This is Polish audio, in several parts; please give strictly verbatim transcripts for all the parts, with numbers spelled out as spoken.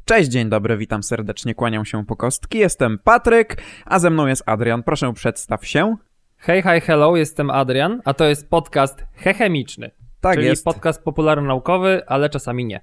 Cześć, dzień dobry, witam serdecznie, kłaniam się po kostki. Jestem Patryk, a ze mną jest Adrian. Proszę, przedstaw się. Hej, hi, hello, jestem Adrian, a to jest podcast Hechemiczny. Tak czyli jest. podcast popularno-naukowy, ale czasami nie.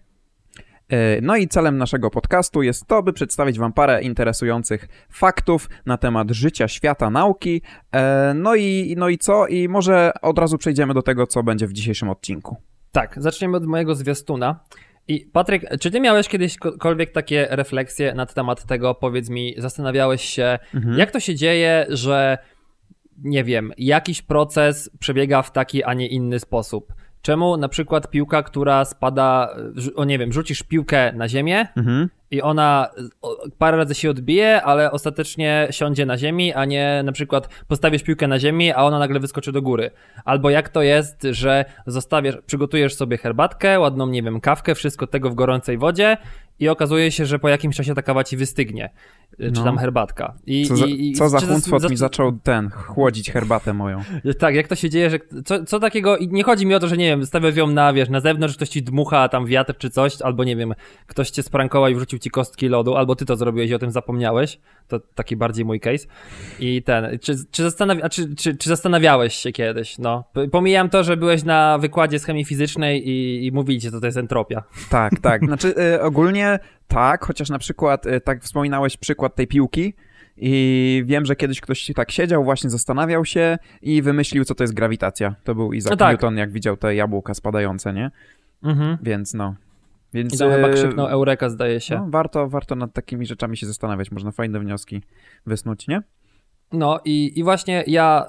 No i celem naszego podcastu jest to, by przedstawić wam parę interesujących faktów na temat życia, świata, nauki. No i, no i co? I może od razu przejdziemy do tego, co będzie w dzisiejszym odcinku. Tak, zaczniemy od mojego zwiastuna. I Patryk, czy ty miałeś kiedyśkolwiek takie refleksje na temat tego, powiedz mi, zastanawiałeś się, mhm. jak to się dzieje, że nie wiem, jakiś proces przebiega w taki, a nie inny sposób? Czemu na przykład piłka, która spada, o nie wiem, rzucisz piłkę na ziemię mhm. i ona parę razy się odbije, ale ostatecznie siądzie na ziemi, a nie na przykład postawisz piłkę na ziemi, a ona nagle wyskoczy do góry. Albo jak to jest, że zostawiasz, przygotujesz sobie herbatkę, ładną, nie wiem, kawkę, wszystko tego w gorącej wodzie i okazuje się, że po jakimś czasie ta kawa ci wystygnie, no. czy tam herbatka. I, co za, i, co za huncwot za, mi zaczął ten, chłodzić herbatę moją. Tak, jak to się dzieje, że co, co takiego, i nie chodzi mi o to, że nie wiem, stawiasz ją na, wiesz, na zewnątrz, ktoś ci dmucha tam wiatr czy coś, albo nie wiem, ktoś cię sprankował i wrzucił ci kostki lodu, albo ty to zrobiłeś i o tym zapomniałeś, to taki bardziej mój case. I ten, czy, czy, zastanawi- a czy, czy, czy zastanawiałeś się kiedyś, no, pomijam to, że byłeś na wykładzie z chemii fizycznej i, i mówili ci, co to jest entropia. Tak, tak, znaczy y, ogólnie tak, chociaż na przykład, y, tak wspominałeś przykład tej piłki, i wiem, że kiedyś ktoś tak siedział, właśnie zastanawiał się i wymyślił, co to jest grawitacja. To był Isaac no tak. Newton, jak widział te jabłka spadające, nie? Mhm. Więc no. Więc, I tam e... chyba krzyknął Eureka, zdaje się. No, warto, warto nad takimi rzeczami się zastanawiać. Można fajne wnioski wysnuć, nie? No i, i właśnie ja...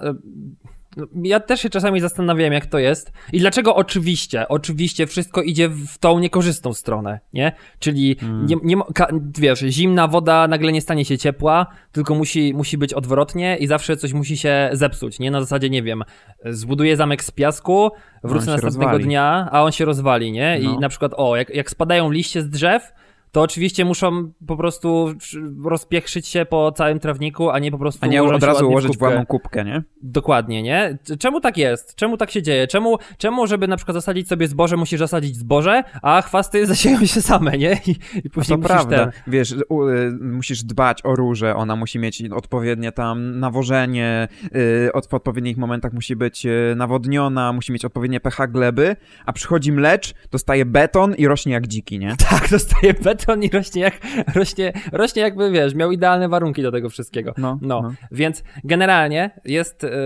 Ja też się czasami zastanawiałem, jak to jest i dlaczego oczywiście, oczywiście wszystko idzie w tą niekorzystną stronę, nie? Czyli, hmm. nie, nie, wiesz, zimna woda nagle nie stanie się ciepła, tylko musi, musi być odwrotnie i zawsze coś musi się zepsuć, nie? Na zasadzie, nie wiem, zbuduję zamek z piasku, wrócę następnego rozwali. dnia, a on się rozwali, nie? I no. na przykład, o, jak, jak spadają liście z drzew, to oczywiście muszą po prostu rozpieprzyć się po całym trawniku, a nie po prostu... A nie od razu ułożyć w ładną kubkę, nie? Dokładnie, nie? Czemu tak jest? Czemu tak się dzieje? Czemu, czemu żeby na przykład zasadzić sobie zboże, musisz zasadzić zboże, a chwasty zasieją się same, nie? I, i później to prawda. Ten... Wiesz, u, y, musisz dbać o róże, ona musi mieć odpowiednie tam nawożenie, y, od, w odpowiednich momentach musi być y, nawodniona, musi mieć odpowiednie pH gleby, a przychodzi mlecz, dostaje beton i rośnie jak dziki, nie? Tak, dostaje beton. On i rośnie jak, rośnie, rośnie jakby, wiesz, miał idealne warunki do tego wszystkiego. No, no. no. Więc generalnie jest... Yy,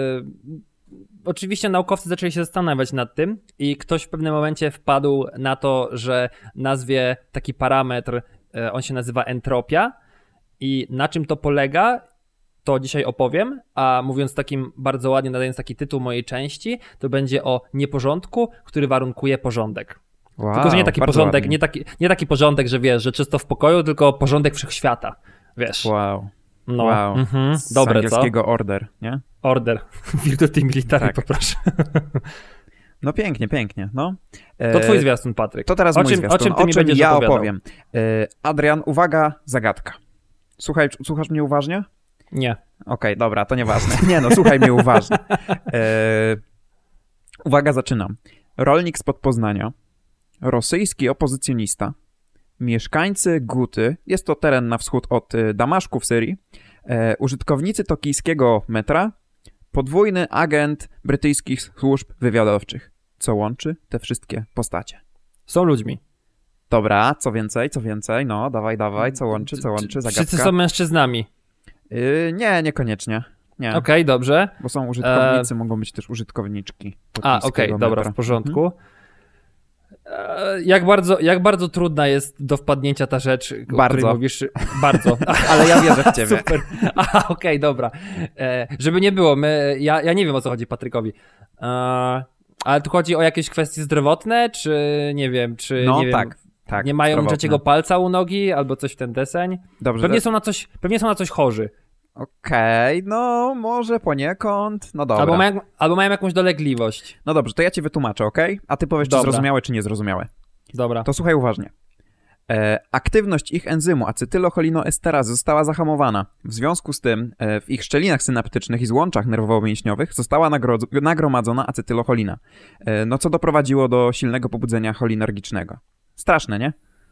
oczywiście naukowcy zaczęli się zastanawiać nad tym i ktoś w pewnym momencie wpadł na to, że nazwie taki parametr, yy, on się nazywa entropia i na czym to polega, to dzisiaj opowiem, a mówiąc takim bardzo ładnie, nadając taki tytuł mojej części, to będzie o nieporządku, który warunkuje porządek. Wow, tylko, że nie taki porządek, nie taki, nie taki porządek, że wiesz, że czysto w pokoju, tylko porządek wszechświata, wiesz. Wow. No, wow. Mhm. Z Dobre, angielskiego co? order, nie? Order. Virtuti militari, tak. Poproszę. No pięknie, pięknie, no. To twój zwiastun, Patryk. To teraz o mój czym, zwiastun. O czym ty o mi czym będziesz ja opowiadał? opowiem. Adrian, uwaga, zagadka. Słuchaj, słuchasz mnie uważnie? Nie. Okej, okay, dobra, to nieważne. Nie no, słuchaj mnie uważnie. E, uwaga, zaczynam. Rolnik spod Poznania, rosyjski opozycjonista, mieszkańcy Guty, jest to teren na wschód od Damaszku w Syrii, e, użytkownicy tokijskiego metra, podwójny agent brytyjskich służb wywiadowczych. Co łączy te wszystkie postacie? Są ludźmi. Dobra, co więcej, co więcej, no dawaj, dawaj, co łączy, co łączy, zagadka. Wszyscy są mężczyznami. Yy, nie, niekoniecznie. Nie. Okej, okay, dobrze. Bo są użytkownicy, e... mogą być też użytkowniczki. A, okej, okay, dobra, w porządku. Mhm. Jak bardzo, jak bardzo trudna jest do wpadnięcia ta rzecz, o bardzo. której mówisz. Bardzo. Ale ja wierzę w ciebie. Super. Aha, okej, okay, dobra. E, żeby nie było, my, ja, ja nie wiem, o co chodzi Patrykowi. E, ale tu chodzi o jakieś kwestie zdrowotne, czy nie wiem, czy no, nie wiem, tak, tak, nie mają zdrowotne. trzeciego palca u nogi, albo coś w ten deseń. Dobrze. Pewnie są na coś, pewnie są na coś chorzy. Okej, okay, no może poniekąd, no dobra. Albo mają, albo mają jakąś dolegliwość. No dobrze, to ja ci wytłumaczę, okej? Okay? A ty powiesz, dobra. Czy zrozumiałe, czy niezrozumiałe. Dobra. To słuchaj uważnie. E, aktywność ich enzymu acetylocholinoesterazy została zahamowana. W związku z tym e, w ich szczelinach synaptycznych i złączach nerwowo-mięśniowych została nagro- nagromadzona acetylocholina. E, no co doprowadziło do silnego pobudzenia cholinergicznego. Straszne, nie?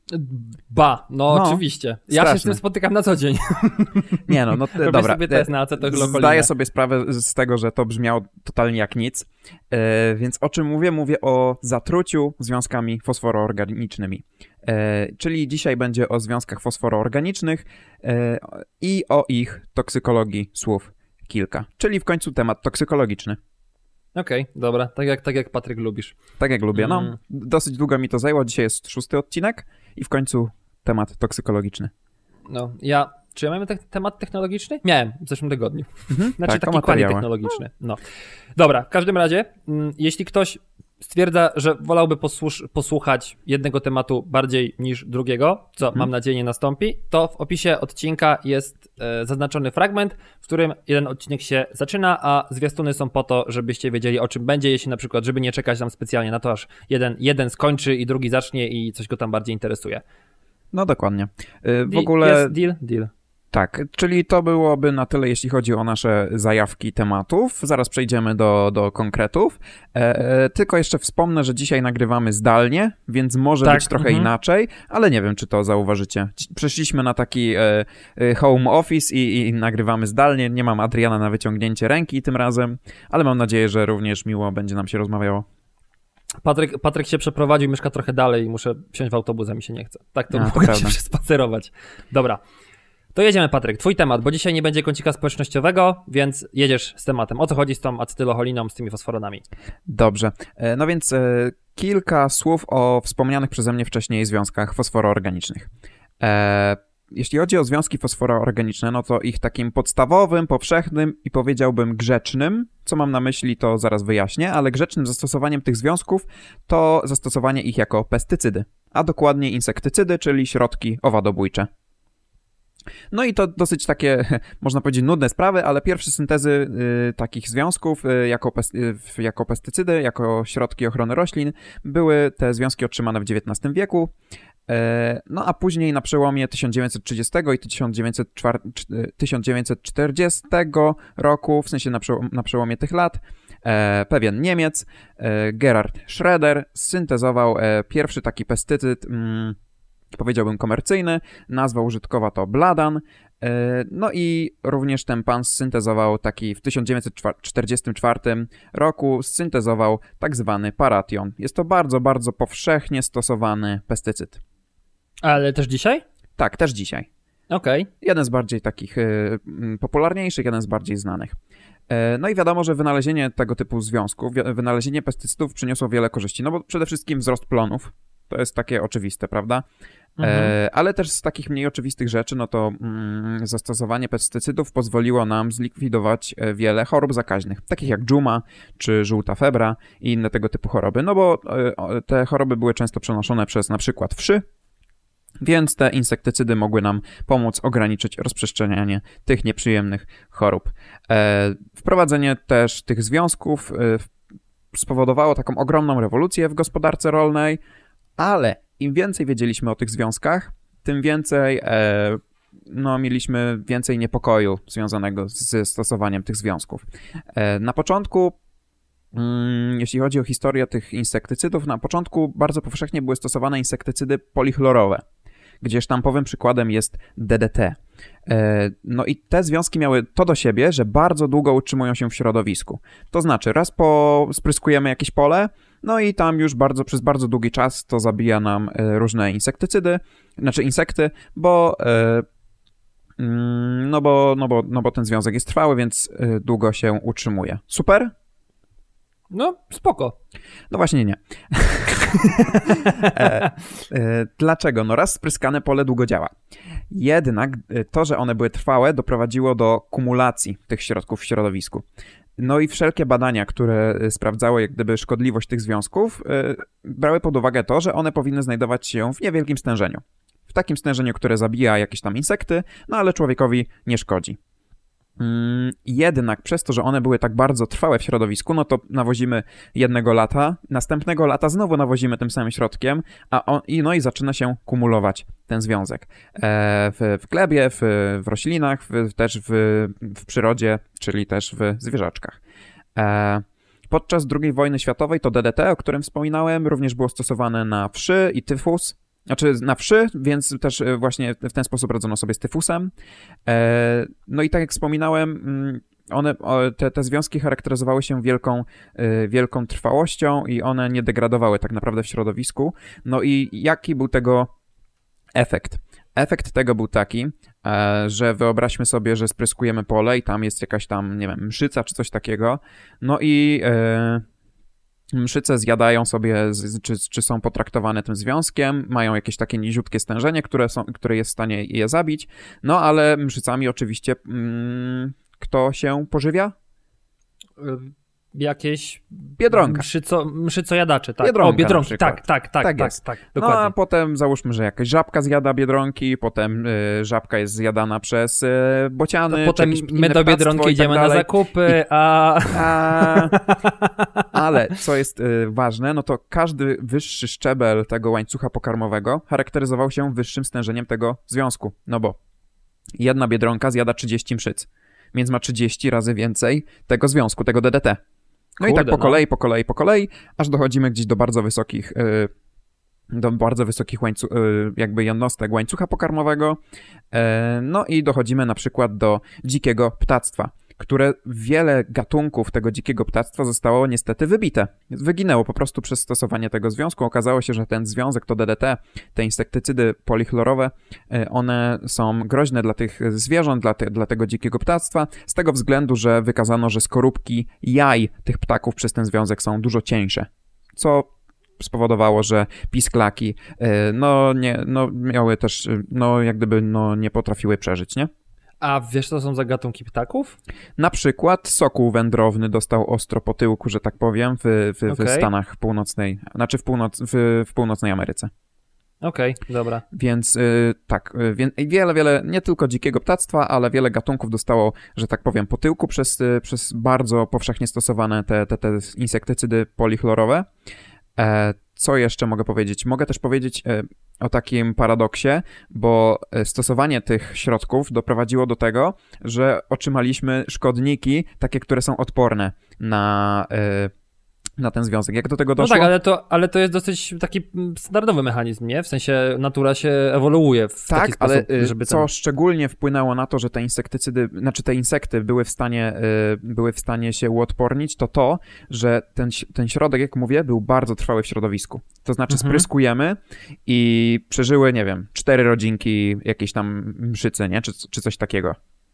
Ba, no, no oczywiście. Ja straszne. się z tym spotykam na co dzień. Nie no, no Robię dobra. sobie test na acetylcholinę. Zdaję sobie sprawę z tego, że to brzmiało totalnie jak nic. E, więc o czym mówię? Mówię o zatruciu związkami fosforoorganicznymi. E, czyli dzisiaj będzie o związkach fosforoorganicznych e, i o ich toksykologii słów kilka. Czyli w końcu temat toksykologiczny. Okej, okay, dobra. Tak jak, tak jak Patryk lubisz. Tak jak lubię. No, mm. dosyć długo mi to zajęło. Dzisiaj jest szósty odcinek i w końcu temat toksykologiczny. No, ja... Czy ja miałem te- temat technologiczny? Miałem w zeszłym tygodniu. Mhm, znaczy tak, taki quasi technologiczny. No. Dobra, w każdym razie, m, jeśli ktoś stwierdza, że wolałby posłusz- posłuchać jednego tematu bardziej niż drugiego, co mhm. mam nadzieję nie nastąpi, to w opisie odcinka jest e, zaznaczony fragment, w którym jeden odcinek się zaczyna, a zwiastuny są po to, żebyście wiedzieli, o czym będzie, jeśli na przykład, żeby nie czekać tam specjalnie na to, aż jeden, jeden skończy i drugi zacznie i coś go tam bardziej interesuje. No dokładnie. Yy, w ogóle... Jest deal? Deal. Tak, czyli to byłoby na tyle, jeśli chodzi o nasze zajawki tematów. Zaraz przejdziemy do, do konkretów. E, tylko jeszcze wspomnę, że dzisiaj nagrywamy zdalnie, więc może tak, być trochę mhm. inaczej, ale nie wiem, czy to zauważycie. Przeszliśmy na taki e, home office i, i nagrywamy zdalnie. Nie mam Adriana na wyciągnięcie ręki tym razem, ale mam nadzieję, że również miło będzie nam się rozmawiało. Patryk, Patryk się przeprowadził, mieszka trochę dalej i muszę wsiąść w autobus, a mi się nie chce. Tak to, A, to mogę się prawda. przespacerować. Dobra. To jedziemy, Patryk. Twój temat, bo dzisiaj nie będzie kącika społecznościowego, więc jedziesz z tematem. O co chodzi z tą acetylcholiną, z tymi fosforonami? Dobrze. No więc e, kilka słów o wspomnianych przeze mnie wcześniej związkach fosforoorganicznych. E, jeśli chodzi o związki fosforoorganiczne, no to ich takim podstawowym, powszechnym i powiedziałbym grzecznym, co mam na myśli, to zaraz wyjaśnię, ale grzecznym zastosowaniem tych związków to zastosowanie ich jako pestycydy, a dokładnie insektycydy, czyli środki owadobójcze. No i to dosyć takie, można powiedzieć, nudne sprawy, ale pierwsze syntezy y, takich związków y, jako, pes, y, jako pestycydy, jako środki ochrony roślin, były te związki otrzymane w dziewiętnastym wieku. Y, no a później na przełomie tysiąc dziewięćset trzydziestego i tysiąc dziewięćset czterdziestego roku, w sensie na, przełom, na przełomie tych lat, e, pewien Niemiec, e, Gerhard Schroeder, syntezował e, pierwszy taki pestycyd, mm, powiedziałbym komercyjny, nazwa użytkowa to Bladan, no i również ten pan syntezował taki w tysiąc dziewięćset czterdziestym czwartym roku syntezował tak zwany paration. Jest to bardzo, bardzo powszechnie stosowany pestycyd. Ale też dzisiaj? Tak, też dzisiaj. Okej. Okay. Jeden z bardziej takich y, popularniejszych, jeden z bardziej znanych. E, no i wiadomo, że wynalezienie tego typu związków, wynalezienie pestycydów przyniosło wiele korzyści, no bo przede wszystkim wzrost plonów. To jest takie oczywiste, prawda? Mhm. E, ale też z takich mniej oczywistych rzeczy, no to mm, zastosowanie pestycydów pozwoliło nam zlikwidować wiele chorób zakaźnych, takich jak dżuma czy żółta febra i inne tego typu choroby, no bo e, te choroby były często przenoszone przez na przykład wszy, więc te insektycydy mogły nam pomóc ograniczyć rozprzestrzenianie tych nieprzyjemnych chorób. E, wprowadzenie też tych związków e, spowodowało taką ogromną rewolucję w gospodarce rolnej, ale im więcej wiedzieliśmy o tych związkach, tym więcej e, no, mieliśmy więcej niepokoju związanego ze stosowaniem tych związków. E, na początku, mm, jeśli chodzi o historię tych insektycydów, na początku bardzo powszechnie były stosowane insektycydy polichlorowe, gdzie sztampowym przykładem jest D D T. E, no i te związki miały to do siebie, że bardzo długo utrzymują się w środowisku. To znaczy, raz po spryskujemy jakieś pole, no i tam już bardzo, przez bardzo długi czas to zabija nam e, różne insektycydy, znaczy insekty, bo, e, mm, no, bo, no, bo, no bo ten związek jest trwały, więc e, długo się utrzymuje. Super? No, spoko. No właśnie nie. e, e, dlaczego? No raz spryskane pole długo działa. Jednak to, że one były trwałe, doprowadziło do kumulacji tych środków w środowisku. No i wszelkie badania, które sprawdzały jak gdyby szkodliwość tych związków, yy, brały pod uwagę to, że one powinny znajdować się w niewielkim stężeniu. W takim stężeniu, które zabija jakieś tam insekty, no ale człowiekowi nie szkodzi. Yy, jednak przez to, że one były tak bardzo trwałe w środowisku, no to nawozimy jednego lata, następnego lata znowu nawozimy tym samym środkiem, a on, i, no i zaczyna się kumulować ten związek. E, w, w glebie, w, w roślinach, w, też w, w przyrodzie, czyli też w zwierzaczkach. E, podczas drugiej wojny światowej to D D T, o którym wspominałem, również było stosowane na wszy i tyfus. znaczy na wszy, więc też właśnie w ten sposób radzono sobie z tyfusem. No i tak jak wspominałem, one, te, te związki charakteryzowały się wielką, wielką trwałością i one nie degradowały tak naprawdę w środowisku. No i jaki był tego efekt? Efekt tego był taki, że wyobraźmy sobie, że spryskujemy pole i tam jest jakaś tam, nie wiem, mszyca czy coś takiego, no i mszyce zjadają sobie, czy, czy są potraktowane tym związkiem, mają jakieś takie niziutkie stężenie, które, są, które jest w stanie je zabić, no ale mszycami oczywiście mm, kto się pożywia? Jakieś Biedronka. Mszyco, mszycojadacze, tak. Biedronka o, biedronki, tak, tak, tak, tak, tak, jest. tak, tak, dokładnie. No a potem załóżmy, że jakaś żabka zjada biedronki, potem y, żabka jest zjadana przez y, bociany, to potem my do Biedronki idziemy tak na zakupy, I, a... a... Ale co jest y, ważne, no to każdy wyższy szczebel tego łańcucha pokarmowego charakteryzował się wyższym stężeniem tego związku, no bo jedna biedronka zjada trzydzieści mszyc, więc ma trzydzieści razy więcej tego związku, tego D D T. No Kurde, i tak po kolei, no. po kolei, po kolei, aż dochodzimy gdzieś do bardzo wysokich, yy, do bardzo wysokich łańcuch, yy, jakby jednostek łańcucha pokarmowego. Yy, no i dochodzimy na przykład do dzikiego ptactwa, które wiele gatunków tego dzikiego ptactwa zostało niestety wybite. Wyginęło po prostu przez stosowanie tego związku. Okazało się, że ten związek to D D T, te insektycydy polichlorowe, one są groźne dla tych zwierząt, dla, te, dla tego dzikiego ptactwa, z tego względu, że wykazano, że skorupki jaj tych ptaków przez ten związek są dużo cieńsze, co spowodowało, że pisklaki no, nie, no, miały też, no jak gdyby no, nie potrafiły przeżyć, nie? A wiesz, co są za gatunki ptaków? Na przykład sokół wędrowny dostał ostro po tyłku, że tak powiem, w, w, okay. w Stanach północnej, znaczy w, północ, w, w północnej Ameryce. Okej, okay, dobra. Więc y, tak, y, wiele, wiele, nie tylko dzikiego ptactwa, ale wiele gatunków dostało, że tak powiem, po tyłku przez, y, przez bardzo powszechnie stosowane te, te, te insektycydy polichlorowe. E, co jeszcze mogę powiedzieć? Mogę też powiedzieć e, o takim paradoksie, bo stosowanie tych środków doprowadziło do tego, że otrzymaliśmy szkodniki, takie, które są odporne na, e, na ten związek. Jak do tego doszło? No tak, ale to, ale to jest dosyć taki standardowy mechanizm, nie? W sensie natura się ewoluuje w tak, taki sposób, ale żeby co ten... szczególnie wpłynęło na to, że te insektycydy, znaczy te insekty były w stanie, były w stanie się uodpornić, to to, że ten, ten środek, jak mówię, był bardzo trwały w środowisku. To znaczy mhm. spryskujemy i przeżyły, nie wiem, cztery rodzinki jakiejś tam mszycy, nie? Czy, czy coś takiego.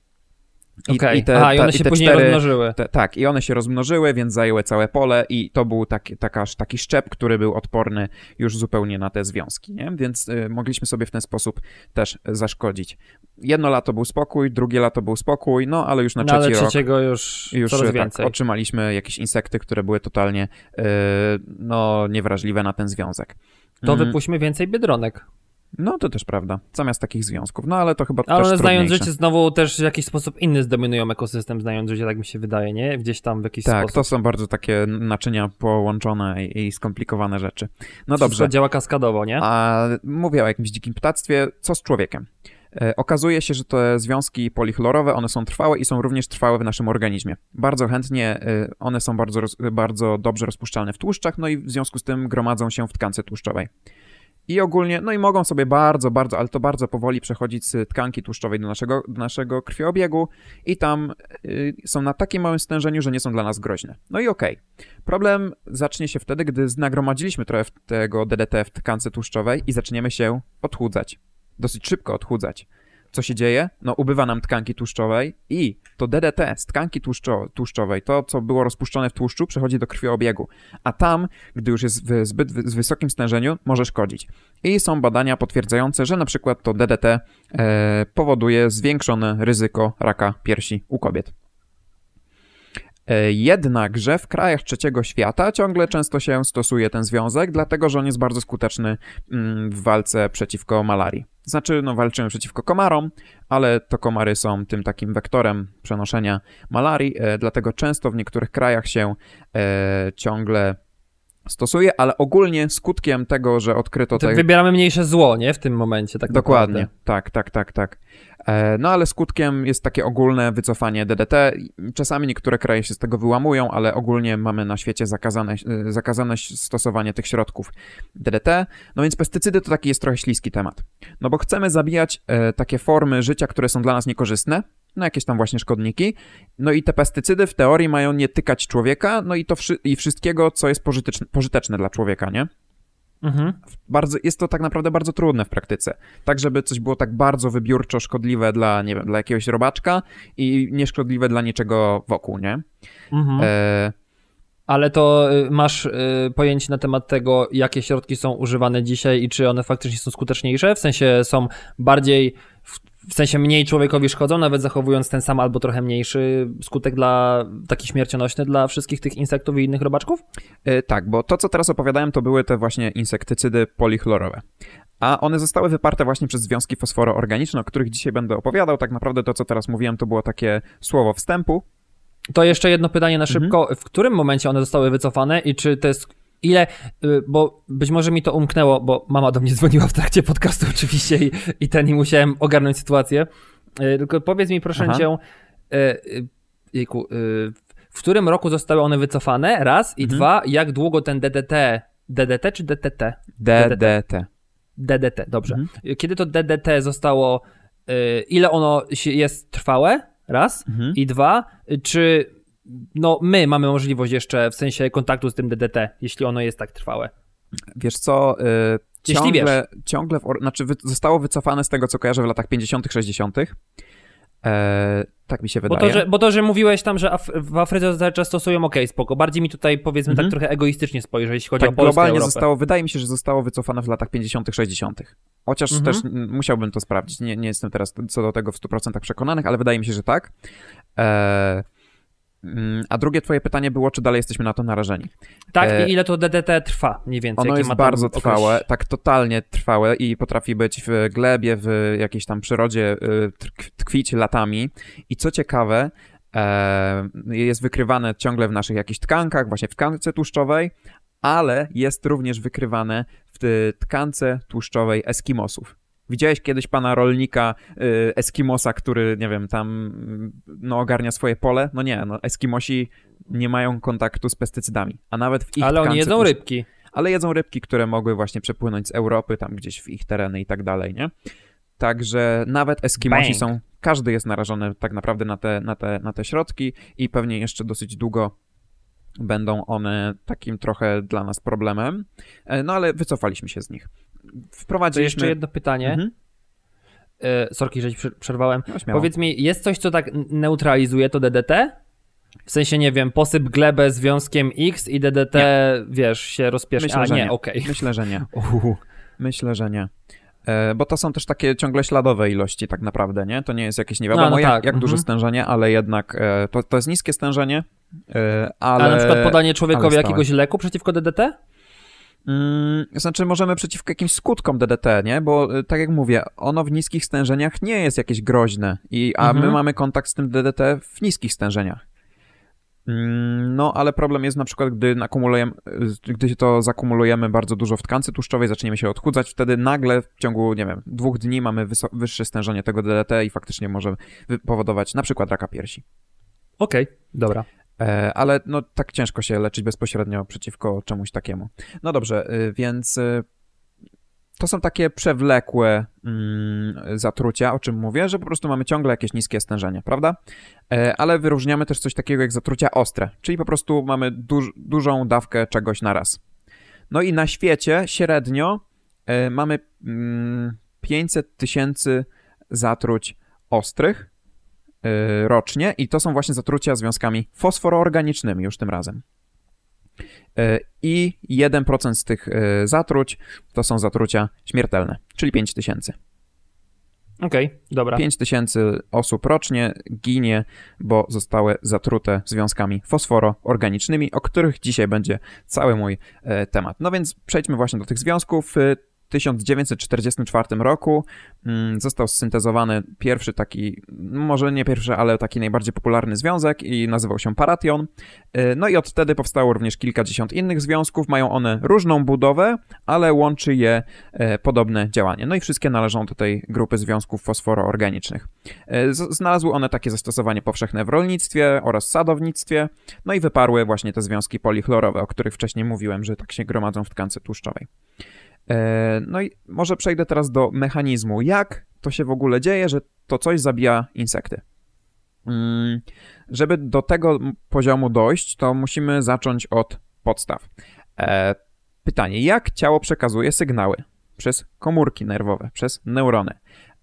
I, okay. i, te, Aha, i one ta, się i te później cztery, rozmnożyły. Te, tak, i one się rozmnożyły, więc zajęły całe pole i to był taki, taka, taki szczep, który był odporny już zupełnie na te związki, nie? Więc y, mogliśmy sobie w ten sposób też zaszkodzić. Jedno lato był spokój, drugie lato był spokój, no ale już na no, trzeci ale rok trzeciego już, już coraz tak, więcej. Otrzymaliśmy jakieś insekty, które były totalnie y, no, niewrażliwe na ten związek. To mm. wypuśćmy więcej biedronek. No to też prawda, zamiast takich związków, no ale to chyba ale też one znając trudniejsze. życie znowu też w jakiś sposób inny zdominują ekosystem, znając życie, tak mi się wydaje, nie? Gdzieś tam w jakiś tak, sposób. Tak, to są bardzo takie naczynia połączone i, i skomplikowane rzeczy. No Wszystko dobrze. działa kaskadowo, nie? A mówię o jakimś dzikim ptactwie, co z człowiekiem? E, okazuje się, że te związki polichlorowe, one są trwałe i są również trwałe w naszym organizmie. Bardzo chętnie e, one są bardzo, bardzo dobrze rozpuszczalne w tłuszczach, no i w związku z tym gromadzą się w tkance tłuszczowej. I ogólnie, no i mogą sobie bardzo, bardzo, ale to bardzo powoli przechodzić z tkanki tłuszczowej do naszego, do naszego krwiobiegu i tam y, są na takim małym stężeniu, że nie są dla nas groźne. No i okej. Okay. Problem zacznie się wtedy, gdy nagromadziliśmy trochę tego D D T w tkance tłuszczowej i zaczniemy się odchudzać. Dosyć szybko odchudzać. Co się dzieje? No ubywa nam tkanki tłuszczowej i to D D T z tkanki tłuszczo- tłuszczowej, to co było rozpuszczone w tłuszczu, przechodzi do krwiobiegu, a tam, gdy już jest w zbyt w, z wysokim stężeniu, może szkodzić. I są badania potwierdzające, że na przykład to D D T e, powoduje zwiększone ryzyko raka piersi u kobiet. Jednakże w krajach trzeciego świata ciągle często się stosuje ten związek, dlatego że on jest bardzo skuteczny w walce przeciwko malarii. Znaczy, no walczymy przeciwko komarom, ale to komary są tym takim wektorem przenoszenia malarii, dlatego często w niektórych krajach się ciągle stosuje, ale ogólnie skutkiem tego, że odkryto... To te... Wybieramy mniejsze zło, nie? W tym momencie, tak Dokładnie, naprawdę. tak, tak, tak, tak. E, no ale skutkiem jest takie ogólne wycofanie D D T. Czasami niektóre kraje się z tego wyłamują, ale ogólnie mamy na świecie zakazane, zakazane stosowanie tych środków D D T. No więc pestycydy to taki jest trochę śliski temat. No bo chcemy zabijać e, takie formy życia, które są dla nas niekorzystne, no jakieś tam właśnie szkodniki. No i te pestycydy w teorii mają nie tykać człowieka, no i to wszy- i wszystkiego, co jest pożyteczne, pożyteczne dla człowieka, nie? Mhm. Bardzo, jest to tak naprawdę bardzo trudne w praktyce. Tak, żeby coś było tak bardzo wybiórczo szkodliwe dla, nie wiem, dla jakiegoś robaczka i nieszkodliwe dla niczego wokół, nie? Mhm. E... Ale to masz y, pojęcie na temat tego, jakie środki są używane dzisiaj i czy one faktycznie są skuteczniejsze? W sensie są bardziej, w, w sensie mniej człowiekowi szkodzą, nawet zachowując ten sam albo trochę mniejszy skutek dla taki śmiercionośny dla wszystkich tych insektów i innych robaczków? E, tak, bo to, co teraz opowiadałem, to były te właśnie insektycydy polichlorowe. A one zostały wyparte właśnie przez związki fosforoorganiczne, o których dzisiaj będę opowiadał. Tak naprawdę to, co teraz mówiłem, to było takie słowo wstępu. To jeszcze jedno pytanie na szybko. Mhm. W którym momencie one zostały wycofane i czy to jest ile, bo być może mi to umknęło, bo mama do mnie dzwoniła w trakcie podcastu oczywiście i, i ten i musiałem ogarnąć sytuację. Tylko powiedz mi proszę Aha. cię, jejku, w którym roku zostały one wycofane? Raz i mhm. dwa, jak długo ten D D T, D D T czy D T T? D D T. D D T, dobrze. Mhm. Kiedy to D D T zostało, ile ono jest trwałe? Raz. Mhm. I dwa, czy no my mamy możliwość jeszcze w sensie kontaktu z tym D D T, jeśli ono jest tak trwałe? Wiesz co, yy, ciągle, ciągle w, znaczy wy, zostało wycofane z tego, co kojarzę w latach pięćdziesiątych, sześćdziesiątych. E, tak mi się wydaje. Bo to, że, bo to, że mówiłeś tam, że Af- w Afryce cały czas stosują, okej, okay, spoko. Bardziej mi tutaj, powiedzmy, mm-hmm. tak trochę egoistycznie spojrzeć, jeśli chodzi tak, o Polskę, globalnie Europę. zostało, wydaje mi się, że zostało wycofane w latach pięćdziesiątych, sześćdziesiątych. Chociaż mm-hmm. też musiałbym to sprawdzić. Nie, nie jestem teraz co do tego w stu procentach przekonanych, ale wydaje mi się, że tak. E, a drugie twoje pytanie było, czy dalej jesteśmy na to narażeni. Tak, e, i ile to D D T trwa mniej więcej? Ono Jakie jest ma bardzo okres... trwałe, tak totalnie trwałe i potrafi być w glebie, w jakiejś tam przyrodzie, tkwić latami. I co ciekawe, e, jest wykrywane ciągle w naszych jakichś tkankach, właśnie w tkance tłuszczowej, ale jest również wykrywane w tkance tłuszczowej Eskimosów. Widziałeś kiedyś pana rolnika y, Eskimosa, który, nie wiem, tam no, ogarnia swoje pole? No nie, no Eskimosi nie mają kontaktu z pestycydami, a nawet w ich Ale oni jedzą tłuszcz... rybki. Ale jedzą rybki, które mogły właśnie przepłynąć z Europy, tam gdzieś w ich tereny i tak dalej, nie? Także nawet Eskimosi Bang. są, każdy jest narażony tak naprawdę na te, na, te, na te środki i pewnie jeszcze dosyć długo będą one takim trochę dla nas problemem, no ale wycofaliśmy się z nich. Wprowadziliśmy... To jeszcze jedno pytanie. Mhm. E, sorki, że ci przerwałem. No, powiedz mi, jest coś, co tak neutralizuje to D D T? W sensie, nie wiem, posyp glebę związkiem X i D D T, nie. wiesz, się rozpierzchnie. Myślę, A, że nie, nie. okej. Okay. Myślę, że nie. Uhu. Myślę, że nie. E, bo to są też takie ciągle śladowe ilości tak naprawdę, nie? To nie jest jakieś nie wiadomo no, no jak, tak. jak mhm. duże stężenie, ale jednak e, to, to jest niskie stężenie, e, ale... A na przykład podanie człowiekowi jakiegoś leku przeciwko D D T? Mm, znaczy możemy przeciwko jakimś skutkom D D T, nie? Bo tak jak mówię, ono w niskich stężeniach nie jest jakieś groźne, i, a mhm. my mamy kontakt z tym D D T w niskich stężeniach. Mm, no, ale problem jest na przykład, gdy akumulujemy, gdy to zakumulujemy bardzo dużo w tkance tłuszczowej, zaczniemy się odchudzać, wtedy nagle w ciągu, nie wiem, dwóch dni mamy wyso- wyższe stężenie tego D D T i faktycznie może powodować na przykład raka piersi. Okej, okay, dobra. Ale no tak ciężko się leczyć bezpośrednio przeciwko czemuś takiemu. No dobrze, więc to są takie przewlekłe mm, zatrucia, o czym mówię, że po prostu mamy ciągle jakieś niskie stężenie, prawda? Ale wyróżniamy też coś takiego jak zatrucia ostre, czyli po prostu mamy duż, dużą dawkę czegoś na raz. No i na świecie średnio mamy mm, pięćset tysięcy zatruć ostrych rocznie i to są właśnie zatrucia związkami fosforoorganicznymi już tym razem. I jeden procent z tych zatruć to są zatrucia śmiertelne, czyli pięć tysięcy. Okej, okay, dobra. pięć tysięcy osób rocznie ginie, bo zostały zatrute związkami fosforoorganicznymi, o których dzisiaj będzie cały mój temat. No więc przejdźmy właśnie do tych związków. tysiąc dziewięćset czterdziestym czwartym roku został syntezowany pierwszy taki, może nie pierwszy, ale taki najbardziej popularny związek i nazywał się paration. No i od wtedy powstało również kilkadziesiąt innych związków. Mają one różną budowę, ale łączy je podobne działanie. No i wszystkie należą do tej grupy związków fosforoorganicznych. Znalazły one takie zastosowanie powszechne w rolnictwie oraz sadownictwie, no i wyparły właśnie te związki polichlorowe, o których wcześniej mówiłem, że tak się gromadzą w tkance tłuszczowej. No i może przejdę teraz do mechanizmu. Jak to się w ogóle dzieje, że to coś zabija insekty? Żeby do tego poziomu dojść, to musimy zacząć od podstaw. Pytanie, jak ciało przekazuje sygnały? Przez komórki nerwowe, przez neurony.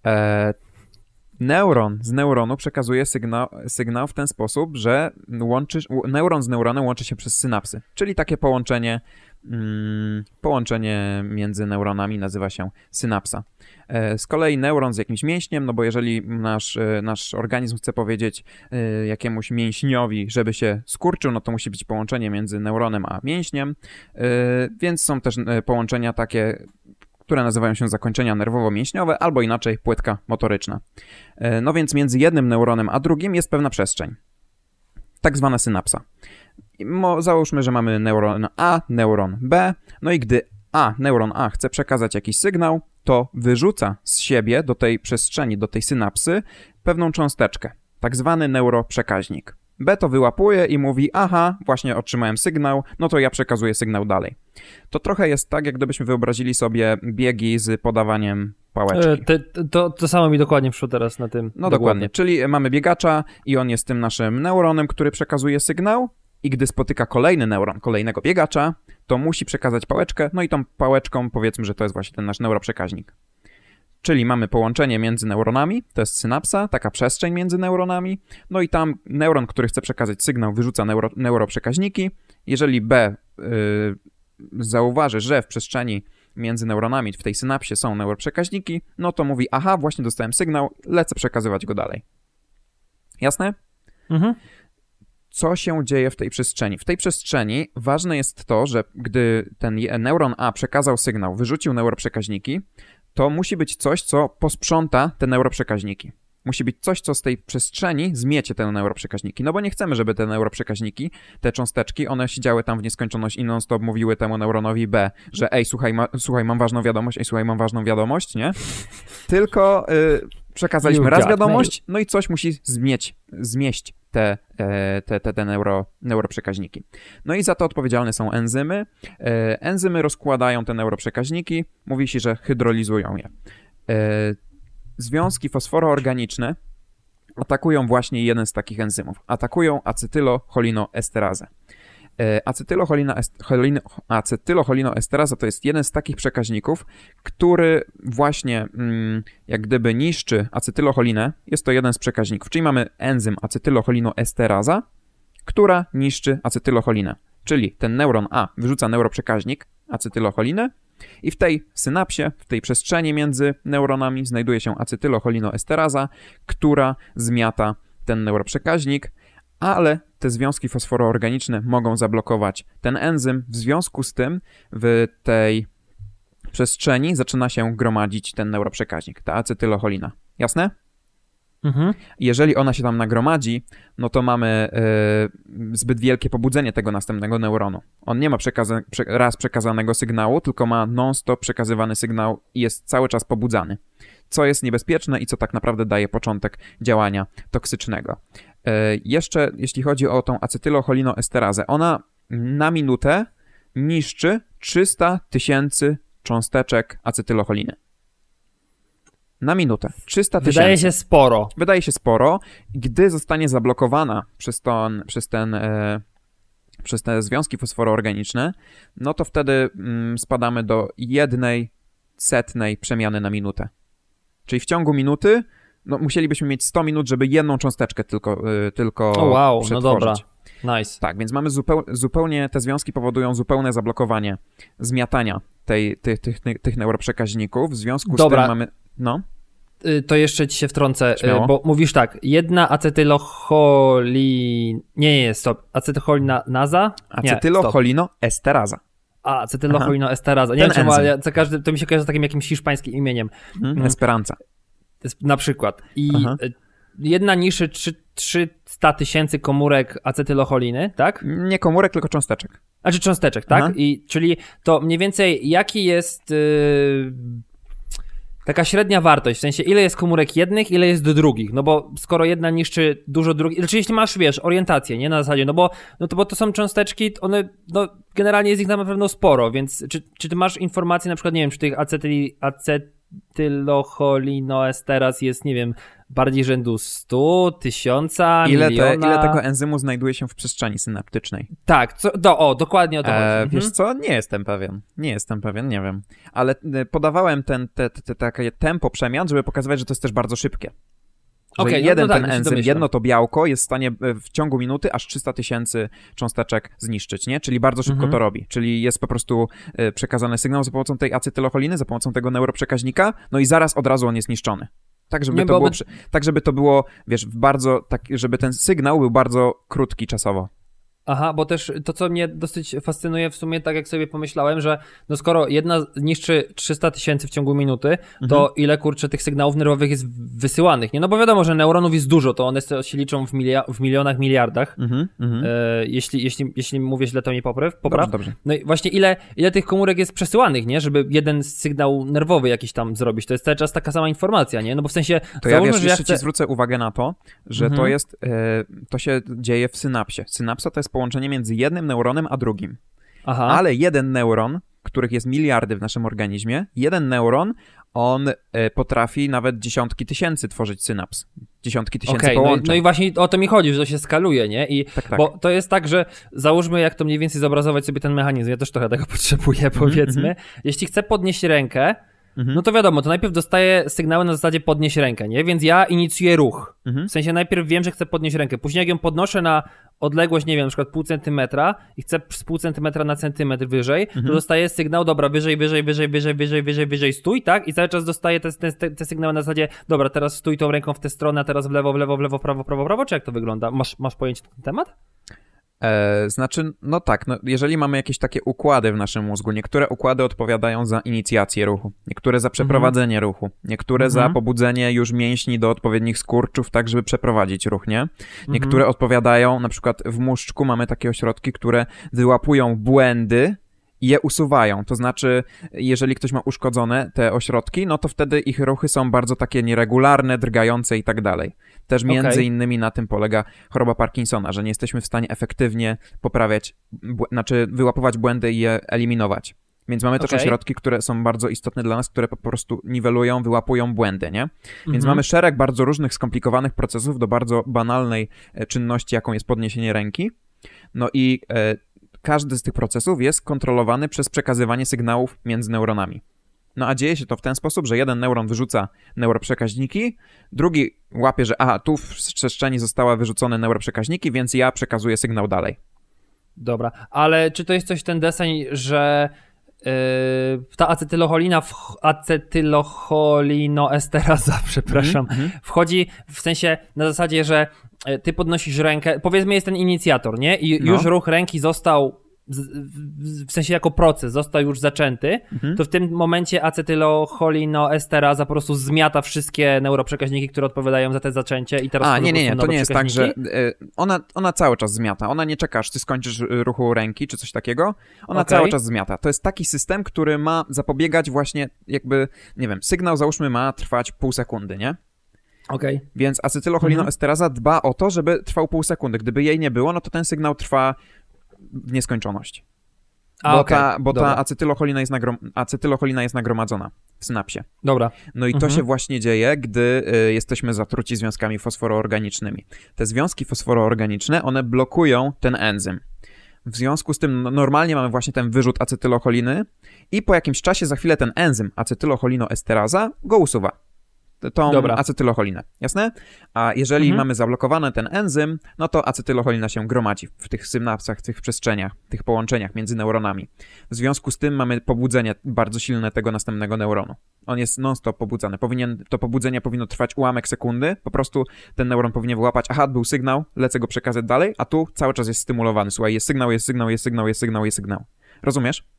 Neuron z neuronu przekazuje sygnał, sygnał w ten sposób, że łączy, neuron z neuronem łączy się przez synapsy, czyli takie połączenie, mm, połączenie między neuronami nazywa się synapsa. Z kolei neuron z jakimś mięśniem, no bo jeżeli nasz, nasz organizm chce powiedzieć jakiemuś mięśniowi, żeby się skurczył, no to musi być połączenie między neuronem a mięśniem, więc są też połączenia takie, które nazywają się zakończenia nerwowo-mięśniowe, albo inaczej płytka motoryczna. No więc między jednym neuronem a drugim jest pewna przestrzeń, tak zwana synapsa. Załóżmy, że mamy neuron A, neuron B, no i gdy A, neuron A chce przekazać jakiś sygnał, to wyrzuca z siebie do tej przestrzeni, do tej synapsy pewną cząsteczkę, tak zwany neuroprzekaźnik. B to wyłapuje i mówi, aha, właśnie otrzymałem sygnał, no to ja przekazuję sygnał dalej. To trochę jest tak, jak gdybyśmy wyobrazili sobie biegi z podawaniem pałeczki. Te, to, to samo mi dokładnie przyszło teraz na tym. No dokładnie, czyli mamy biegacza i on jest tym naszym neuronem, który przekazuje sygnał i gdy spotyka kolejny neuron, kolejnego biegacza, to musi przekazać pałeczkę, no i tą pałeczką powiedzmy, że to jest właśnie ten nasz neuroprzekaźnik. Czyli mamy połączenie między neuronami, to jest synapsa, taka przestrzeń między neuronami, no i tam neuron, który chce przekazać sygnał, wyrzuca neuro, neuroprzekaźniki. Jeżeli B yy, zauważy, że w przestrzeni między neuronami, w tej synapsie są neuroprzekaźniki, no to mówi, aha, właśnie dostałem sygnał, lecę przekazywać go dalej. Jasne? Mhm. Co się dzieje w tej przestrzeni? W tej przestrzeni ważne jest to, że gdy ten neuron A przekazał sygnał, wyrzucił neuroprzekaźniki, to musi być coś, co posprząta te neuroprzekaźniki. Musi być coś, co z tej przestrzeni zmiecie te neuroprzekaźniki. No bo nie chcemy, żeby te neuroprzekaźniki, te cząsteczki, one siedziały tam w nieskończoność i non-stop mówiły temu neuronowi B, że ej, słuchaj, ma, słuchaj, mam ważną wiadomość, ej, słuchaj, mam ważną wiadomość, nie? Tylko y, przekazaliśmy raz wiadomość, no i coś musi zmieć, zmieść te, te, te, te neuro, neuroprzekaźniki. No i za to odpowiedzialne są enzymy. Enzymy rozkładają te neuroprzekaźniki, mówi się, że hydrolizują je. Związki fosforoorganiczne atakują właśnie jeden z takich enzymów. Atakują acetylocholinoesterazę. Acetylocholinoesteraza to jest jeden z takich przekaźników, który właśnie mm, jak gdyby niszczy acetylocholinę. Jest to jeden z przekaźników, czyli mamy enzym acetylocholinoesteraza, która niszczy acetylocholinę. Czyli ten neuron A wyrzuca neuroprzekaźnik, acetylocholinę i w tej synapsie, w tej przestrzeni między neuronami znajduje się acetylocholinoesteraza, która zmiata ten neuroprzekaźnik, ale te związki fosforoorganiczne mogą zablokować ten enzym. W związku z tym w tej przestrzeni zaczyna się gromadzić ten neuroprzekaźnik, ta acetylocholina. Jasne? Mhm. Jeżeli ona się tam nagromadzi, no to mamy y, zbyt wielkie pobudzenie tego następnego neuronu. On nie ma przekaza- prze- raz przekazanego sygnału, tylko ma non-stop przekazywany sygnał i jest cały czas pobudzany. Co jest niebezpieczne i co tak naprawdę daje początek działania toksycznego. Y, jeszcze jeśli chodzi o tą acetylocholinoesterazę, ona na minutę niszczy trzysta tysięcy cząsteczek acetylocholiny. Na minutę. trzysta tysięcy. Wydaje się sporo. Wydaje się sporo. Gdy zostanie zablokowana przez, to, przez, ten, e, przez te związki fosforoorganiczne, no to wtedy mm, spadamy do jednej setnej przemiany na minutę. Czyli w ciągu minuty no, musielibyśmy mieć sto minut, żeby jedną cząsteczkę tylko, y, tylko oh, wow, przetworzyć. No dobra. Nice. Tak, więc mamy zupeł, zupełnie, te związki powodują zupełne zablokowanie zmiatania tej, tych, tych, tych neuroprzekaźników. W związku dobra. z tym mamy... No. To jeszcze ci się wtrącę, Śmiało. Bo mówisz tak, jedna acetylocholin... Nie, nie, stop. Acetylcholinaza? Acetylocholinoesteraza. A, acetylocholinoesteraza. Nie Ten wiem czemu, enzym. ale co każdy, to mi się kojarzy z takim jakimś hiszpańskim imieniem. Mhm. Esperanza. Na przykład. I Aha. jedna niszczy trzysta tysięcy komórek acetylocholiny, tak? Nie komórek, tylko cząsteczek. A czy cząsteczek, tak? Aha. I czyli to mniej więcej jaki jest yy, taka średnia wartość, w sensie ile jest komórek jednych, ile jest do drugich, no bo skoro jedna niszczy dużo drugich, znaczy jeśli masz, wiesz, orientację, nie, na zasadzie, no bo, no to, bo to są cząsteczki, one, no generalnie jest ich na pewno sporo, więc czy, czy ty masz informacje, na przykład, nie wiem, czy tych acetyli, acetylocholinoesteraz jest, nie wiem, bardziej rzędu stu, tysiąca, Ile, miliona? te, ile tego enzymu znajduje się w przestrzeni synaptycznej? Tak, co, do, o, dokładnie o to chodzi. E, Mhm. wiesz co, nie jestem pewien. Nie jestem pewien, nie wiem. Ale e, podawałem ten, te, te, te, takie tempo przemian, żeby pokazywać, że to jest też bardzo szybkie. Że Okej, no jeden to tak, ten ja się enzym, domyślam. jedno to białko jest w stanie e, w ciągu minuty aż trzysta tysięcy cząsteczek zniszczyć, nie? Czyli bardzo szybko Mhm. to robi. Czyli jest po prostu e, przekazany sygnał za pomocą tej acetylocholiny, za pomocą tego neuroprzekaźnika, no i zaraz od razu on jest niszczony. Tak, żeby Nie, to bo- było, przy- tak, żeby to było, wiesz, w bardzo, tak, żeby ten sygnał był bardzo krótki czasowo. Aha, bo też to, co mnie dosyć fascynuje w sumie, tak jak sobie pomyślałem, że no skoro jedna niszczy trzysta tysięcy w ciągu minuty, to Mhm. ile, kurczę, tych sygnałów nerwowych jest wysyłanych, nie? No bo wiadomo, że neuronów jest dużo, to one się liczą w, milia- w milionach, miliardach. Mhm, mhm. E, jeśli, jeśli, jeśli mówię źle, to mi popraw. popraw. Dobrze, dobrze. No i właśnie ile, ile tych komórek jest przesyłanych, nie? Żeby jeden sygnał nerwowy jakiś tam zrobić. To jest cały czas taka sama informacja, nie? No bo w sensie, To ja załóżmy, wiesz, że ja jeszcze chcę... ci zwrócę uwagę na to, że Mhm. to jest, e, to się dzieje w synapsie. Synapsa to jest połączenie między jednym neuronem a drugim. Aha. Ale jeden neuron, których jest miliardy w naszym organizmie, jeden neuron, on e, potrafi nawet dziesiątki tysięcy tworzyć synaps. Dziesiątki tysięcy Okej, no, i- połączeń. no i właśnie o to mi chodzi, że to się skaluje, nie? I Tak, tak. bo to jest tak, że załóżmy, jak to mniej więcej zobrazować sobie ten mechanizm, ja też trochę tego potrzebuję, powiedzmy. mhm. Jeśli chcę podnieść rękę, Mhm. no to wiadomo, to najpierw dostaję sygnały na zasadzie podnieś rękę, nie? Więc ja inicjuję ruch. Mhm. W sensie najpierw wiem, że chcę podnieść rękę, później jak ją podnoszę na odległość, nie wiem, na przykład pół centymetra i chcę z pół centymetra na centymetr wyżej, Mhm. to dostaję sygnał, dobra, wyżej, wyżej, wyżej, wyżej, wyżej, wyżej, wyżej, stój, tak? I cały czas dostaję te, te, te, te sygnały na zasadzie, dobra, teraz stój tą ręką w tę stronę, a teraz w lewo, w lewo, w lewo, w prawo, w prawo, w prawo, czy jak to wygląda? Masz, masz pojęcie na ten temat? E, znaczy, no tak, no, jeżeli mamy jakieś takie układy w naszym mózgu, niektóre układy odpowiadają za inicjację ruchu, niektóre za przeprowadzenie ruchu, niektóre Mhm. za pobudzenie już mięśni do odpowiednich skurczów, tak żeby przeprowadzić ruch, nie? Niektóre odpowiadają, na przykład w mózgu mamy takie ośrodki, które wyłapują błędy i je usuwają. To znaczy, jeżeli ktoś ma uszkodzone te ośrodki, no to wtedy ich ruchy są bardzo takie nieregularne, drgające i tak dalej. Też między Okej. innymi na tym polega choroba Parkinsona, że nie jesteśmy w stanie efektywnie poprawiać, bł- znaczy wyłapywać błędy i je eliminować. Więc mamy też Okej. ośrodki, które są bardzo istotne dla nas, które po prostu niwelują, wyłapują błędy, nie? Więc Mhm. mamy szereg bardzo różnych skomplikowanych procesów do bardzo banalnej e, czynności, jaką jest podniesienie ręki. No i e, każdy z tych procesów jest kontrolowany przez przekazywanie sygnałów między neuronami. No a dzieje się to w ten sposób, że jeden neuron wyrzuca neuroprzekaźniki, drugi łapie, że aha, tu w przestrzeni zostały wyrzucone neuroprzekaźniki, więc ja przekazuję sygnał dalej. Dobra, ale czy to jest coś ten deseń, że yy, ta acetylocholina, w, acetylocholinoesteraza, przepraszam, Mhm. wchodzi w sensie na zasadzie, że y, ty podnosisz rękę, powiedzmy jest ten inicjator, nie? I No. już ruch ręki został, z, w, w sensie jako proces, został już zaczęty, Mhm. to w tym momencie acetylocholinoesteraza po prostu zmiata wszystkie neuroprzekaźniki, które odpowiadają za te zaczęcie i teraz A, wchodzą nie, nie, po nie, prostu to nie jest tak, że neuroprzekaźniki? y, ona, ona cały czas zmiata. Ona nie czeka, aż ty skończysz y, ruchu ręki czy coś takiego. Ona Okej. cały czas zmiata. To jest taki system, który ma zapobiegać właśnie jakby, nie wiem, sygnał załóżmy ma trwać pół sekundy, nie? Okej. Więc acetylocholinoesteraza dba o to, żeby trwał pół sekundy. Gdyby jej nie było, no to ten sygnał trwa w nieskończoność. A, Bo, okej, ta, bo dobra. ta acetylocholina jest, nagrom- acetylocholina jest nagromadzona w synapsie. Dobra. No i to Mhm. się właśnie dzieje, gdy y, jesteśmy zatruci związkami fosforoorganicznymi. Te związki fosforoorganiczne, one blokują ten enzym. W związku z tym no, normalnie mamy właśnie ten wyrzut acetylocholiny i po jakimś czasie za chwilę ten enzym acetylocholinoesteraza go usuwa. Tą Dobra. acetylocholinę, jasne? A jeżeli Mhm. mamy zablokowany ten enzym, no to acetylocholina się gromadzi w tych synapsach, w tych przestrzeniach, tych połączeniach między neuronami. W związku z tym mamy pobudzenie bardzo silne tego następnego neuronu. On jest non-stop pobudzany. Powinien, to pobudzenie powinno trwać ułamek sekundy, po prostu ten neuron powinien wyłapać, aha, był sygnał, lecę go przekazać dalej, a tu cały czas jest stymulowany. Słuchaj, jest sygnał, jest sygnał, jest sygnał, jest sygnał, jest sygnał. Rozumiesz?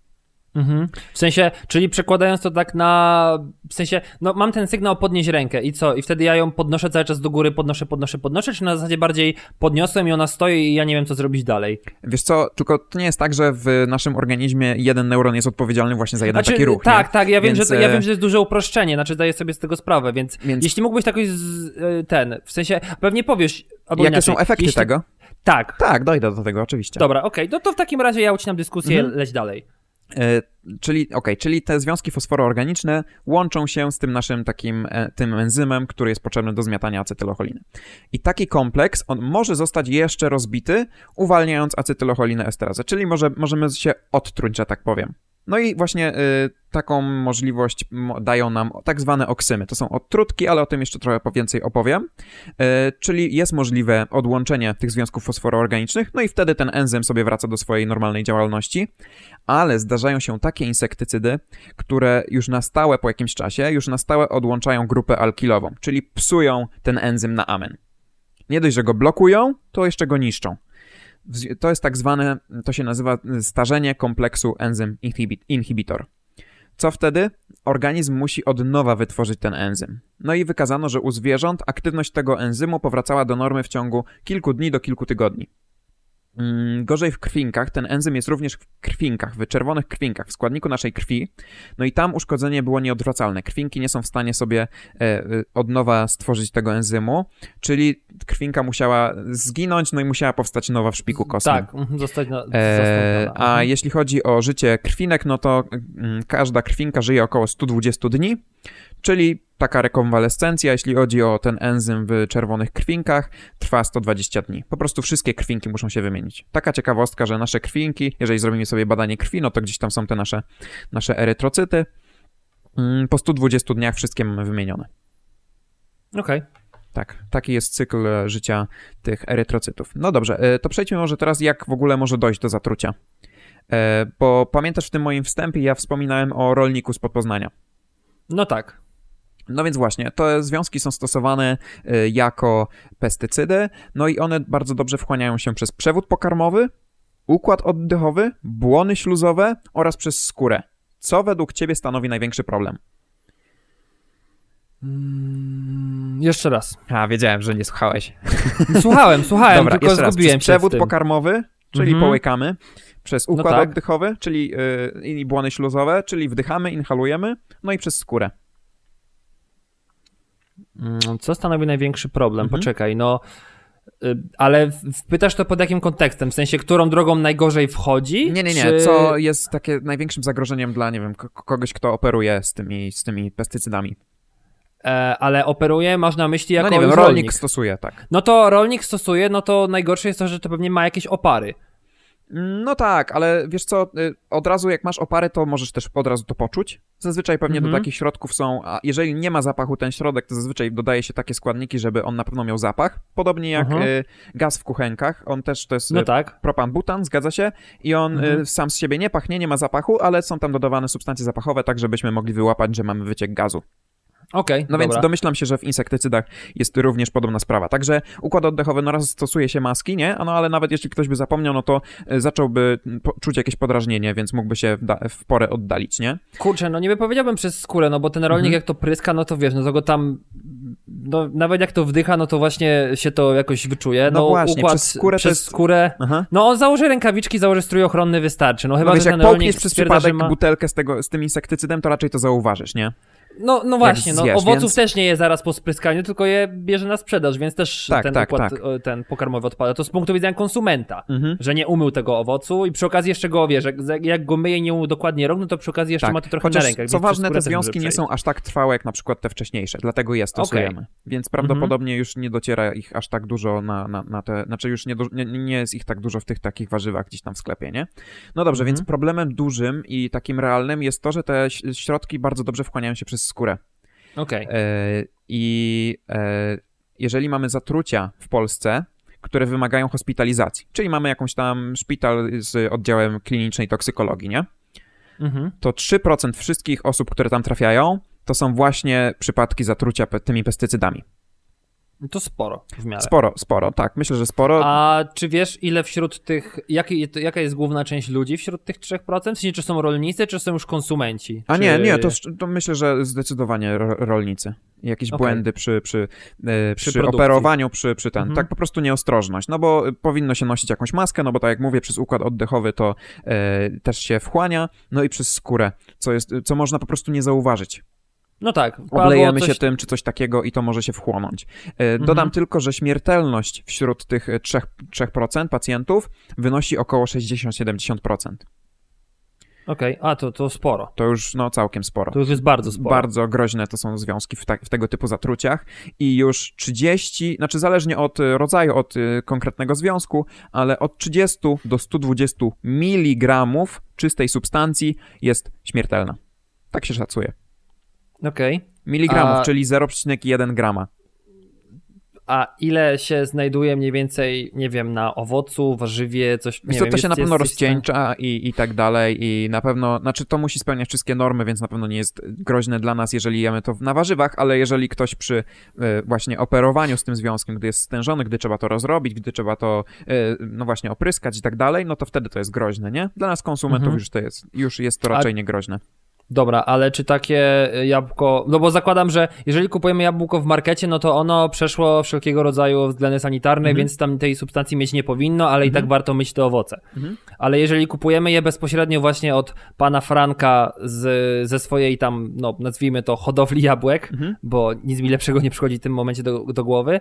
Mhm. W sensie, czyli przekładając to tak na, w sensie, no mam ten sygnał podnieść rękę i co? I wtedy ja ją podnoszę cały czas do góry, podnoszę, podnoszę, podnoszę, czy na zasadzie bardziej podniosłem i ona stoi i ja nie wiem, co zrobić dalej? Wiesz co, tylko to nie jest tak, że w naszym organizmie jeden neuron jest odpowiedzialny właśnie za jeden znaczy, taki ruch. Tak, nie? tak, ja wiem, więc, że to, ja wiem, że jest duże uproszczenie, znaczy zdaję sobie z tego sprawę, więc, więc... jeśli mógłbyś takoś z, ten, w sensie, pewnie powiesz, albo jakie inaczej, są efekty jeśli... tego? Tak. Tak, dojdę do tego, oczywiście. Dobra, okej, okay. No to w takim razie ja ucinam dyskusję, mhm. leć dalej. E, czyli, okay, czyli te związki fosforoorganiczne łączą się z tym naszym takim e, tym enzymem, który jest potrzebny do zmiatania acetylocholiny. I taki kompleks, on może zostać jeszcze rozbity, uwalniając acetylocholinę esterazę, czyli może, możemy się odtruć, że tak powiem. No i właśnie y, taką możliwość dają nam tak zwane oksymy. To są odtrutki, ale o tym jeszcze trochę więcej opowiem. Y, czyli jest możliwe odłączenie tych związków fosforoorganicznych, no i wtedy ten enzym sobie wraca do swojej normalnej działalności. Ale zdarzają się takie insektycydy, które już na stałe po jakimś czasie, już na stałe odłączają grupę alkilową, czyli psują ten enzym na amen. Nie dość, że go blokują, to jeszcze go niszczą. To jest tak zwane, to się nazywa starzenie kompleksu enzym inhibitor. Co wtedy? Organizm musi od nowa wytworzyć ten enzym. No i wykazano, że u zwierząt aktywność tego enzymu powracała do normy w ciągu kilku dni do kilku tygodni. Gorzej w krwinkach, ten enzym jest również w krwinkach, w czerwonych krwinkach, w składniku naszej krwi, no i tam uszkodzenie było nieodwracalne. Krwinki nie są w stanie sobie e, od nowa stworzyć tego enzymu, czyli krwinka musiała zginąć, no i musiała powstać nowa w szpiku kostnym. Tak, zostać na, e, A mhm. jeśli chodzi o życie krwinek, no to mm, każda krwinka żyje około sto dwadzieścia dni, czyli taka rekonwalescencja, jeśli chodzi o ten enzym w czerwonych krwinkach, trwa sto dwadzieścia dni. Po prostu wszystkie krwinki muszą się wymienić. Taka ciekawostka, że nasze krwinki, jeżeli zrobimy sobie badanie krwi, no to gdzieś tam są te nasze, nasze erytrocyty. Po stu dwudziestu dniach wszystkie mamy wymienione. Okej. Okay. Tak, taki jest cykl życia tych erytrocytów. No dobrze, to przejdźmy może teraz, jak w ogóle może dojść do zatrucia. Bo pamiętasz, w tym moim wstępie ja wspominałem o rolniku spod Poznania. No tak. No więc właśnie, te związki są stosowane y, jako pestycydy, no i one bardzo dobrze wchłaniają się przez przewód pokarmowy, układ oddechowy, błony śluzowe oraz przez skórę. Co według ciebie stanowi największy problem? Mm, jeszcze raz. A, wiedziałem, że nie słuchałeś. Słuchałem, słuchałem, Dobra, tylko zgubiłem przez przewód pokarmowy, czyli mhm. połykamy, przez układ no tak. oddechowy, czyli y, i błony śluzowe, czyli wdychamy, inhalujemy, no i przez skórę. Co stanowi największy problem? Mhm. Poczekaj, no... Ale pytasz to pod jakim kontekstem? W sensie, którą drogą najgorzej wchodzi? Nie, nie, nie. Czy... Co jest takie największym zagrożeniem dla, nie wiem, kogoś, kto operuje z tymi, z tymi pestycydami? E, ale operuje, masz na myśli jako no nie wiem, rolnik. rolnik stosuje, tak. No to rolnik stosuje, no to najgorsze jest to, że to pewnie ma jakieś opary. No tak, ale wiesz co, od razu jak masz opary, to możesz też od razu to poczuć. Zazwyczaj pewnie mhm. do takich środków są, a jeżeli nie ma zapachu ten środek, to zazwyczaj dodaje się takie składniki, żeby on na pewno miał zapach. Podobnie jak mhm. y, gaz w kuchenkach, on też to jest no tak. propan-butan, zgadza się? I on mhm. y, sam z siebie nie pachnie, nie ma zapachu, ale są tam dodawane substancje zapachowe, tak żebyśmy mogli wyłapać, że mamy wyciek gazu. Okej, okay, No dobra. więc domyślam się, że w insektycydach jest również podobna sprawa. Także układ oddechowy, no raz stosuje się maski, nie? No ale nawet jeśli ktoś by zapomniał, no to zacząłby czuć jakieś podrażnienie, więc mógłby się w, da- w porę oddalić, nie? Kurczę, no niby powiedziałbym przez skórę, no bo ten rolnik mhm. jak to pryska, no to wiesz, no to go tam, no nawet jak to wdycha, no to właśnie się to jakoś wyczuje. No, no właśnie, układ przez skórę przez jest... skórę. Aha. No on założy rękawiczki, założy strój ochronny, wystarczy. No chyba, no wiesz, że jak ten rolnik przez stwierdza, przypadek że ma... butelkę z, tego, z tym insektycydem, to raczej to zauważysz, nie? No, no właśnie, zjesz, no owoców więc... też nie je zaraz po spryskaniu, tylko je bierze na sprzedaż, więc też tak, ten tak, układ tak. ten pokarmowy odpada. To z punktu widzenia konsumenta, mhm. że nie umył tego owocu i przy okazji jeszcze go, wiesz, jak, jak go myje i nie umył dokładnie rąk, no to przy okazji jeszcze tak. ma to trochę Chociaż, na rękach. Co ważne, te związki nie są aż tak trwałe jak na przykład te wcześniejsze, dlatego je stosujemy. Okay. Więc prawdopodobnie mhm. już nie dociera ich aż tak dużo na, na, na te, znaczy już nie, nie, nie jest ich tak dużo w tych takich warzywach gdzieś tam w sklepie, nie? No dobrze, mhm. więc problemem dużym i takim realnym jest to, że te środki bardzo dobrze wchłaniają się przez skórę. Okej. Okay. I e, jeżeli mamy zatrucia w Polsce, które wymagają hospitalizacji, czyli mamy jakąś tam szpital z oddziałem klinicznej toksykologii, nie? Mhm. To trzy procent wszystkich osób, które tam trafiają, to są właśnie przypadki zatrucia pe- tymi pestycydami. To sporo w miarę. Sporo, sporo, tak, myślę, że sporo. A czy wiesz, ile wśród tych, jaki, jaka jest główna część ludzi wśród tych trzech procent? W sensie, czy są rolnicy, czy są już konsumenci? A czy... nie, nie, to, to myślę, że zdecydowanie ro, rolnicy. Jakieś okay. błędy przy, przy, e, przy, przy operowaniu, przy, przy ten, mhm. tak po prostu nieostrożność, no bo powinno się nosić jakąś maskę, no bo tak jak mówię, przez układ oddechowy to e, też się wchłania, no i przez skórę, co jest, co można po prostu nie zauważyć. No tak. Oblejemy coś... się tym, czy coś takiego i to może się wchłonąć. E, dodam mhm. tylko, że śmiertelność wśród tych trzy procent pacjentów wynosi około sześćdziesiąt do siedemdziesięciu procent. Okej, okay. A to, to sporo. To już no całkiem sporo. To już jest bardzo sporo. Bardzo groźne to są związki w, ta, w tego typu zatruciach i już trzydzieści, znaczy zależnie od rodzaju, od y, konkretnego związku, ale od trzydziestu do stu dwudziestu miligramów czystej substancji jest śmiertelna. Tak się szacuje. Okej. Okay. Miligramów, A... czyli zero przecinek jeden grama. A ile się znajduje mniej więcej, nie wiem, na owocu, warzywie, coś, nie to, wiem. To się jest, na pewno jest, rozcieńcza jest... i, i tak dalej i na pewno, znaczy to musi spełniać wszystkie normy, więc na pewno nie jest groźne dla nas, jeżeli jemy to na warzywach, ale jeżeli ktoś przy y, właśnie operowaniu z tym związkiem, gdy jest stężony, gdy trzeba to rozrobić, gdy trzeba to, y, no właśnie opryskać i tak dalej, no to wtedy to jest groźne, nie? Dla nas konsumentów mhm. już to jest, już jest to raczej A... niegroźne. Dobra, ale czy takie jabłko, no bo zakładam, że jeżeli kupujemy jabłko w markecie, no to ono przeszło wszelkiego rodzaju względy sanitarne, mhm. więc tam tej substancji mieć nie powinno, ale mhm. i tak warto myć te owoce. Mhm. Ale jeżeli kupujemy je bezpośrednio właśnie od pana Franka z, ze swojej tam, no nazwijmy to hodowli jabłek, mhm. bo nic mi lepszego nie przychodzi w tym momencie do, do głowy,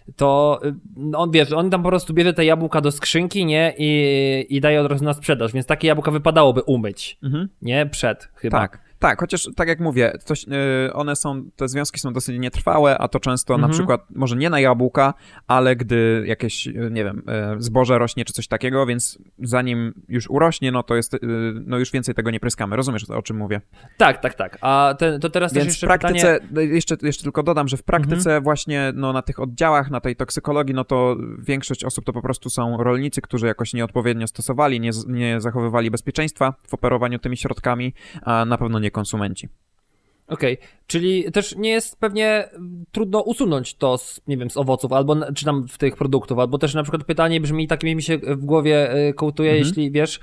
to no on wiesz, on tam po prostu bierze te jabłka do skrzynki, nie, i, i daje od razu na sprzedaż, więc takie jabłka wypadałoby umyć, mhm. nie, przed chyba. Tak. Tak, chociaż tak jak mówię, coś, yy, one są, te związki są dosyć nietrwałe, a to często mhm. na przykład, może nie na jabłka, ale gdy jakieś, yy, nie wiem, yy, zboże rośnie czy coś takiego, więc zanim już urośnie, no to jest, yy, no już więcej tego nie pryskamy. Rozumiesz, o czym mówię? Tak, tak, tak. A te, to teraz więc też jeszcze w praktyce, pytanie... jeszcze, jeszcze tylko dodam, że w praktyce mhm. właśnie no, na tych oddziałach, na tej toksykologii, no to większość osób to po prostu są rolnicy, którzy jakoś nieodpowiednio stosowali, nie, nie zachowywali bezpieczeństwa w operowaniu tymi środkami, a na pewno nie konsumenci. Okej, okay. Czyli też nie jest pewnie trudno usunąć to z, nie wiem, z owoców, albo czy tam w tych produktów, albo też na przykład pytanie brzmi, takie mi się w głowie kołtuje, mhm. jeśli wiesz,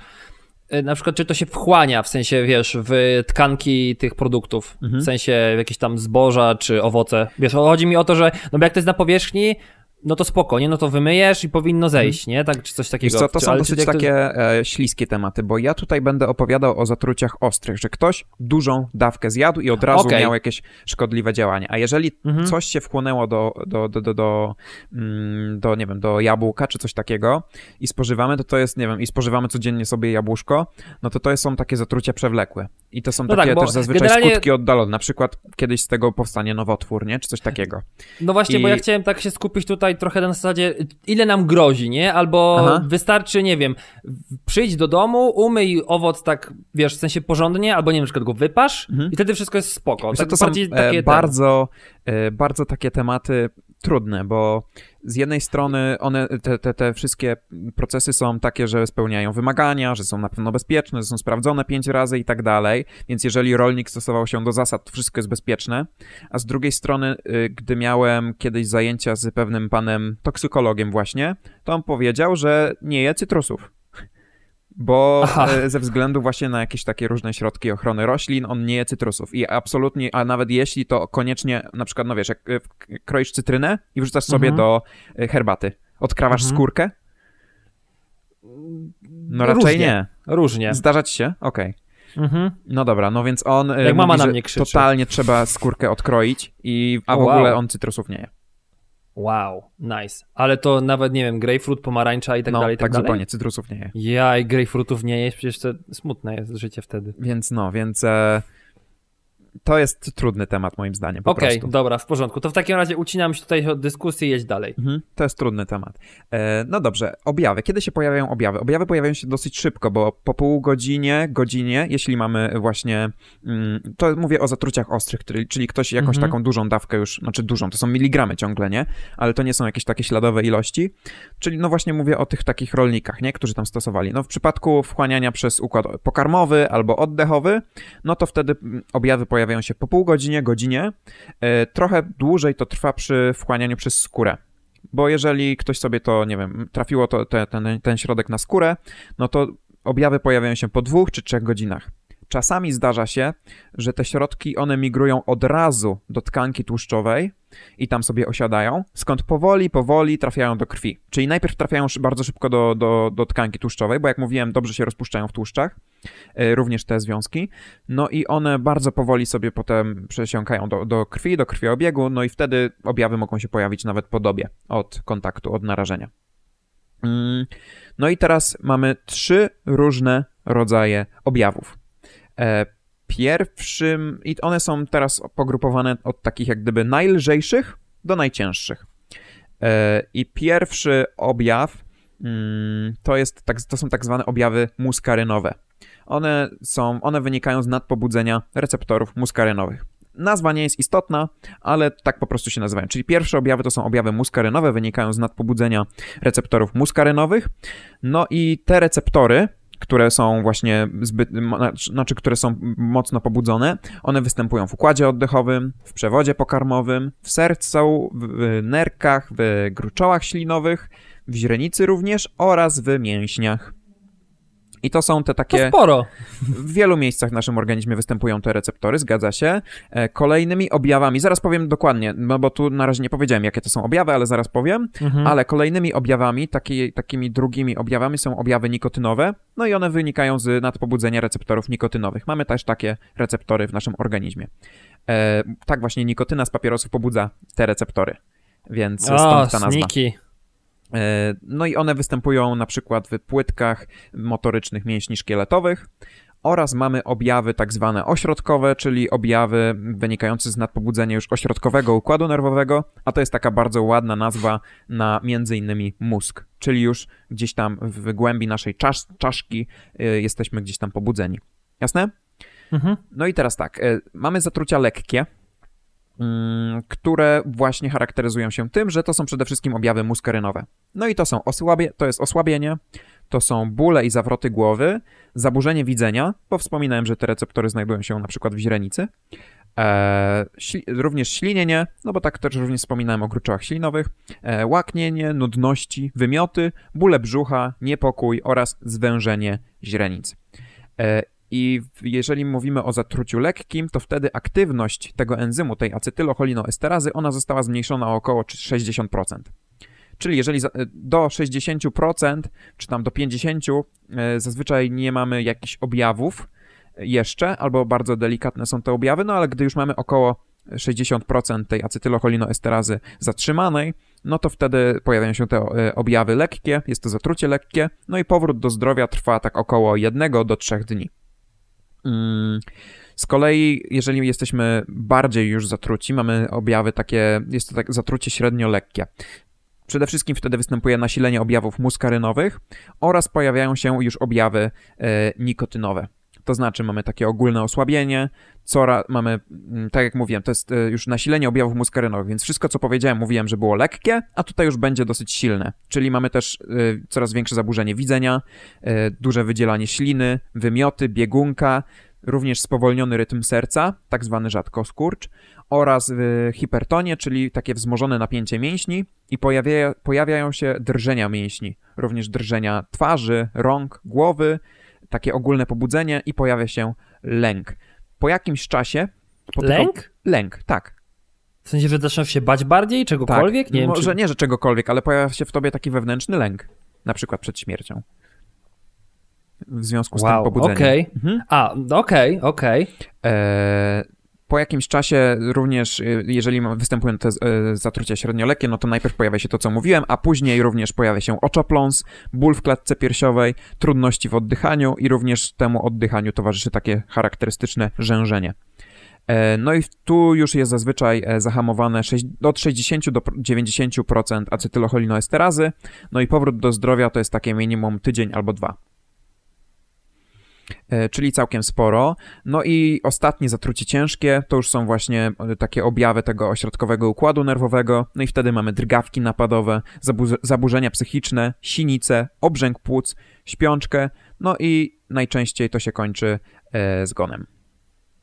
na przykład czy to się wchłania, w sensie wiesz, w tkanki tych produktów, mhm. w sensie jakieś tam zboża czy owoce. Wiesz, chodzi mi o to, że no bo jak to jest na powierzchni, no to spoko, nie? No to wymyjesz i powinno zejść, nie? Tak, czy coś takiego. Wiesz co, to czy, są dosyć to... takie e, śliskie tematy, bo ja tutaj będę opowiadał o zatruciach ostrych, że ktoś dużą dawkę zjadł i od razu okay. miał jakieś szkodliwe działanie. A jeżeli mhm. coś się wchłonęło do, do, do, do, do, mm, do, nie wiem, do jabłka czy coś takiego i spożywamy, to to jest, nie wiem, i spożywamy codziennie sobie jabłuszko, no to to są takie zatrucia przewlekłe. I to są no takie tak, też zazwyczaj generalnie... skutki oddalone. Na przykład kiedyś z tego powstanie nowotwór, nie? Czy coś takiego. No właśnie, I... bo ja chciałem tak się skupić tutaj trochę na zasadzie, ile nam grozi, nie? Albo Aha. wystarczy, nie wiem, przyjdź do domu, umyj owoc tak, wiesz, w sensie porządnie, albo nie wiem, na przykład go wypasz mhm. i wtedy wszystko jest spoko. Tak to są takie bardzo, e, bardzo takie tematy trudne, bo z jednej strony one, te, te, te wszystkie procesy są takie, że spełniają wymagania, że są na pewno bezpieczne, że są sprawdzone pięć razy i tak dalej, więc jeżeli rolnik stosował się do zasad, to wszystko jest bezpieczne, a z drugiej strony, gdy miałem kiedyś zajęcia z pewnym panem toksykologiem właśnie, to on powiedział, że nie je cytrusów. Bo Aha. ze względu właśnie na jakieś takie różne środki ochrony roślin, on nie je cytrusów. I absolutnie, a nawet jeśli, to koniecznie, na przykład, no wiesz, jak kroisz cytrynę i wrzucasz sobie mhm. do herbaty, odkrawasz mhm. skórkę? No raczej Różnie. nie. Różnie. Zdarza ci się? Okej. Okay. Mhm. No dobra, no więc on jak mówi, mama na że mnie krzyczy. totalnie trzeba skórkę odkroić, i, a w wow. ogóle on cytrusów nie je. Wow, nice. Ale to nawet, nie wiem, grejpfrut, pomarańcza i tak no, dalej, i tak, tak dalej? zupełnie, cytrusów nie je. Ja i grejpfrutów nie jest, przecież to smutne jest życie wtedy. Więc no, więc e, to jest trudny temat moim zdaniem po Okej, prostu. Okej, dobra, w porządku. To w takim razie ucinam się tutaj od dyskusji i jedź dalej. Mhm, to jest trudny temat. E, no dobrze, objawy. Kiedy się pojawiają objawy? Objawy pojawiają się dosyć szybko, bo po pół godzinie, godzinie, jeśli mamy właśnie, mm, to mówię o zatruciach ostrych, czyli, czyli ktoś jakąś mhm. taką dużą dawkę już, znaczy dużą, to są miligramy ciągle, nie? Ale to nie są jakieś takie śladowe ilości. Czyli no właśnie mówię o tych takich rolnikach, nie? Którzy tam stosowali. No w przypadku wchłaniania przez układ pokarmowy albo oddechowy, no to wtedy objawy pojawiają pojawiają się po pół godzinie, godzinie. Trochę dłużej to trwa przy wchłanianiu przez skórę. Bo jeżeli ktoś sobie to, nie wiem, trafiło to, te, ten, ten środek na skórę, no to objawy pojawiają się po dwóch czy trzech godzinach. Czasami zdarza się, że te środki, one migrują od razu do tkanki tłuszczowej i tam sobie osiadają, skąd powoli, powoli trafiają do krwi. Czyli najpierw trafiają bardzo szybko do, do, do tkanki tłuszczowej, bo jak mówiłem, dobrze się rozpuszczają w tłuszczach, yy, również te związki. No i one bardzo powoli sobie potem przesiąkają do, do krwi, do krwiobiegu, no i wtedy objawy mogą się pojawić nawet po dobie od kontaktu, od narażenia. Yy. No i teraz mamy trzy różne rodzaje objawów. Pierwszym, i one są teraz pogrupowane od takich jak gdyby najlżejszych do najcięższych. I pierwszy objaw to, jest, to są tak zwane objawy muskarynowe. One są, one wynikają z nadpobudzenia receptorów muskarynowych. Nazwa nie jest istotna, ale tak po prostu się nazywają. Czyli pierwsze objawy to są objawy muskarynowe, wynikają z nadpobudzenia receptorów muskarynowych. No i te receptory, które są właśnie zbyt, znaczy, które są mocno pobudzone, one występują w układzie oddechowym, w przewodzie pokarmowym, w sercu, w nerkach, w gruczołach ślinowych, w źrenicy również oraz w mięśniach. I to są te takie... To sporo. W wielu miejscach w naszym organizmie występują te receptory, zgadza się. Kolejnymi objawami, zaraz powiem dokładnie, no bo tu na razie nie powiedziałem, jakie to są objawy, ale zaraz powiem, mhm. ale kolejnymi objawami, taki, takimi drugimi objawami są objawy nikotynowe, no i one wynikają z nadpobudzenia receptorów nikotynowych. Mamy też takie receptory w naszym organizmie. E, tak właśnie nikotyna z papierosów pobudza te receptory, więc stąd o, ta nazwa. Sniki. No i one występują na przykład w płytkach motorycznych mięśni szkieletowych oraz mamy objawy tak zwane ośrodkowe, czyli objawy wynikające z nadpobudzenia już ośrodkowego układu nerwowego, a to jest taka bardzo ładna nazwa na między innymi mózg, czyli już gdzieś tam w głębi naszej czasz, czaszki jesteśmy gdzieś tam pobudzeni. Jasne? Mhm. No i teraz tak, mamy zatrucia lekkie, które właśnie charakteryzują się tym, że to są przede wszystkim objawy muskarynowe. No i to są osłabie, to jest osłabienie, to są bóle i zawroty głowy, zaburzenie widzenia, bo wspominałem, że te receptory znajdują się na przykład w źrenicy, e, śli, również ślinienie, no bo tak też również wspominałem o gruczołach ślinowych, e, łaknienie, nudności, wymioty, bóle brzucha, niepokój oraz zwężenie źrenic. E, I jeżeli mówimy o zatruciu lekkim, to wtedy aktywność tego enzymu, tej acetylocholinoesterazy, ona została zmniejszona o około sześćdziesiąt procent. Czyli jeżeli do sześćdziesiąt procent, czy tam do pięćdziesiąt procent zazwyczaj nie mamy jakichś objawów jeszcze, albo bardzo delikatne są te objawy, no ale gdy już mamy około sześćdziesiąt procent tej acetylocholinoesterazy zatrzymanej, no to wtedy pojawiają się te objawy lekkie, jest to zatrucie lekkie, no i powrót do zdrowia trwa tak około jednego do trzech dni. Z kolei, jeżeli jesteśmy bardziej już zatruci, mamy objawy takie, jest to tak zatrucie średnio lekkie. Przede wszystkim wtedy występuje nasilenie objawów muskarynowych oraz pojawiają się już objawy e, nikotynowe. To znaczy mamy takie ogólne osłabienie, cora, mamy, tak jak mówiłem, to jest już nasilenie objawów muskarynowych, więc wszystko, co powiedziałem, mówiłem, że było lekkie, a tutaj już będzie dosyć silne. Czyli mamy też y, coraz większe zaburzenie widzenia, y, duże wydzielanie śliny, wymioty, biegunka, również spowolniony rytm serca, tak zwany rzadkoskurcz, oraz y, hipertonię, czyli takie wzmożone napięcie mięśni i pojawia, pojawiają się drżenia mięśni, również drżenia twarzy, rąk, głowy, takie ogólne pobudzenie i pojawia się lęk. Po jakimś czasie... Po lęk? Tylko... Lęk, tak. W sensie, że zaczynasz się bać bardziej, czegokolwiek? Tak. Nie Może wiem, czy... nie, że czegokolwiek, ale pojawia się w tobie taki wewnętrzny lęk. Na przykład przed śmiercią. W związku z wow, tym pobudzeniem. okej. Okay. Mhm. A, okej, okay, okej. Okay. Eee... Po jakimś czasie również, jeżeli występują te zatrucia średniolekkie, no to najpierw pojawia się to, co mówiłem, a później również pojawia się oczopląs, ból w klatce piersiowej, trudności w oddychaniu i również temu oddychaniu towarzyszy takie charakterystyczne rzężenie. No i tu już jest zazwyczaj zahamowane od sześćdziesiąt do dziewięćdziesiąt procent acetylocholinoesterazy, no i powrót do zdrowia to jest takie minimum tydzień albo dwa. Czyli całkiem sporo. No i ostatnie zatrucie ciężkie, to już są właśnie takie objawy tego ośrodkowego układu nerwowego, no i wtedy mamy drgawki napadowe, zabu- zaburzenia psychiczne, sinice, obrzęk płuc, śpiączkę, no i najczęściej to się kończy e, zgonem.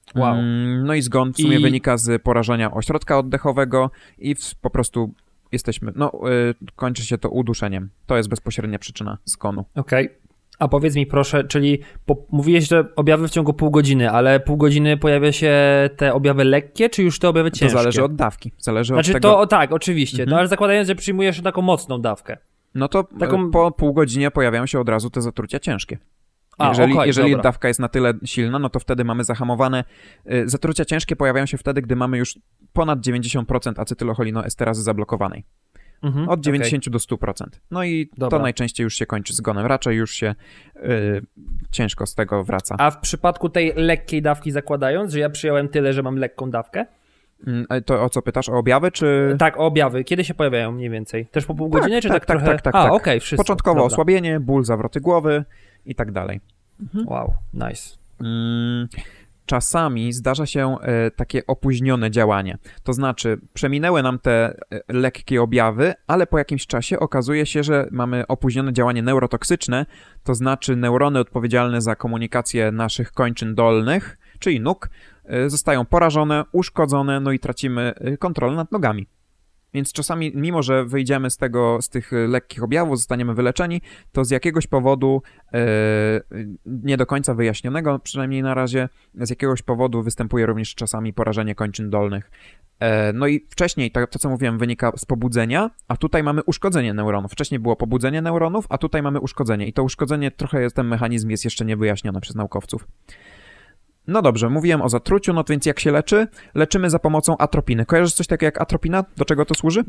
Wow. No i zgon w sumie I... wynika z porażenia ośrodka oddechowego i w, po prostu jesteśmy, no y, kończy się to uduszeniem. To jest bezpośrednia przyczyna zgonu. Okej. Okay. A powiedz mi proszę, czyli po, mówiłeś, że objawy w ciągu pół godziny, ale pół godziny pojawia się te objawy lekkie, czy już te objawy ciężkie? To zależy od dawki. Zależy znaczy od tego... to tak, oczywiście, mhm. no ale zakładając, że przyjmujesz taką mocną dawkę. No to taką... po pół godzinie pojawiają się od razu te zatrucia ciężkie. A, jeżeli okay, jeżeli dobra. dawka jest na tyle silna, no to wtedy mamy zahamowane. Zatrucia ciężkie pojawiają się wtedy, gdy mamy już ponad dziewięćdziesiąt procent acetylcholinoesterazy zablokowanej. Mhm, od dziewięćdziesiąt okay. do stu procent. No i dobra. To najczęściej już się kończy zgonem. Raczej już się yy, ciężko z tego wraca. A w przypadku tej lekkiej dawki zakładając, że ja przyjąłem tyle, że mam lekką dawkę? To o co pytasz? O objawy, czy... Tak, o objawy. Kiedy się pojawiają mniej więcej? Też po pół godziny, tak, czy tak, tak, tak trochę? Tak, tak, A, tak. okej, okay, wszystko. Początkowo dobra. osłabienie, ból, zawroty głowy i tak dalej. Mhm. Wow, nice. Mm, czasami zdarza się e, takie opóźnione działanie. To znaczy, przeminęły nam te e, lekkie objawy, ale po jakimś czasie okazuje się, że mamy opóźnione działanie neurotoksyczne, to znaczy neurony odpowiedzialne za komunikację naszych kończyn dolnych, czyli nóg, e, zostają porażone, uszkodzone, no i tracimy kontrolę nad nogami. Więc czasami, mimo że wyjdziemy z tego, z tych lekkich objawów, zostaniemy wyleczeni, to z jakiegoś powodu, e, nie do końca wyjaśnionego, przynajmniej na razie, z jakiegoś powodu występuje również czasami porażenie kończyn dolnych. E, no i wcześniej, to, to co mówiłem, wynika z pobudzenia, a tutaj mamy uszkodzenie neuronów. Wcześniej było pobudzenie neuronów, a tutaj mamy uszkodzenie. I to uszkodzenie, trochę jest, ten mechanizm jest jeszcze niewyjaśniony przez naukowców. No dobrze, mówiłem o zatruciu, no więc jak się leczy? Leczymy za pomocą atropiny. Kojarzysz coś takiego jak atropina? Do czego to służy?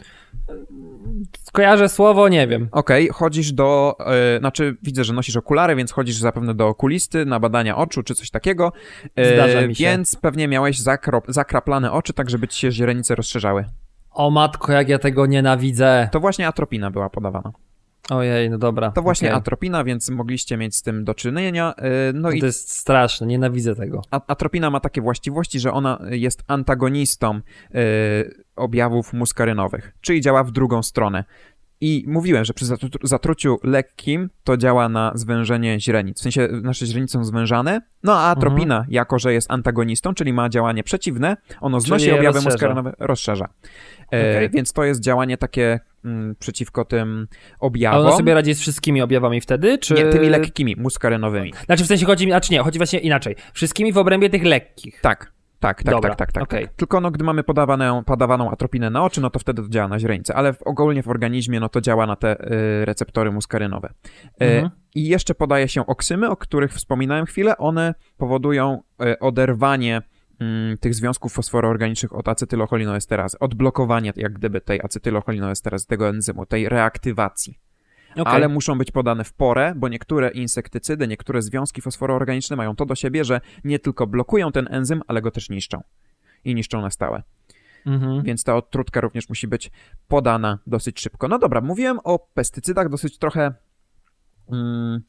Kojarzę słowo, nie wiem. Okej, okay, chodzisz do, yy, znaczy widzę, że nosisz okulary, więc chodzisz zapewne do okulisty na badania oczu czy coś takiego. Yy, Zdarza mi się. Więc pewnie miałeś zakrop, zakraplane oczy, tak żeby ci się źrenice rozszerzały. O matko, jak ja tego nienawidzę. To właśnie atropina była podawana. Ojej, no dobra. To właśnie okay. atropina, więc mogliście mieć z tym do czynienia. No to i to jest straszne, nienawidzę tego. Atropina ma takie właściwości, że ona jest antagonistą yy, objawów muskarynowych, czyli działa w drugą stronę. I mówiłem, że przy zatruciu lekkim to działa na zwężenie źrenic. W sensie nasze źrenice są zwężane, no a atropina, mhm. jako że jest antagonistą, czyli ma działanie przeciwne, ono znosi czyli objawy rozszerza. muskarynowe, rozszerza. E, okay. Więc to jest działanie takie m, przeciwko tym objawom. A ono sobie radzi z wszystkimi objawami wtedy, czy... Nie, tymi lekkimi, muskarynowymi. Znaczy w sensie chodzi mi, a czy nie, chodzi właśnie inaczej. Wszystkimi w obrębie tych lekkich. Tak. Tak, tak, Dobra, tak, tak, tak, okay. tak. Tylko no, gdy mamy podawaną, podawaną atropinę na oczy, no to wtedy to działa na źrenice, ale w, ogólnie w organizmie no to działa na te y, receptory muskarynowe. Y, mhm. I jeszcze podaje się oksymy, o których wspominałem chwilę. One powodują y, oderwanie y, tych związków fosforoorganicznych od acetylocholinoesterazy, odblokowanie jak gdyby tej acetylocholinoesterazy, tego enzymu, tej reaktywacji. Okay. Ale muszą być podane w porę, bo niektóre insektycydy, niektóre związki fosforoorganiczne mają to do siebie, że nie tylko blokują ten enzym, ale go też niszczą. I niszczą na stałe. Mm-hmm. Więc ta odtrutka również musi być podana dosyć szybko. No dobra, mówiłem o pestycydach dosyć trochę... Mm,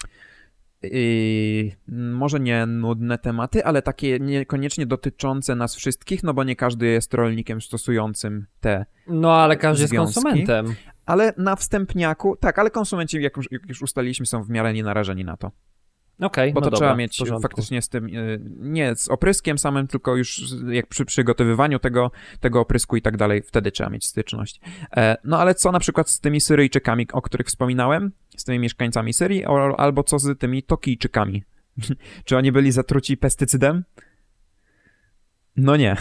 Yy, może nie nudne tematy, ale takie niekoniecznie dotyczące nas wszystkich, no bo nie każdy jest rolnikiem stosującym te No ale każdy związki. Jest konsumentem. Ale na wstępniaku, tak, ale konsumenci, jak już, jak już ustaliliśmy, są w miarę nie narażeni na to. Okej, okay, Bo to no trzeba dobra, mieć faktycznie z tym, nie z opryskiem samym, tylko już jak przy przygotowywaniu tego, tego oprysku i tak dalej, wtedy trzeba mieć styczność. No ale co na przykład z tymi Syryjczykami, o których wspominałem, z tymi mieszkańcami Syrii, albo co z tymi Tokijczykami? Czy oni byli zatruci pestycydem? No nie.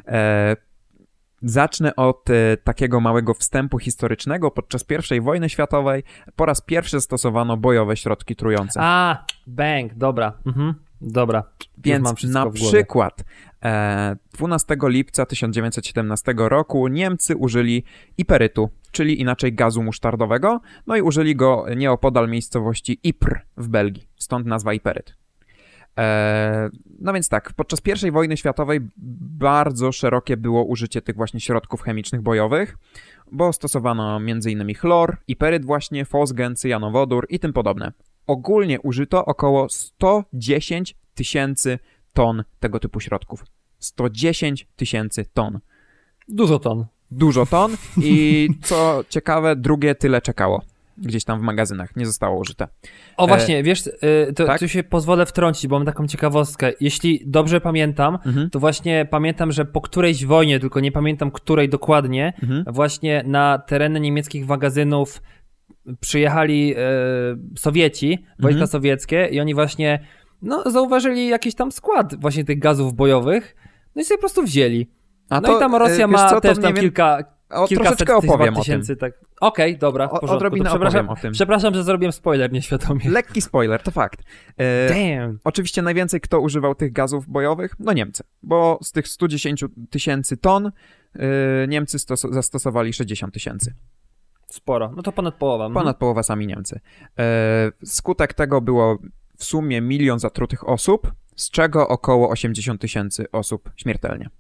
Zacznę od e, takiego małego wstępu historycznego. Podczas pierwszej wojny światowej po raz pierwszy stosowano bojowe środki trujące. A, bang, dobra, mhm, dobra. Więc mam na przykład e, dwunastego lipca tysiąc dziewięćset siedemnastego roku Niemcy użyli iperytu, czyli inaczej gazu musztardowego, no i użyli go nieopodal miejscowości Ypres w Belgii, stąd nazwa iperyt. No więc tak, podczas pierwszej wojny światowej bardzo szerokie było użycie tych właśnie środków chemicznych bojowych, bo stosowano m.in. chlor, iperyt właśnie, fosgen, cyjanowodór i tym podobne. Ogólnie użyto około sto dziesięć tysięcy ton tego typu środków. sto dziesięć tysięcy ton. Dużo ton. Dużo ton i co ciekawe, drugie tyle czekało. gdzieś tam w magazynach, nie zostało użyte. O właśnie, e... wiesz, y, to tak? tu się pozwolę wtrącić, bo mam taką ciekawostkę. Jeśli dobrze pamiętam, mhm. to właśnie pamiętam, że po którejś wojnie, tylko nie pamiętam której dokładnie, mhm. właśnie na tereny niemieckich magazynów przyjechali e, Sowieci, wojska mhm. sowieckie i oni właśnie no, zauważyli jakiś tam skład właśnie tych gazów bojowych, no i sobie po prostu wzięli. A no to, i tam Rosja ma co, też tam wiem... kilka, o, kilkaset opowiem tysięcy. Tak. Okej, okay, dobra, w porządku. Odrobinę opowiem o tym. Przepraszam, że zrobiłem spoiler nieświadomie. Lekki spoiler, to fakt. E, Damn. Oczywiście najwięcej kto używał tych gazów bojowych? No Niemcy, bo z tych sto dziesięć tysięcy ton e, Niemcy stos- zastosowali sześćdziesiąt tysięcy. Sporo, no to ponad połowa. Ponad połowa sami Niemcy. E, skutek tego było w sumie milion zatrutych osób, z czego około osiemdziesiąt tysięcy osób śmiertelnie.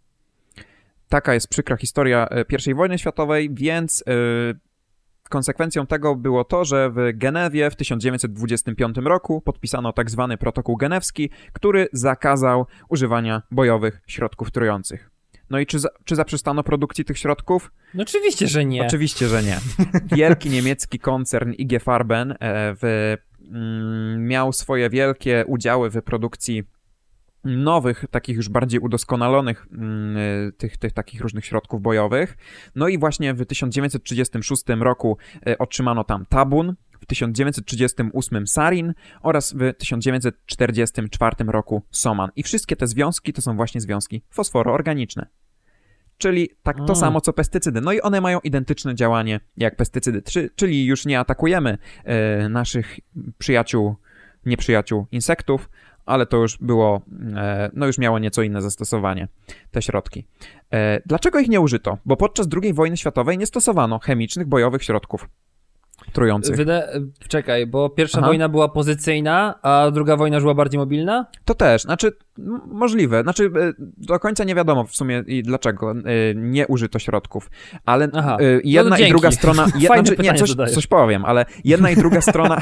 Taka jest przykra historia pierwszej wojny światowej, więc yy, konsekwencją tego było to, że w Genewie w tysiąc dziewięćset dwudziestym piątym roku podpisano tak zwany protokół genewski, który zakazał używania bojowych środków trujących. No i czy, za, czy zaprzestano produkcji tych środków? No oczywiście, że nie. Oczywiście, że nie. Wielki niemiecki koncern I G Farben e, w, mm, miał swoje wielkie udziały w produkcji nowych, takich już bardziej udoskonalonych mm, tych, tych takich różnych środków bojowych. No i właśnie w tysiąc dziewięćset trzydziestym szóstym roku e, otrzymano tam Tabun, w tysiąc dziewięćset trzydziestym ósmym Sarin oraz w tysiąc dziewięćset czterdziestym czwartym roku Soman. I wszystkie te związki to są właśnie związki fosforoorganiczne. Czyli tak to mm. samo co pestycydy. No i one mają identyczne działanie jak pestycydy, czyli już nie atakujemy e, naszych przyjaciół, nieprzyjaciół insektów, ale to już było, no już miało nieco inne zastosowanie, te środki. Dlaczego ich nie użyto? Bo podczas drugiej wojny światowej nie stosowano chemicznych, bojowych środków trujących. Wyda... Czekaj, bo pierwsza Aha. wojna była pozycyjna, a druga wojna już była bardziej mobilna? To też, znaczy m- możliwe, znaczy do końca nie wiadomo w sumie i dlaczego nie użyto środków, ale Aha. jedna no i druga strona... Je... Znaczy, nie, coś, coś powiem, ale jedna i druga strona...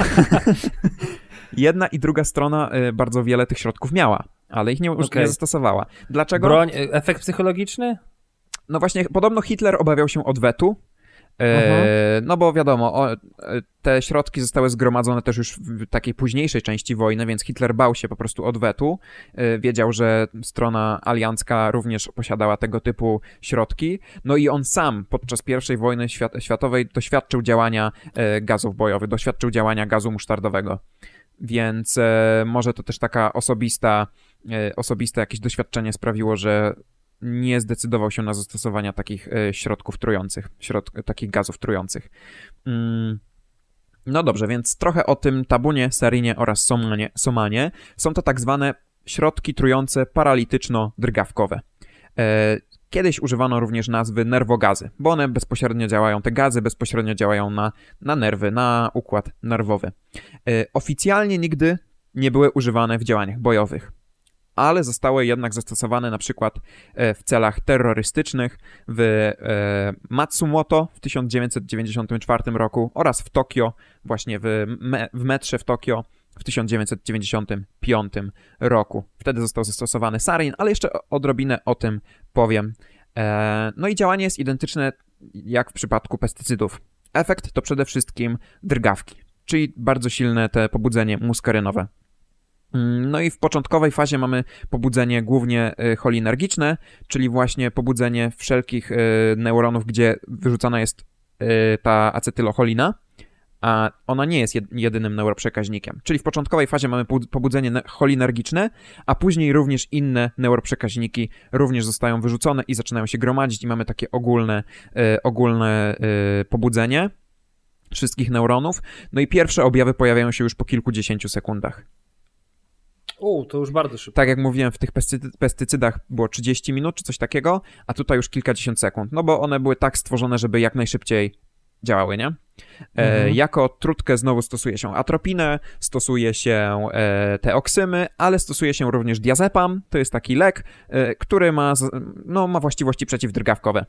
Jedna i druga strona y, bardzo wiele tych środków miała, ale ich nie, okay. nie zastosowała. Dlaczego? Broń, efekt psychologiczny? No właśnie, podobno Hitler obawiał się odwetu, e, no bo wiadomo, o, te środki zostały zgromadzone też już w takiej późniejszej części wojny, więc Hitler bał się po prostu odwetu. E, wiedział, że strona aliancka również posiadała tego typu środki. No i on sam podczas pierwszej wojny świat, światowej doświadczył działania e, gazów bojowych, doświadczył działania gazu musztardowego. Więc e, może to też taka osobista, e, osobiste jakieś doświadczenie sprawiło, że nie zdecydował się na zastosowanie takich e, środków trujących, środ- takich gazów trujących. Mm. No dobrze, więc trochę o tym tabunie, sarinie oraz somanie. somanie. Są to tak zwane środki trujące paralityczno-drgawkowe. E, Kiedyś używano również nazwy nerwogazy, bo one bezpośrednio działają, te gazy bezpośrednio działają na, na nerwy, na układ nerwowy. E, oficjalnie nigdy nie były używane w działaniach bojowych, ale zostały jednak zastosowane na przykład e, w celach terrorystycznych w e, Matsumoto w tysiąc dziewięćset dziewięćdziesiątym czwartym roku oraz w Tokio, właśnie w, me, w metrze w Tokio w tysiąc dziewięćset dziewięćdziesiątym piątym roku. Wtedy został zastosowany sarin, ale jeszcze odrobinę o tym powiem. E, no i działanie jest identyczne jak w przypadku pestycydów. Efekt to przede wszystkim drgawki, czyli bardzo silne te pobudzenie muskarynowe. No i w początkowej fazie mamy pobudzenie głównie cholinergiczne, czyli właśnie pobudzenie wszelkich neuronów, gdzie wyrzucana jest ta acetylocholina, a ona nie jest jedynym neuroprzekaźnikiem. Czyli w początkowej fazie mamy pobudzenie cholinergiczne, a później również inne neuroprzekaźniki również zostają wyrzucone i zaczynają się gromadzić i mamy takie ogólne, ogólne pobudzenie wszystkich neuronów. No i pierwsze objawy pojawiają się już po kilkudziesięciu sekundach. O, to już bardzo szybko. Tak jak mówiłem, w tych pestycy- pestycydach było trzydzieści minut czy coś takiego, a tutaj już kilkadziesiąt sekund, no bo one były tak stworzone, żeby jak najszybciej działały, nie? E, mhm. Jako trutkę znowu stosuje się atropinę, stosuje się e, te oksymy, ale stosuje się również diazepam, to jest taki lek, e, który ma, no, ma właściwości przeciwdrgawkowe.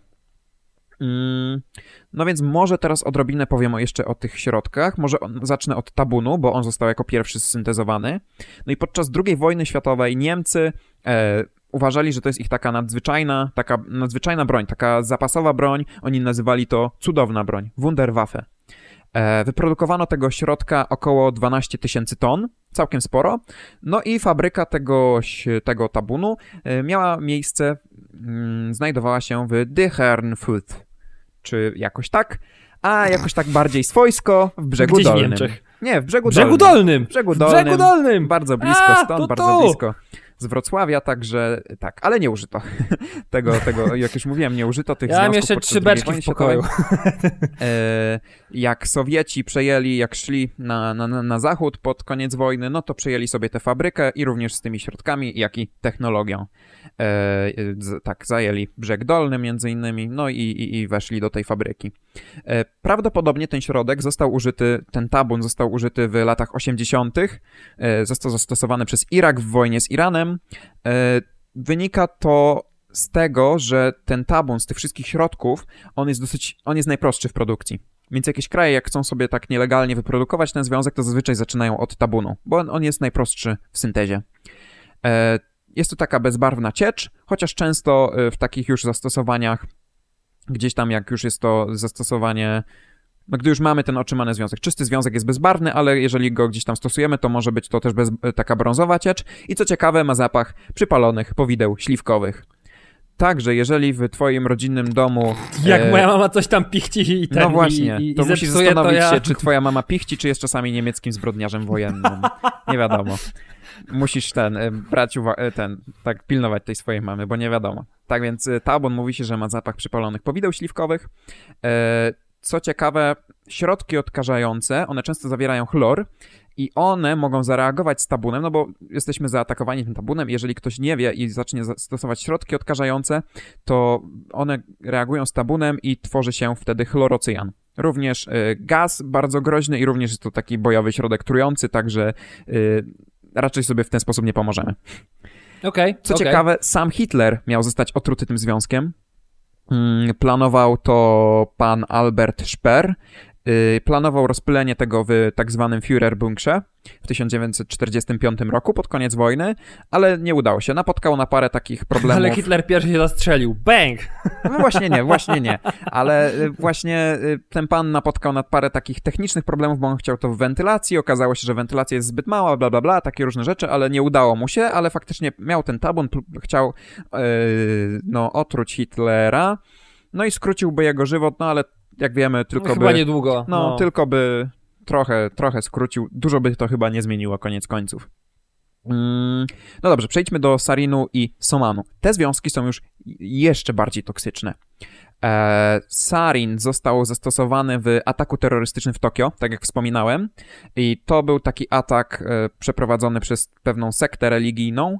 No więc może teraz odrobinę powiem jeszcze o tych środkach. Może on, zacznę od tabunu, bo on został jako pierwszy zsyntezowany. No i podczas drugiej wojny światowej Niemcy e, uważali, że to jest ich taka nadzwyczajna, taka nadzwyczajna broń, taka zapasowa broń. Oni nazywali to cudowna broń, Wunderwaffe. E, wyprodukowano tego środka około dwanaście tysięcy ton, całkiem sporo. No i fabryka tegoś, tego tabunu e, miała miejsce, mm, znajdowała się w Dychernfurt, czy jakoś tak, a jakoś tak bardziej swojsko w Brzegu Gdzieś Dolnym. w Niemczech. Nie, w Brzegu, Brzegu Dolnym. Dolnym! W Brzegu W Dolnym. Brzegu Dolnym! Bardzo blisko A, stąd, to bardzo tu. blisko z Wrocławia, także tak, ale nie użyto tego, tego, jak już mówiłem, nie użyto tych Ja związków mam jeszcze podczas trzy drugiej beczki wojny w pokoju. E, jak Sowieci przejęli, jak szli na, na, na zachód pod koniec wojny, no to przejęli sobie tę fabrykę i również z tymi środkami, jak i technologią. E, z, tak, zajęli Brzeg Dolny między innymi, no i, i, i weszli do tej fabryki. E, prawdopodobnie ten środek został użyty, ten tabun został użyty w latach osiemdziesiątych. E, został zastosowany przez Irak w wojnie z Iranem. E, wynika to z tego, że ten tabun z tych wszystkich środków, on jest dosyć, on jest najprostszy w produkcji. Więc jakieś kraje, jak chcą sobie tak nielegalnie wyprodukować ten związek, to zazwyczaj zaczynają od tabunu, bo on, on jest najprostszy w syntezie. E, jest to taka bezbarwna ciecz, chociaż często w takich już zastosowaniach, gdzieś tam jak już jest to zastosowanie, no gdy już mamy ten otrzymany związek. Czysty związek jest bezbarwny, ale jeżeli go gdzieś tam stosujemy, to może być to też bez, taka brązowa ciecz i co ciekawe ma zapach przypalonych powideł śliwkowych. Także jeżeli w twoim rodzinnym domu... Jak e, moja mama coś tam pichci i ten, no właśnie, i, i, to i musisz zepsuje, zastanowić to ja... się, czy twoja mama pichci, czy jest czasami niemieckim zbrodniarzem wojennym. Nie wiadomo. Musisz ten, e, brać uwagę, ten, tak pilnować tej swojej mamy, bo nie wiadomo. Tak więc e, tabun mówi się, że ma zapach przypalonych powideł śliwkowych. E, co ciekawe, środki odkażające, one często zawierają chlor i one mogą zareagować z tabunem, no bo jesteśmy zaatakowani tym tabunem i jeżeli ktoś nie wie i zacznie stosować środki odkażające, to one reagują z tabunem i tworzy się wtedy chlorocyjan. Również y, gaz bardzo groźny i również jest to taki bojowy środek trujący, także y, raczej sobie w ten sposób nie pomożemy. Okay, Co okay. ciekawe, sam Hitler miał zostać otruty tym związkiem. Mm, planował to pan Albert Speer. Planował rozpylenie tego w tak zwanym Führerbunkrze w tysiąc dziewięćset czterdziestym piątym roku, pod koniec wojny, ale nie udało się. Napotkał na parę takich problemów. Ale Hitler pierwszy się zastrzelił. Bang! No właśnie nie, właśnie nie. Ale właśnie ten pan napotkał na parę takich technicznych problemów, bo on chciał to w wentylacji. Okazało się, że wentylacja jest zbyt mała, bla, bla, bla, takie różne rzeczy, ale nie udało mu się, ale faktycznie miał ten tabun, chciał yy, no, otruć Hitlera, no i skróciłby jego żywot, no ale jak wiemy, tylko no, by... Chyba niedługo. No, no, tylko by trochę, trochę skrócił. Dużo by to chyba nie zmieniło, koniec końców. Mm, no dobrze, przejdźmy do sarinu i somanu. Te związki są już jeszcze bardziej toksyczne. E, sarin został zastosowany w ataku terrorystycznym w Tokio, tak jak wspominałem. I to był taki atak e, przeprowadzony przez pewną sektę religijną.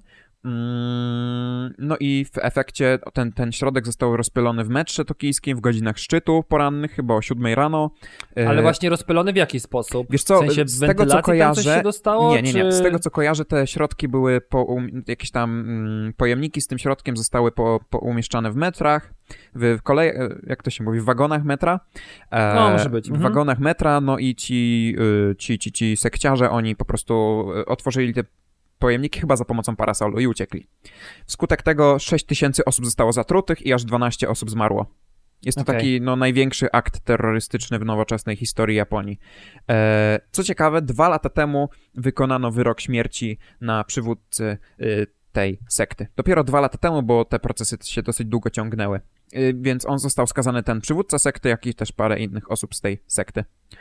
No i w efekcie ten, ten środek został rozpylony w metrze tokijskim w godzinach szczytu porannych, chyba o siódmej rano. Ale właśnie rozpylony w jaki sposób? Wiesz co, w sensie z tego co kojarzę, coś się dostało, nie, nie, nie, czy... z tego co kojarzę te środki były, po, um, jakieś tam um, pojemniki z tym środkiem zostały po, po umieszczane w metrach, w kolej, jak to się mówi, w wagonach metra. E, no, może być. W mhm. wagonach metra, no i ci, ci, ci, ci sekciarze, oni po prostu otworzyli te pojemniki chyba za pomocą parasolu i uciekli. Wskutek tego sześć tysięcy osób zostało zatrutych i aż dwanaście osób zmarło. Jest to okay. taki no, największy akt terrorystyczny w nowoczesnej historii Japonii. E, co ciekawe, dwa lata temu wykonano wyrok śmierci na przywódcy y, tej sekty. Dopiero dwa lata temu, bo te procesy się dosyć długo ciągnęły. Y, więc on został skazany, ten przywódca sekty, jak i też parę innych osób z tej sekty.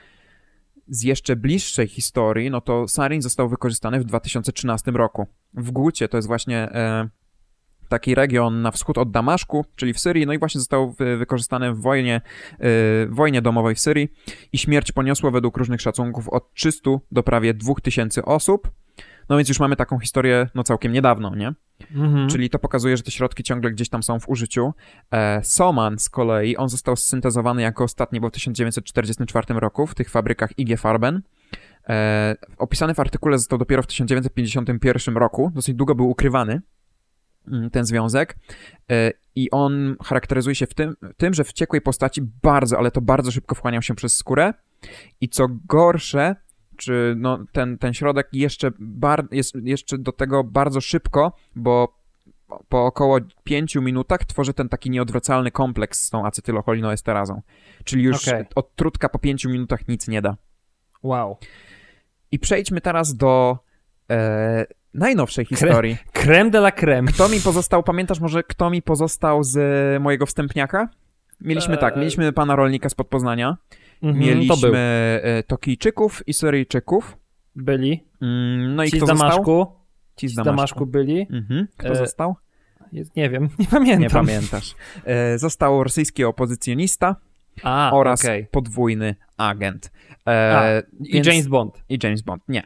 Z jeszcze bliższej historii, no to sarin został wykorzystany w dwa tysiące trzynastym roku. W Gucie, to jest właśnie e, taki region na wschód od Damaszku, czyli w Syrii, no i właśnie został wy, wykorzystany w wojnie, e, wojnie domowej w Syrii i śmierć poniosło według różnych szacunków od trzystu do prawie dwóch tysięcy osób. No więc już mamy taką historię no całkiem niedawną, nie? Mhm. Czyli to pokazuje, że te środki ciągle gdzieś tam są w użyciu. E, Soman z kolei, on został syntezowany jako ostatni, bo w tysiąc dziewięćset czterdziestym czwartym roku w tych fabrykach I G Farben. E, opisany w artykule został dopiero w tysiąc dziewięćset pięćdziesiątym pierwszym roku. Dosyć długo był ukrywany ten związek e, i on charakteryzuje się w tym, tym, że w ciekłej postaci bardzo, ale to bardzo szybko wchłaniał się przez skórę i co gorsze, czy no, ten, ten środek jeszcze, bar, jest jeszcze do tego bardzo szybko, bo po około pięciu minutach tworzy ten taki nieodwracalny kompleks z tą acetylcholineesterazą. Czyli już okay. odtrutka po pięciu minutach nic nie da. Wow. I przejdźmy teraz do e, najnowszej historii. Creme de la creme. Kto mi pozostał, pamiętasz może, kto mi pozostał z mojego wstępniaka? Mieliśmy eee. tak, mieliśmy pana rolnika spod Poznania, mm-hmm, mieliśmy to Tokijczyków i Syryjczyków. Byli. Mm, no i Ci kto z Damaszku. został? Ci z Damaszku, Damaszku byli. Mm-hmm. Kto e... został? Nie wiem, nie pamiętam. Nie pamiętasz. E, został rosyjski opozycjonista A, oraz okay. podwójny agent. E, A, I więc... James Bond. I James Bond, nie.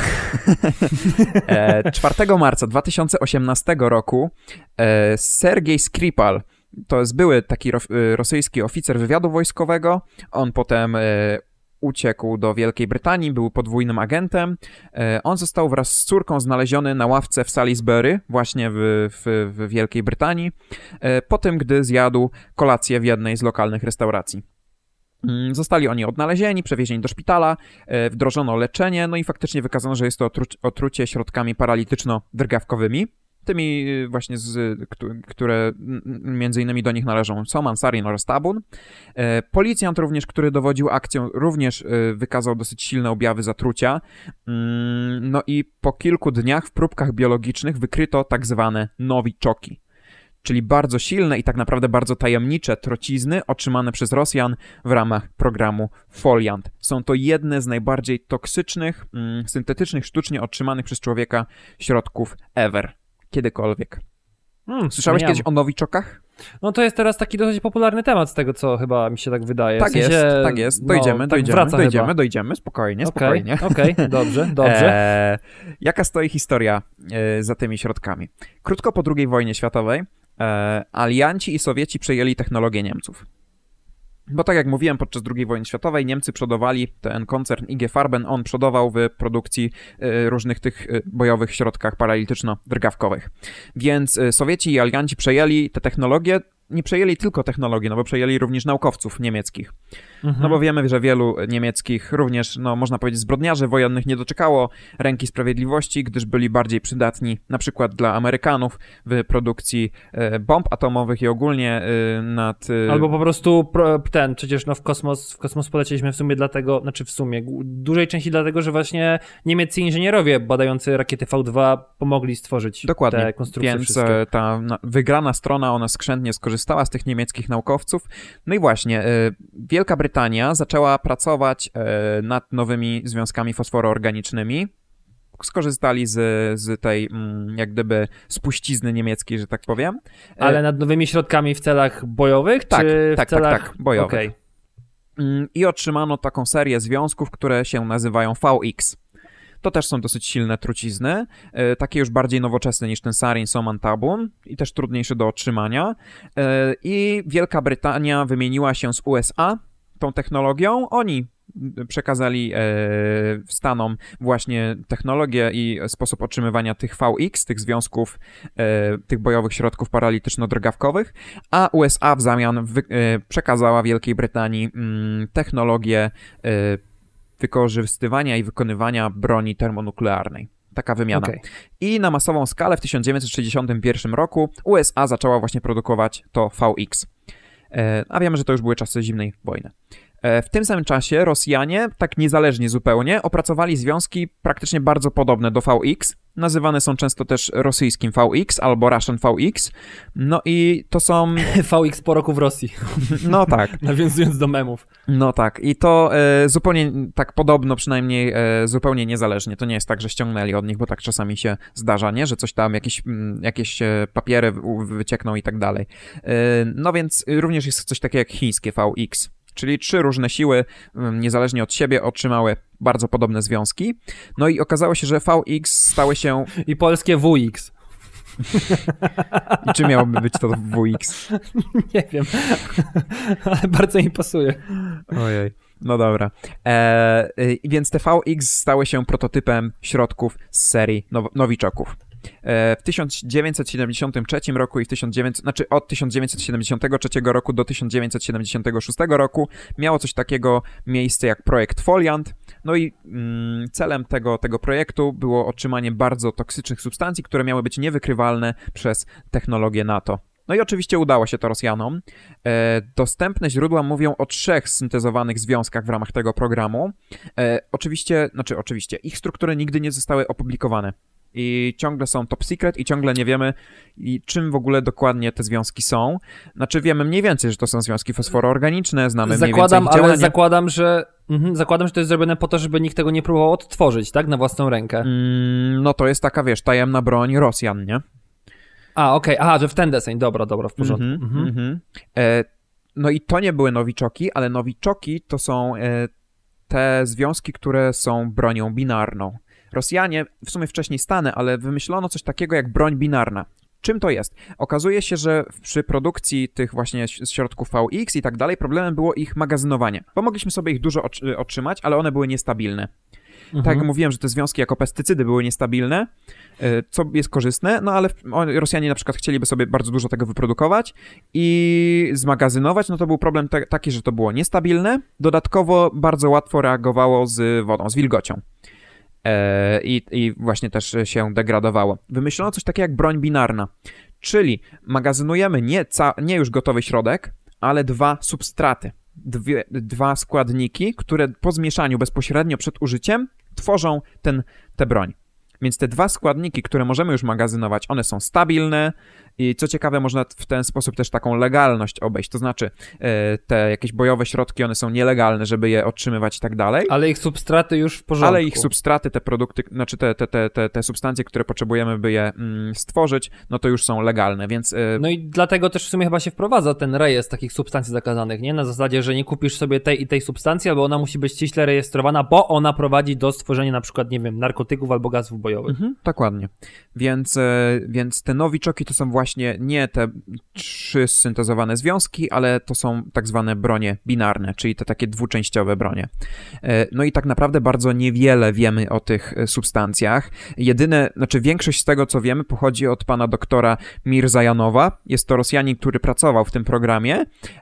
e, czwartego marca dwa tysiące osiemnastego roku e, Sergiej Skripal, to jest były taki ro, rosyjski oficer wywiadu wojskowego, on potem e, uciekł do Wielkiej Brytanii, był podwójnym agentem. On został wraz z córką znaleziony na ławce w Salisbury, właśnie w, w, w Wielkiej Brytanii, po tym, gdy zjadł kolację w jednej z lokalnych restauracji. Zostali oni odnalezieni, przewiezieni do szpitala, wdrożono leczenie, no i faktycznie wykazano, że jest to otru- otrucie środkami paralityczno-drgawkowymi. Tymi właśnie, z, które między innymi do nich należą Soman, Sarin oraz Tabun. Policjant również, który dowodził akcją, również wykazał dosyć silne objawy zatrucia. No i po kilku dniach w próbkach biologicznych wykryto tak zwane nowiczoki, czyli bardzo silne i tak naprawdę bardzo tajemnicze trocizny otrzymane przez Rosjan w ramach programu Foliant. Są to jedne z najbardziej toksycznych, syntetycznych, sztucznie otrzymanych przez człowieka środków ever. Kiedykolwiek. Hmm, Słyszałeś kiedyś o nowiczokach? No to jest teraz taki dosyć popularny temat z tego, co chyba mi się tak wydaje. Tak w sensie, jest, tak jest. Dojdziemy, no, dojdziemy, tak dojdziemy, chyba. dojdziemy, spokojnie, okay, spokojnie. Okej, okay, dobrze, dobrze. E, jaka stoi historia e, za tymi środkami? Krótko po drugiej wojnie światowej e, alianci i Sowieci przejęli technologię Niemców. Bo tak jak mówiłem, podczas drugiej wojny światowej Niemcy przodowali, ten koncern I G Farben, on przodował w produkcji y, różnych tych y, bojowych środkach paralityczno-drgawkowych. Więc y, Sowieci i alianci przejęli te technologie, nie przejęli tylko technologię, no bo przejęli również naukowców niemieckich. Mhm. No bo wiemy, że wielu niemieckich, również, no można powiedzieć, zbrodniarzy wojennych nie doczekało ręki sprawiedliwości, gdyż byli bardziej przydatni na przykład dla Amerykanów w produkcji e, bomb atomowych i ogólnie e, nad... E... Albo po prostu pro, ten, przecież no w kosmos, w kosmos polecieliśmy w sumie dlatego, znaczy w sumie, dużej części dlatego, że właśnie niemieccy inżynierowie badający rakiety V dwa pomogli stworzyć Dokładnie. te konstrukcje Więc wszystkie. ta na, wygrana strona, ona skrzętnie skorzystała z tych niemieckich naukowców. No i właśnie, e, Wielka Brytania zaczęła pracować e, nad nowymi związkami fosforoorganicznymi. Skorzystali z, z tej, mm, jak gdyby, spuścizny niemieckiej, że tak powiem. E, Ale nad nowymi środkami w celach bojowych? Tak, czy tak, w celach... tak, tak, bojowych. Okay. I otrzymano taką serię związków, które się nazywają V X. To też są dosyć silne trucizny, e, takie już bardziej nowoczesne niż ten Sarin, Soman, Tabun i też trudniejsze do otrzymania. E, I Wielka Brytania wymieniła się z U S A tą technologią. Oni przekazali e, Stanom właśnie technologię i sposób otrzymywania tych V X, tych związków, e, tych bojowych środków paralityczno-drgawkowych, a U S A w zamian wy, e, przekazała Wielkiej Brytanii mm, technologię e, wykorzystywania i wykonywania broni termonuklearnej. Taka wymiana. Okay. I na masową skalę w tysiąc dziewięćset sześćdziesiątym pierwszym roku U S A zaczęła właśnie produkować to V X. E, a wiemy, że to już były czasy zimnej wojny. W tym samym czasie Rosjanie, tak niezależnie zupełnie, opracowali związki praktycznie bardzo podobne do V X. Nazywane są często też rosyjskim V X albo Russian V X. No i to są... V X po roku w Rosji. No tak. Nawiązując do memów. No tak. I to e, zupełnie tak podobno, przynajmniej e, zupełnie niezależnie. To nie jest tak, że ściągnęli od nich, bo tak czasami się zdarza, nie? Że coś tam, jakieś, m, jakieś papiery wyciekną i tak dalej. E, no więc również jest coś takiego jak chińskie V X. Czyli trzy różne siły, niezależnie od siebie, otrzymały bardzo podobne związki. No i okazało się, że V X stały się... I polskie W X. I czy miałoby być to W X? Nie wiem, ale bardzo mi pasuje. Ojej, no dobra. E, więc te V X stały się prototypem środków z serii now- nowiczoków. W tysiąc dziewięćset siedemdziesiątym trzecim roku i w tysiąc dziewięćset, znaczy od tysiąc dziewięćset siedemdziesiątego trzeciego roku do tysiąc dziewięćset siedemdziesiątego szóstego roku miało coś takiego miejsce jak projekt Foliant. No i mm, celem tego, tego projektu było otrzymanie bardzo toksycznych substancji, które miały być niewykrywalne przez technologię NATO. No i oczywiście udało się to Rosjanom. E, dostępne źródła mówią o trzech syntezowanych związkach w ramach tego programu. E, oczywiście, znaczy oczywiście, ich struktury nigdy nie zostały opublikowane. I ciągle są top secret i ciągle nie wiemy, i czym w ogóle dokładnie te związki są. Znaczy wiemy mniej więcej, że to są związki fosforoorganiczne, znamy zakładam, mniej więcej ich ale zakładam, że mhm, zakładam, że to jest zrobione po to, żeby nikt tego nie próbował odtworzyć, tak? Na własną rękę. Mm, no to jest taka, wiesz, tajemna broń Rosjan, nie? A, okej, okay. Aha, że w ten deseń, dobra, dobra, w porządku. Mm-hmm, mm-hmm. Mm-hmm. E, no i to nie były nowiczoki, ale nowiczoki to są e, te związki, które są bronią binarną. Rosjanie, w sumie wcześniej Stany, ale wymyślono coś takiego jak broń binarna. Czym to jest? Okazuje się, że przy produkcji tych właśnie środków V X i tak dalej problemem było ich magazynowanie, bo mogliśmy sobie ich dużo otrzymać, ale one były niestabilne. Mhm. Tak jak mówiłem, że te związki jako pestycydy były niestabilne, co jest korzystne, no ale Rosjanie na przykład chcieliby sobie bardzo dużo tego wyprodukować i zmagazynować, no to był problem te- taki, że to było niestabilne, dodatkowo bardzo łatwo reagowało z wodą, z wilgocią. I, I właśnie też się degradowało. Wymyślono coś takiego jak broń binarna, czyli magazynujemy nie, ca- nie już gotowy środek, ale dwa substraty, dwie, dwa składniki, które po zmieszaniu bezpośrednio przed użyciem tworzą ten, tę broń. Więc te dwa składniki, które możemy już magazynować, one są stabilne i co ciekawe, można w ten sposób też taką legalność obejść. To znaczy te jakieś bojowe środki, one są nielegalne, żeby je otrzymywać i tak dalej. Ale ich substraty już w porządku. Ale ich substraty, te produkty, znaczy te, te, te, te, te substancje, które potrzebujemy, by je mm, stworzyć, no to już są legalne, więc... Yy... No i dlatego też w sumie chyba się wprowadza ten rejestr takich substancji zakazanych, nie? Na zasadzie, że nie kupisz sobie tej i tej substancji, albo ona musi być ściśle rejestrowana, bo ona prowadzi do stworzenia na przykład, nie wiem, narkotyków albo gazów bojowych. Mhm, dokładnie. Więc, yy, więc te nowiczoki to są właśnie nie te trzy syntezowane związki, ale to są tak zwane bronie binarne, czyli te takie dwuczęściowe bronie. No i tak naprawdę bardzo niewiele wiemy o tych substancjach. Jedyne, znaczy większość z tego, co wiemy, pochodzi od pana doktora Mirzajanowa. Jest to Rosjanin, który pracował w tym programie,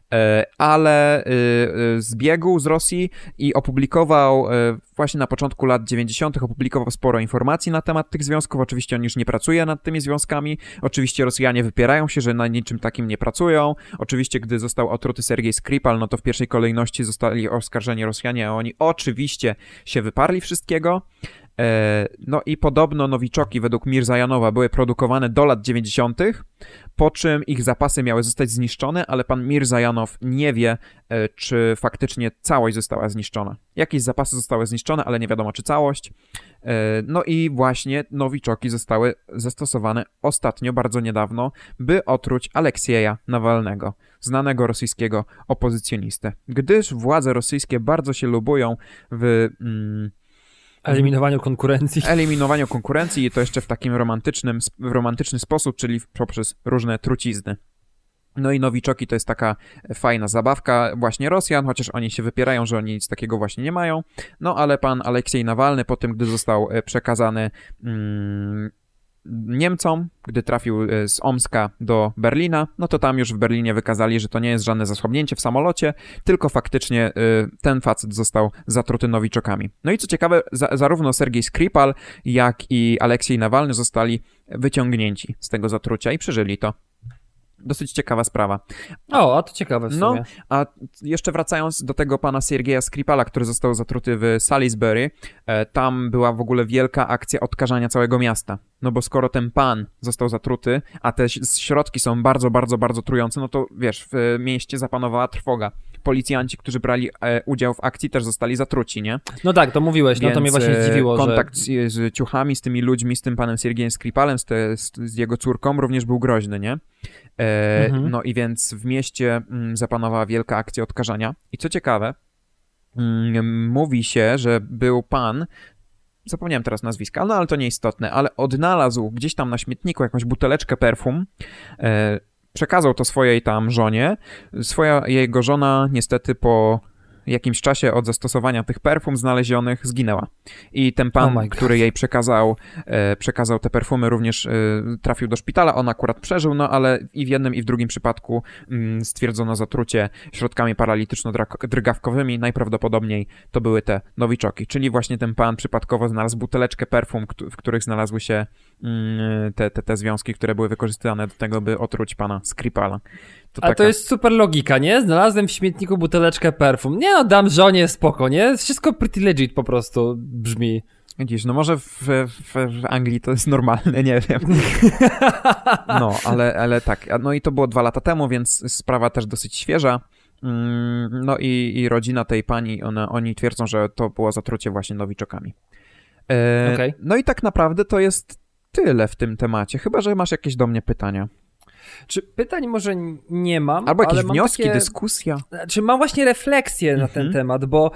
ale zbiegł z Rosji i opublikował właśnie na początku lat dziewięćdziesiątych opublikował sporo informacji na temat tych związków. Oczywiście on już nie pracuje nad tymi związkami. Oczywiście Rosjanie wypierają się, że na niczym takim nie pracują. Oczywiście, gdy został otruty Sergiej Skripal, no to w pierwszej kolejności zostali oskarżeni Rosjanie, a oni oczywiście się wyparli wszystkiego. No i podobno nowiczoki według Mirzajanowa były produkowane do lat dziewięćdziesiątych, po czym ich zapasy miały zostać zniszczone, ale pan Mirzajanow nie wie, czy faktycznie całość została zniszczona. Jakieś zapasy zostały zniszczone, ale nie wiadomo, czy całość. No i właśnie nowiczoki zostały zastosowane ostatnio, bardzo niedawno, by otruć Aleksieja Nawalnego, znanego rosyjskiego opozycjonistę. Gdyż władze rosyjskie bardzo się lubują w... Mm, Eliminowaniu konkurencji. Eliminowaniu konkurencji i to jeszcze w takim romantycznym, w romantyczny sposób, czyli poprzez różne trucizny. No i nowiczoki to jest taka fajna zabawka właśnie Rosjan, chociaż oni się wypierają, że oni nic takiego właśnie nie mają. No ale pan Aleksiej Nawalny po tym, gdy został przekazany mm, Niemcom, gdy trafił z Omska do Berlina, no to tam już w Berlinie wykazali, że to nie jest żadne zasłabnięcie w samolocie, tylko faktycznie ten facet został zatruty nowiczokami. No i co ciekawe, za, zarówno Sergiej Skripal, jak i Aleksiej Nawalny zostali wyciągnięci z tego zatrucia i przeżyli to. Dosyć ciekawa sprawa. O, a to ciekawe w sumie. No, a jeszcze wracając do tego pana Sergieja Skripala, który został zatruty w Salisbury, e, tam była w ogóle wielka akcja odkażania całego miasta. No bo skoro ten pan został zatruty, a te środki są bardzo, bardzo, bardzo trujące, no to wiesz, w mieście zapanowała trwoga. Policjanci, którzy brali e, udział w akcji, też zostali zatruci, nie? No tak, to mówiłeś, Więc no to mnie właśnie zdziwiło, kontakt że... z, z ciuchami, z tymi ludźmi, z tym panem Sergiejem Skripalem, z, te, z, z jego córką również był groźny, nie? E, mhm. No i więc w mieście m, zapanowała wielka akcja odkażania. I co ciekawe, m, mówi się, że był pan, zapomniałem teraz nazwiska, no ale to nieistotne, ale odnalazł gdzieś tam na śmietniku jakąś buteleczkę perfum, e, przekazał to swojej tam żonie. Swoja, jego żona niestety po jakimś czasie od zastosowania tych perfum znalezionych zginęła. I ten pan, oh który jej przekazał, e, przekazał te perfumy, również e, trafił do szpitala. On akurat przeżył, no ale i w jednym i w drugim przypadku mm, stwierdzono zatrucie środkami paralityczno-drgawkowymi. Najprawdopodobniej to były te nowiczoki, czyli właśnie ten pan przypadkowo znalazł buteleczkę perfum, w których znalazły się mm, te, te, te związki, które były wykorzystywane do tego, by otruć pana Skripala. To A taka... to jest super logika, nie? Znalazłem w śmietniku buteleczkę perfum. Nie no, dam żonie, spoko, nie? Wszystko pretty legit po prostu brzmi. Widzisz, no może w, w, w Anglii to jest normalne, nie wiem. No, ale, ale tak. No i to było dwa lata temu, więc sprawa też dosyć świeża. No i, i rodzina tej pani, one, oni twierdzą, że to było zatrucie właśnie nowiczokami. E, okay. No i tak naprawdę to jest tyle w tym temacie, chyba że masz jakieś do mnie pytania. Czy pytań może nie mam, albo jakieś ale mam wnioski, takie, dyskusja. Czy mam właśnie refleksję na mm-hmm. ten temat, bo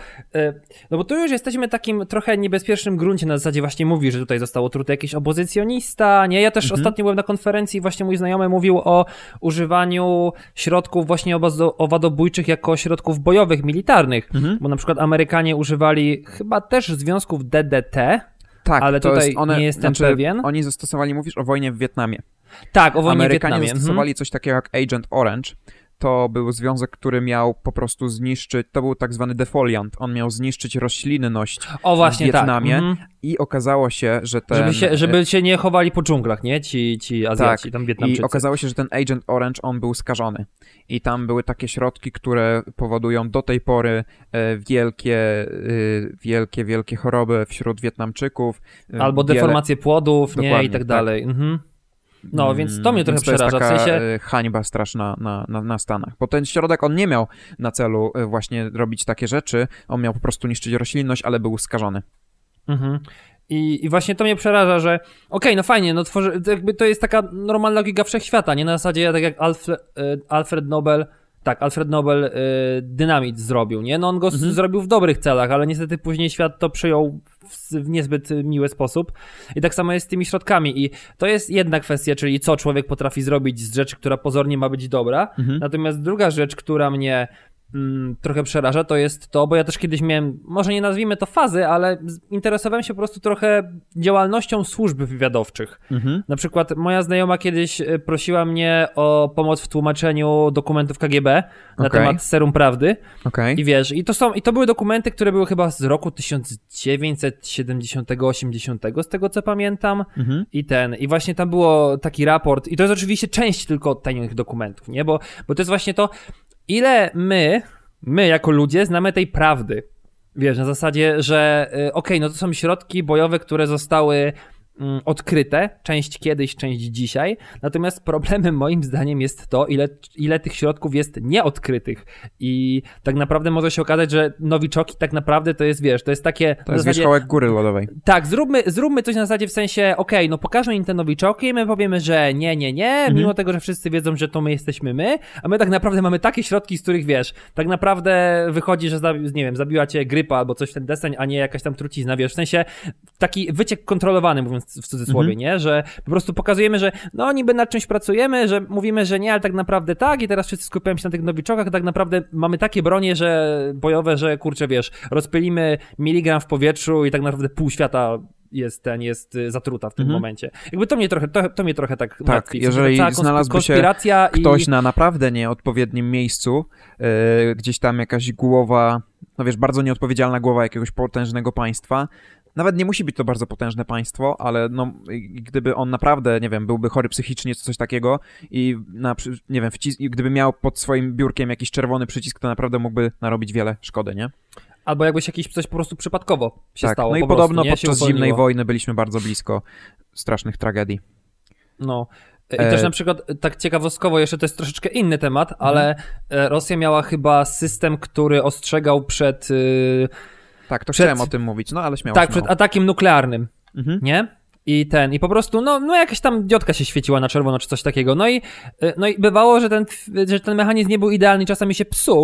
no bo tu już jesteśmy w takim trochę niebezpiecznym gruncie, na zasadzie właśnie mówi, że tutaj został otruty jakiś opozycjonista, nie? Ja też mm-hmm. ostatnio byłem na konferencji i właśnie mój znajomy mówił o używaniu środków właśnie owadobójczych jako środków bojowych, militarnych, mm-hmm. bo na przykład Amerykanie używali chyba też związków D D T, tak, ale tutaj jest one, nie jestem znaczy, pewien. Oni zastosowali, mówisz o wojnie w Wietnamie. Tak, o wojnie Amerykanie w Wietnamie. zastosowali mhm. coś takiego jak Agent Orange. To był związek, który miał po prostu zniszczyć, to był tak zwany defoliant, on miał zniszczyć roślinność o, właśnie, w Wietnamie tak. mhm. i okazało się, że ten... Żeby się, żeby się nie chowali po dżunglach, nie? Ci, ci Azjaci, tak. tam Wietnamczycy. I okazało się, że ten Agent Orange, on był skażony. I tam były takie środki, które powodują do tej pory e, wielkie, e, wielkie, wielkie choroby wśród Wietnamczyków. E, Albo wiele... deformacje płodów, nie? Dokładnie, I tak tak. dalej. Mhm. No, więc to mnie trochę więc to przeraża. jest taka w sensie... hańba straszna na, na, na Stanach. Bo ten środek, on nie miał na celu właśnie robić takie rzeczy, on miał po prostu niszczyć roślinność, ale był skażony. Mhm. I, I właśnie to mnie przeraża, że okej, okay, no fajnie, no tworzy, to, jakby to jest taka normalna logika wszechświata, nie? Na zasadzie tak jak Alfred, Alfred Nobel, tak, Alfred Nobel y, dynamit zrobił, nie? No on go mhm. zrobił w dobrych celach, ale niestety później świat to przyjął w, w niezbyt miły sposób. I tak samo jest z tymi środkami. I to jest jedna kwestia, czyli co człowiek potrafi zrobić z rzeczy, która pozornie ma być dobra. Mhm. Natomiast druga rzecz, która mnie mm, trochę przeraża, to jest to, bo ja też kiedyś miałem, może nie nazwijmy to fazy, ale interesowałem się po prostu trochę działalnością służb wywiadowczych. Mhm. Na przykład moja znajoma kiedyś prosiła mnie o pomoc w tłumaczeniu dokumentów K G B na okay. temat Serum Prawdy. Okay. I wiesz, i to są, i to były dokumenty, które były chyba z roku tysiąc dziewięćset siedemdziesiątego osiemdziesiątego, z tego co pamiętam. Mhm. I ten, i właśnie tam było taki raport, i to jest oczywiście część tylko tajnych dokumentów, nie? Bo, bo to jest właśnie to, ile my, my jako ludzie znamy tej prawdy. Wiesz, na zasadzie, że okej, okay, no to są środki bojowe, które zostały mm, odkryte, część kiedyś, część dzisiaj, natomiast problemem moim zdaniem jest to, ile, ile tych środków jest nieodkrytych i tak naprawdę może się okazać, że nowiczoki tak naprawdę to jest, wiesz, to jest takie... To jest zasadzie, wierzchołek góry lodowej. Tak, zróbmy, zróbmy coś na zasadzie w sensie, okej, okay, no pokażmy im te nowiczoki i my powiemy, że nie, nie, nie, mhm. mimo tego, że wszyscy wiedzą, że to my jesteśmy my, a my tak naprawdę mamy takie środki, z których, wiesz, tak naprawdę wychodzi, że, zabi- nie wiem, zabiła cię grypa albo coś w ten deseń, a nie jakaś tam trucizna, wiesz, w sensie taki wyciek kontrolowany, mówiąc w cudzysłowie, mhm. nie? Że po prostu pokazujemy, że no niby nad czymś pracujemy, że mówimy, że nie, ale tak naprawdę tak i teraz wszyscy skupiają się na tych nowiczokach, a tak naprawdę mamy takie bronie, że bojowe, że kurczę, wiesz, rozpylimy miligram w powietrzu i tak naprawdę pół świata jest ten, jest zatruta w tym mhm. momencie. Jakby to mnie trochę, to, to mnie trochę tak... Tak, martwi. jeżeli konsp- znalazłby się ktoś i... na naprawdę nieodpowiednim miejscu, yy, gdzieś tam jakaś głowa, no wiesz, bardzo nieodpowiedzialna głowa jakiegoś potężnego państwa, nawet nie musi być to bardzo potężne państwo, ale no, gdyby on naprawdę, nie wiem, byłby chory psychicznie czy coś takiego i na, nie wiem, wcis- gdyby miał pod swoim biurkiem jakiś czerwony przycisk, to naprawdę mógłby narobić wiele szkody, nie? Albo jakbyś jakiś coś po prostu przypadkowo się tak, stało. No i po podobno prostu, podczas zimnej wojny byliśmy bardzo blisko strasznych tragedii. No. I e... też na przykład, tak ciekawostkowo jeszcze, to jest troszeczkę inny temat, mhm. ale Rosja miała chyba system, który ostrzegał przed... Yy... Tak, to przed... chciałem o tym mówić, no ale śmiało. Tak, śmiało. przed atakiem nuklearnym, mhm. nie? I ten, i po prostu, no, no jakaś tam diotka się świeciła na czerwono, czy coś takiego. No i, no i bywało, że ten, że ten mechanizm nie był idealny, czasami się psuł,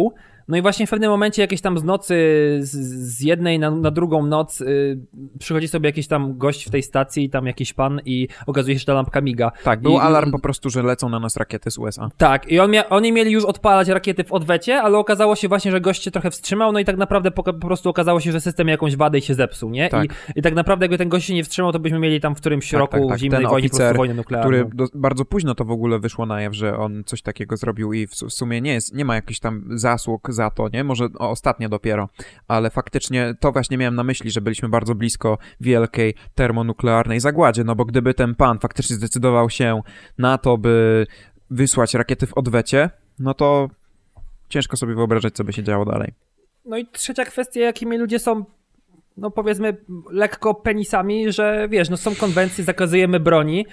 No i właśnie w pewnym momencie jakieś tam z nocy, z, z jednej na, na drugą noc yy, przychodzi sobie jakiś tam gość w tej stacji, tam jakiś pan i okazuje się, że ta lampka miga. Tak, był I, alarm po prostu, że lecą na nas rakiety z U S A. Tak, i on mia- oni mieli już odpalać rakiety w odwecie, ale okazało się właśnie, że gość się trochę wstrzymał, no i tak naprawdę po, po prostu okazało się, że system miał jakąś wadę i się zepsuł, nie? Tak. I, I tak naprawdę jakby ten gość się nie wstrzymał, to byśmy mieli tam w którymś tak, roku tak, tak. zimnej ten wojny, po prostu wojnę nuklearną. który do, bardzo późno to w ogóle wyszło na jaw, że on coś takiego zrobił i w, w sumie nie jest, nie ma jakichś tam zasług za to, nie? Może o, ostatnio dopiero, ale faktycznie to właśnie miałem na myśli, że byliśmy bardzo blisko wielkiej termonuklearnej zagładzie, no bo gdyby ten pan faktycznie zdecydował się na to, by wysłać rakiety w odwecie, no to ciężko sobie wyobrażać, co by się działo dalej. No i trzecia kwestia, jakimi ludzie są, no powiedzmy, lekko penisami, że wiesz, no są konwencje, zakazujemy broni,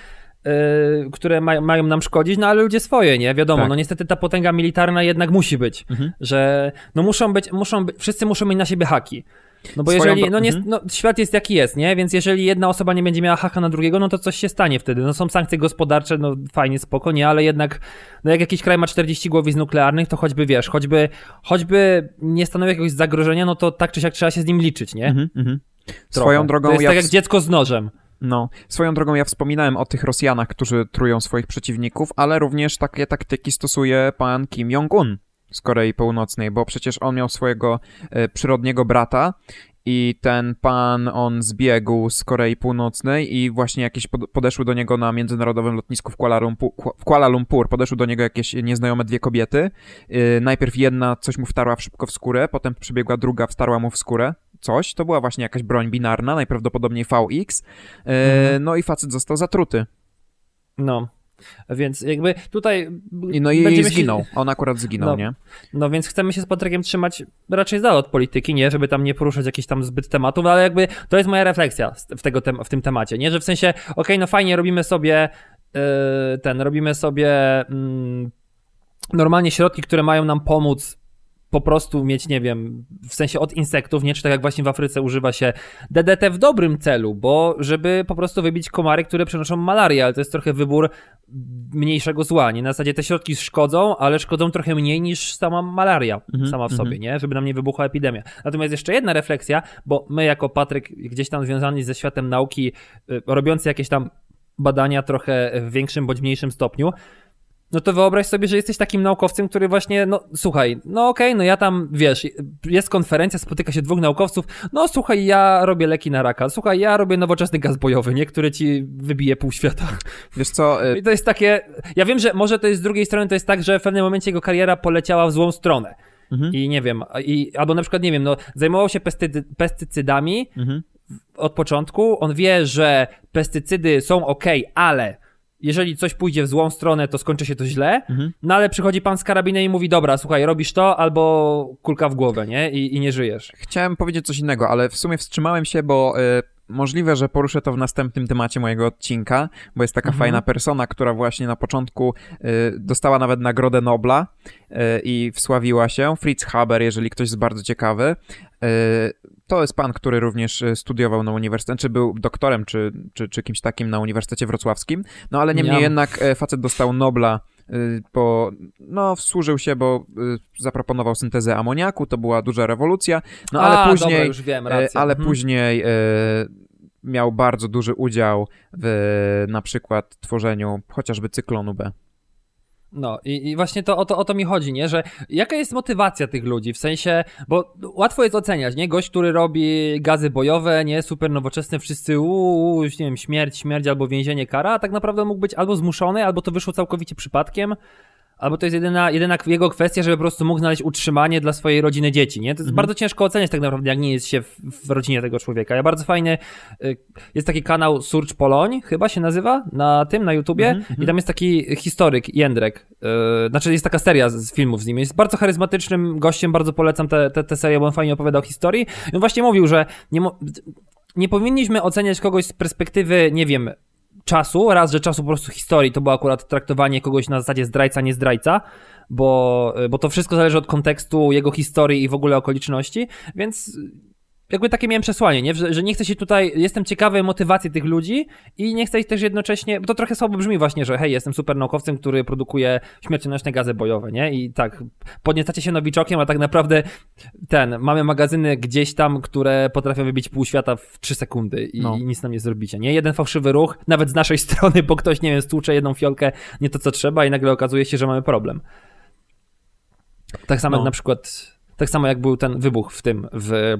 Yy, które ma, mają nam szkodzić, no ale ludzie swoje, nie? Wiadomo, tak. no niestety ta potęga militarna jednak musi być, mhm. że no muszą być, muszą być, wszyscy muszą mieć na siebie haki. No bo Swoją jeżeli, do... no, nie, mhm. no świat jest jaki jest, nie? Więc jeżeli jedna osoba nie będzie miała haka na drugiego, no to coś się stanie wtedy. No są sankcje gospodarcze, no fajnie, spoko, nie? Ale jednak, no jak jakiś kraj ma czterdzieści głowic nuklearnych, to choćby, wiesz, choćby, choćby nie stanowi jakiegoś zagrożenia, no to tak czy siak trzeba się z nim liczyć, nie? Mhm, mhm. Swoją drogą... To jest ja tak w... jak dziecko z nożem. No, swoją drogą ja wspominałem o tych Rosjanach, którzy trują swoich przeciwników, ale również takie taktyki stosuje pan Kim Jong-un z Korei Północnej, bo przecież on miał swojego e, przyrodniego brata i ten pan, on zbiegł z Korei Północnej i właśnie jakieś pod, podeszły do niego na międzynarodowym lotnisku w Kuala Lumpur, w Kuala Lumpur podeszły do niego jakieś nieznajome dwie kobiety. Yy, najpierw jedna coś mu wtarła szybko w skórę, potem przybiegła druga, wtarła mu w skórę coś. To była właśnie jakaś broń binarna, najprawdopodobniej V X. Yy, mhm. No i facet został zatruty. No. Więc jakby tutaj... No i zginął. Się... On akurat zginął, no, nie? No więc chcemy się z Patrykiem trzymać raczej z dala od polityki, nie? Żeby tam nie poruszać jakichś tam zbyt tematów, ale jakby to jest moja refleksja w, tego tem- w tym temacie, nie? Że w sensie, okej, okay, no fajnie, robimy sobie yy, ten, robimy sobie yy, normalnie środki, które mają nam pomóc po prostu mieć, nie wiem, w sensie od insektów, nie? Czy tak jak właśnie w Afryce używa się D D T w dobrym celu, bo żeby po prostu wybić komary, które przenoszą malarię, ale to jest trochę wybór mniejszego zła, nie? Na zasadzie te środki szkodzą, ale szkodzą trochę mniej niż sama malaria mm-hmm, sama w sobie, mm-hmm. nie? Żeby nam nie wybuchła epidemia. Natomiast jeszcze jedna refleksja, bo my jako Patryk gdzieś tam związani ze światem nauki, y, robiący jakieś tam badania trochę w większym bądź mniejszym stopniu, no to wyobraź sobie, że jesteś takim naukowcem, który właśnie, no słuchaj, no okej, okay, no ja tam, wiesz, jest konferencja, spotyka się dwóch naukowców, no słuchaj, ja robię leki na raka, słuchaj, ja robię nowoczesny gaz bojowy, nie, który ci wybije pół świata. Wiesz co? Y- I to jest takie, ja wiem, że może to jest z drugiej strony, to jest tak, że w pewnym momencie jego kariera poleciała w złą stronę. Mhm. I nie wiem, i, albo na przykład, nie wiem, no zajmował się pestycy- pestycydami mhm. od początku, on wie, że pestycydy są okej, okay, ale jeżeli coś pójdzie w złą stronę, to skończy się to źle, mhm. no ale przychodzi pan z karabinem i mówi, dobra, słuchaj, robisz to, albo kulka w głowę, nie? I, i nie żyjesz. Chciałem powiedzieć coś innego, ale w sumie wstrzymałem się, bo y, możliwe, że poruszę to w następnym temacie mojego odcinka, bo jest taka mhm. fajna persona, która właśnie na początku y, dostała nawet Nagrodę Nobla y, i wsławiła się. Fritz Haber, jeżeli ktoś jest bardzo ciekawy. Y, To jest pan, który również studiował na uniwersytecie, czy był doktorem, czy, czy, czy kimś takim na Uniwersytecie Wrocławskim. No ale niemniej ja. jednak facet dostał Nobla, bo no służył się, bo zaproponował syntezę amoniaku, to była duża rewolucja. No ale A, później, dobra, już wiem, racja. ale mhm. później miał bardzo duży udział w na przykład tworzeniu chociażby cyklonu B. No i, i właśnie to o, to o to mi chodzi, nie? Że jaka jest motywacja tych ludzi, w sensie, bo łatwo jest oceniać, nie? Gość, który robi gazy bojowe, nie? Super nowoczesne, wszyscy uuu, już nie wiem, śmierć, śmierć albo więzienie, kara, a tak naprawdę mógł być albo zmuszony, albo to wyszło całkowicie przypadkiem, albo to jest jedyna, jedyna jego kwestia, żeby po prostu mógł znaleźć utrzymanie dla swojej rodziny dzieci, nie? To jest mhm. bardzo ciężko oceniać tak naprawdę, jak nie jest się w, w rodzinie tego człowieka. Ja bardzo fajny, jest taki kanał Surge Poloń, chyba się nazywa, na tym, na YouTubie mhm. i tam jest taki historyk, Jędrek, yy, znaczy jest taka seria z filmów z nim, jest bardzo charyzmatycznym gościem, bardzo polecam tę te, te, te serię, bo on fajnie opowiada o historii i on właśnie mówił, że nie, mo- nie powinniśmy oceniać kogoś z perspektywy, nie wiem, czasu, raz, że czasu po prostu historii, to było akurat traktowanie kogoś na zasadzie zdrajca, nie zdrajca, bo, bo to wszystko zależy od kontekstu, jego historii i w ogóle okoliczności, więc jakby takie miałem przesłanie, nie? Że, że nie chcę się tutaj, jestem ciekawy motywacji tych ludzi i nie chcę ich też jednocześnie, bo to trochę słabo brzmi właśnie, że hej, jestem super naukowcem, który produkuje śmiercionośne gazy bojowe, nie? I tak, podniecacie się nowiczokiem, a tak naprawdę ten, mamy magazyny gdzieś tam, które potrafią wybić pół świata w trzy sekundy i, no. i nic nam nie zrobicie, nie? Jeden fałszywy ruch, nawet z naszej strony, bo ktoś, nie wiem, stłucze jedną fiolkę, nie to co trzeba i nagle okazuje się, że mamy problem. Tak samo no. jak na przykład... Tak samo jak był ten wybuch w tym, w,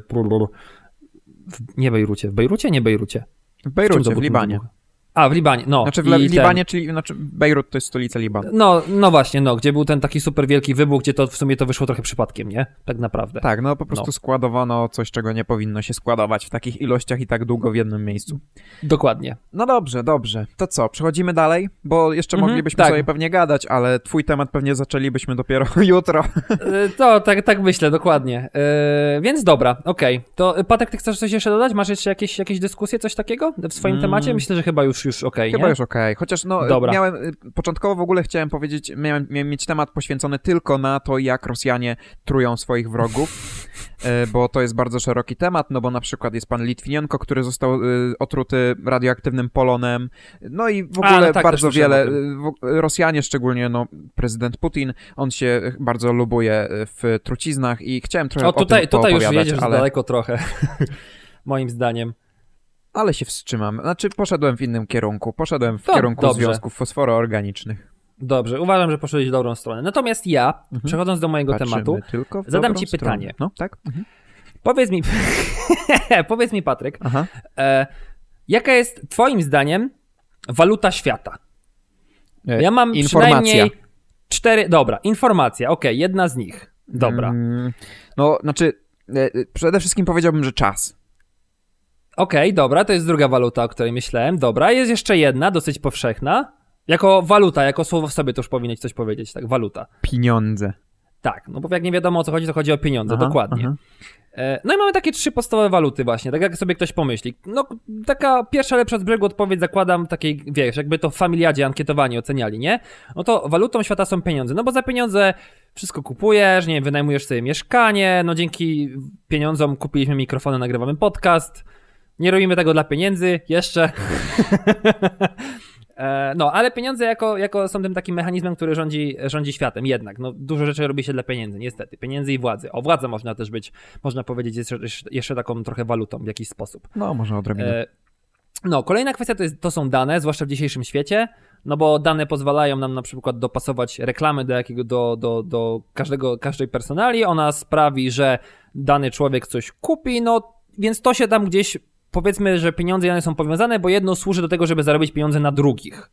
w nie Bejrucie, w Bejrucie, nie Bejrucie. W Bejrucie, w, w Libanie. Wybuch? A, w Libanie, no. Znaczy w I Libanie, ten... czyli znaczy Bejrut to jest stolica Libanu. No, no właśnie, no, gdzie był ten taki super wielki wybuch, gdzie to w sumie to wyszło trochę przypadkiem, nie? Tak naprawdę. Tak, no po prostu no. składowano coś, czego nie powinno się składować w takich ilościach i tak długo w jednym miejscu. Dokładnie. No dobrze, dobrze. To co, przechodzimy dalej? Bo jeszcze mhm, moglibyśmy tak. sobie pewnie gadać, ale twój temat pewnie zaczęlibyśmy dopiero jutro. To tak, tak myślę, dokładnie. Yy, więc dobra, okej. Okay. To Patek, ty chcesz coś jeszcze dodać? Masz jeszcze jakieś, jakieś dyskusje, coś takiego w swoim mm. temacie? Myślę, że chyba już, już okej, okay, Chyba nie? już okej. Okay. Chociaż no, Dobra. miałem, początkowo w ogóle chciałem powiedzieć, miałem, miałem mieć temat poświęcony tylko na to, jak Rosjanie trują swoich wrogów, bo to jest bardzo szeroki temat, no bo na przykład jest pan Litwinienko, który został otruty radioaktywnym polonem, no i w ogóle A, no tak, bardzo wiele, Rosjanie szczególnie, no prezydent Putin, on się bardzo lubuje w truciznach i chciałem trochę o, tutaj, o tym tutaj już jedziesz ale... daleko trochę, moim zdaniem. Ale się wstrzymam. Znaczy poszedłem w innym kierunku. Poszedłem w to kierunku dobrze. związków fosforoorganicznych. Dobrze, uważam, że poszedłeś w dobrą stronę. Natomiast ja, mhm. przechodząc do mojego Patrzymy tematu, zadam ci stronę. pytanie. No, tak? Mhm. Powiedz mi, powiedz mi, Patryk, e, jaka jest twoim zdaniem waluta świata? Ja mam Informacja. przynajmniej cztery... Dobra, informacja, okej, okay, jedna z nich. Dobra. Mm, no, znaczy, e, przede wszystkim powiedziałbym, że czas. Okej, okay, dobra, to jest druga waluta, o której myślałem. Dobra, jest jeszcze jedna, dosyć powszechna. Jako waluta, jako słowo w sobie to już powinieneś coś powiedzieć, tak, waluta. Pieniądze. Tak, no bo jak nie wiadomo o co chodzi, to chodzi o pieniądze, aha, dokładnie. Aha. No i mamy takie trzy podstawowe waluty właśnie, tak jak sobie ktoś pomyśli. No taka pierwsza lepsza z brzegu odpowiedź zakładam takiej, wiesz, jakby to w familiadzie ankietowani oceniali, nie? No to walutą świata są pieniądze, no bo za pieniądze wszystko kupujesz, nie wiem, wynajmujesz sobie mieszkanie, no dzięki pieniądzom kupiliśmy mikrofony, nagrywamy podcast. Nie robimy tego dla pieniędzy, jeszcze. No, ale pieniądze jako, jako są tym takim mechanizmem, który rządzi, rządzi światem jednak. No, dużo rzeczy robi się dla pieniędzy, niestety. Pieniędzy i władzy. O, władza można też być, można powiedzieć, jest jeszcze, jeszcze taką trochę walutą w jakiś sposób. No, może odrobinę. No, kolejna kwestia to, jest, to są dane, zwłaszcza w dzisiejszym świecie, no bo dane pozwalają nam na przykład dopasować reklamy do jakiego, do, do, do każdego, każdej personalii. Ona sprawi, że dany człowiek coś kupi, no więc to się tam gdzieś... Powiedzmy, że pieniądze i dane są powiązane, bo jedno służy do tego, żeby zarobić pieniądze na drugich.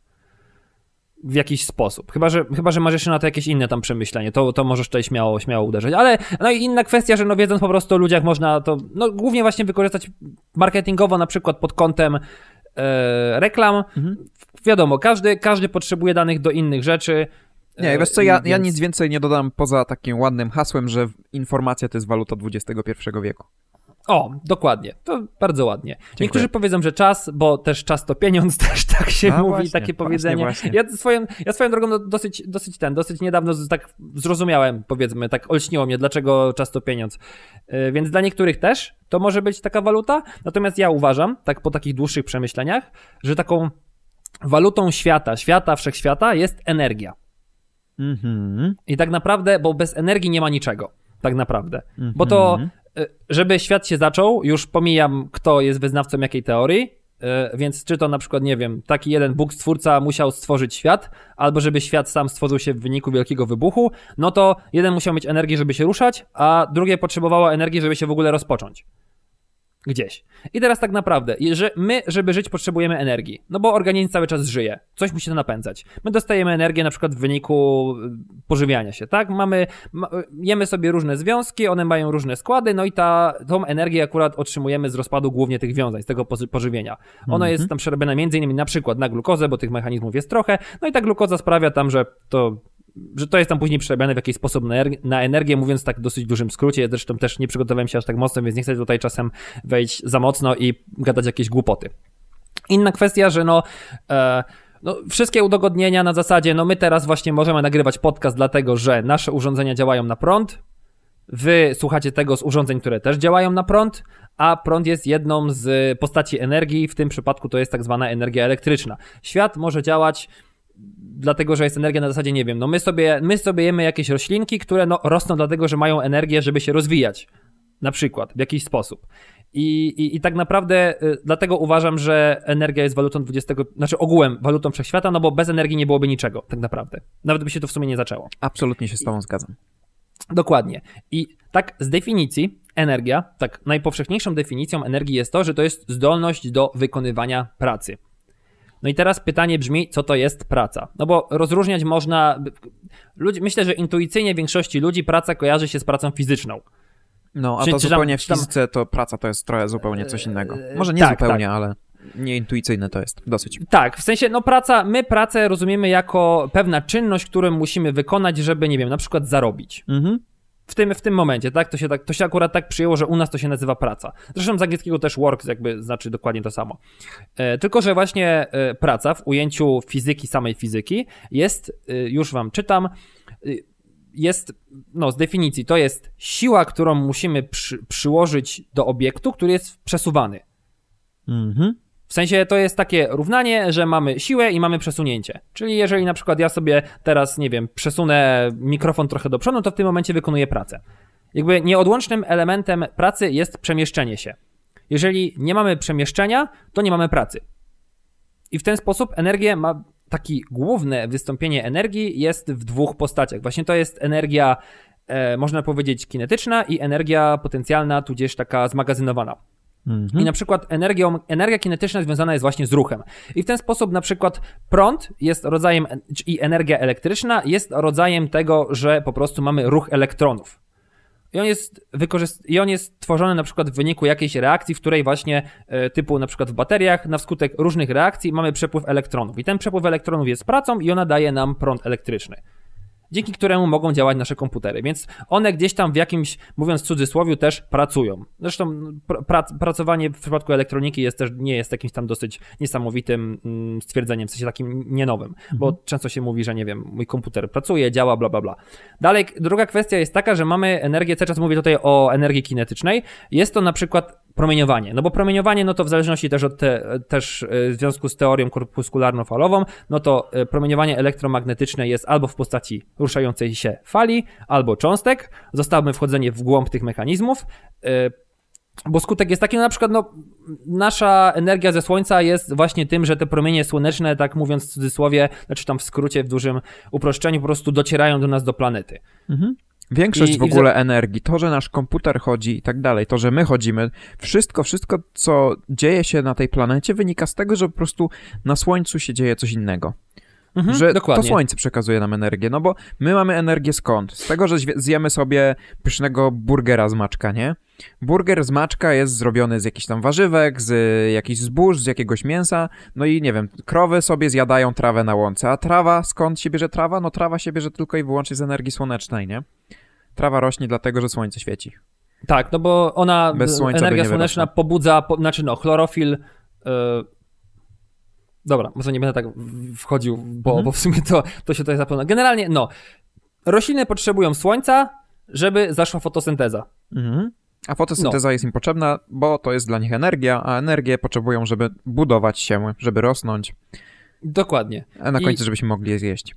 W jakiś sposób. Chyba, że, chyba, że masz jeszcze na to jakieś inne tam przemyślenie. To, to możesz tutaj śmiało, śmiało uderzyć. Ale no i inna kwestia, że no wiedząc po prostu o ludziach można to no głównie właśnie wykorzystać marketingowo na przykład pod kątem e, reklam. Mhm. Wiadomo, każdy, każdy potrzebuje danych do innych rzeczy. Nie, wiesz co, ja, więc... ja nic więcej nie dodam poza takim ładnym hasłem, że informacja to jest waluta dwudziestego pierwszego wieku. O, dokładnie. To bardzo ładnie. Dziękuję. Niektórzy powiedzą, że czas, bo też czas to pieniądz, też tak się A, mówi, właśnie, takie powiedzenie. Właśnie, właśnie. Ja, swoją, ja swoją drogą no, dosyć, dosyć ten, dosyć niedawno tak zrozumiałem, powiedzmy, tak olśniło mnie, dlaczego czas to pieniądz. Yy, więc dla niektórych też to może być taka waluta, natomiast ja uważam, tak po takich dłuższych przemyśleniach, że taką walutą świata, świata, wszechświata jest energia. Mhm. I tak naprawdę, bo bez energii nie ma niczego, tak naprawdę. Mhm. Bo to żeby świat się zaczął, już pomijam, kto jest wyznawcą jakiej teorii, więc czy to na przykład, nie wiem, taki jeden Bóg stwórca musiał stworzyć świat, albo żeby świat sam stworzył się w wyniku wielkiego wybuchu, no to jeden musiał mieć energię, żeby się ruszać, a drugie potrzebowało energii, żeby się w ogóle rozpocząć. Gdzieś. I teraz tak naprawdę, że my, żeby żyć, potrzebujemy energii. No bo organizm cały czas żyje. Coś musi to napędzać. My dostajemy energię na przykład w wyniku pożywiania się, tak? Mamy, jemy sobie różne związki, one mają różne składy, no i ta, tą energię akurat otrzymujemy z rozpadu głównie tych wiązań, z tego pożywienia. Ona mm-hmm. jest tam przerobiona między innymi na przykład na glukozę, bo tych mechanizmów jest trochę, no i ta glukoza sprawia tam, że to... że to jest tam później przerabiane w jakiś sposób na, er- na energię, mówiąc tak w dosyć dużym skrócie. Ja zresztą też nie przygotowałem się aż tak mocno, więc nie chcę tutaj czasem wejść za mocno i gadać jakieś głupoty. Inna kwestia, że no, e, no wszystkie udogodnienia na zasadzie, no my teraz właśnie możemy nagrywać podcast dlatego, że nasze urządzenia działają na prąd, Wy słuchacie tego z urządzeń, które też działają na prąd, a prąd jest jedną z postaci energii, w tym przypadku to jest tak zwana energia elektryczna. Świat może działać dlatego, że jest energia na zasadzie, nie wiem, no my sobie, my sobie jemy jakieś roślinki, które no rosną dlatego, że mają energię, żeby się rozwijać, na przykład, w jakiś sposób. I, i, i tak naprawdę y, dlatego uważam, że energia jest walutą dwudziestego, znaczy ogółem walutą wszechświata, no bo bez energii nie byłoby niczego, tak naprawdę. Nawet by się to w sumie nie zaczęło. Absolutnie się z tobą zgadzam. Dokładnie. I tak z definicji energia, tak najpowszechniejszą definicją energii jest to, że to jest zdolność do wykonywania pracy. No i teraz pytanie brzmi, co to jest praca? No bo rozróżniać można, ludzi, myślę, że intuicyjnie większości ludzi praca kojarzy się z pracą fizyczną. No, a Czy, to czy zupełnie tam, w fizyce to praca to jest trochę zupełnie coś innego. Może nie tak, zupełnie, tak. ale nieintuicyjne to jest dosyć. Tak, w sensie, no praca, my pracę rozumiemy jako pewna czynność, którą musimy wykonać, żeby, nie wiem, na przykład zarobić. Mhm. W tym, w tym momencie, tak? To się, tak? to się akurat tak przyjęło, że u nas to się nazywa praca. Zresztą z angielskiego też work jakby znaczy dokładnie to samo. E, tylko, że właśnie e, praca w ujęciu fizyki, samej fizyki jest, e, już wam czytam, e, jest, no z definicji, to jest siła, którą musimy przy, przyłożyć do obiektu, który jest przesuwany. Mhm. W sensie to jest takie równanie, że mamy siłę i mamy przesunięcie. Czyli jeżeli na przykład ja sobie teraz, nie wiem, przesunę mikrofon trochę do przodu, to w tym momencie wykonuję pracę. Jakby nieodłącznym elementem pracy jest przemieszczenie się. Jeżeli nie mamy przemieszczenia, to nie mamy pracy. I w ten sposób energia ma takie główne wystąpienie energii jest w dwóch postaciach. Właśnie to jest energia, e, można powiedzieć, kinetyczna i energia potencjalna, tudzież taka zmagazynowana. I na przykład energią, energia kinetyczna związana jest właśnie z ruchem. I w ten sposób na przykład prąd jest rodzajem, i energia elektryczna jest rodzajem tego, że po prostu mamy ruch elektronów. I on jest, wykorzyst- i on jest tworzony na przykład w wyniku jakiejś reakcji, w której właśnie e, typu na przykład w bateriach na wskutek różnych reakcji mamy przepływ elektronów. I ten przepływ elektronów jest pracą i ona daje nam prąd elektryczny, dzięki któremu mogą działać nasze komputery. Więc one gdzieś tam w jakimś, mówiąc w cudzysłowie, też pracują. Zresztą pra- pracowanie w przypadku elektroniki jest też, nie jest jakimś tam dosyć niesamowitym mm, stwierdzeniem, w sensie takim nie nowym, mhm. bo często się mówi, że nie wiem, mój komputer pracuje, działa, bla, bla, bla. Dalej, druga kwestia jest taka, że mamy energię, cały czas mówię tutaj o energii kinetycznej, jest to na przykład promieniowanie, no bo promieniowanie, no to w zależności też od te, też w związku z teorią korpuskularno-falową, no to promieniowanie elektromagnetyczne jest albo w postaci ruszającej się fali, albo cząstek. Zostawmy wchodzenie w głąb tych mechanizmów, bo skutek jest taki, no na przykład no, nasza energia ze Słońca jest właśnie tym, że te promienie słoneczne, tak mówiąc w cudzysłowie, znaczy tam w skrócie, w dużym uproszczeniu, po prostu docierają do nas, do planety. Mhm. Większość I, w ogóle i w... energii, to, że nasz komputer chodzi i tak dalej, to, że my chodzimy, wszystko, wszystko, co dzieje się na tej planecie, wynika z tego, że po prostu na Słońcu się dzieje coś innego. Mhm, że dokładnie. To Słońce przekazuje nam energię, no bo my mamy energię skąd? Z tego, że zjemy sobie pysznego burgera z maczka, nie? Burger z maczka jest zrobiony z jakichś tam warzywek, z jakichś zbóż, z jakiegoś mięsa, no i nie wiem, krowy sobie zjadają trawę na łące, a trawa, skąd się bierze trawa? No trawa się bierze tylko i wyłącznie z energii słonecznej, nie? Trawa rośnie dlatego, że słońce świeci. Tak, no bo ona, bez słońca energia by nie słoneczna wyrosła. pobudza, po, znaczy no, chlorofil... Yy... Dobra, może nie będę tak wchodził, bo, mhm. bo w sumie to, to się tutaj zapomina. Generalnie, no, rośliny potrzebują słońca, żeby zaszła fotosynteza. Mhm. A fotosynteza no. jest im potrzebna, bo to jest dla nich energia, a energię potrzebują, żeby budować się, żeby rosnąć. Dokładnie. A na końcu, I... żebyśmy mogli je zjeść.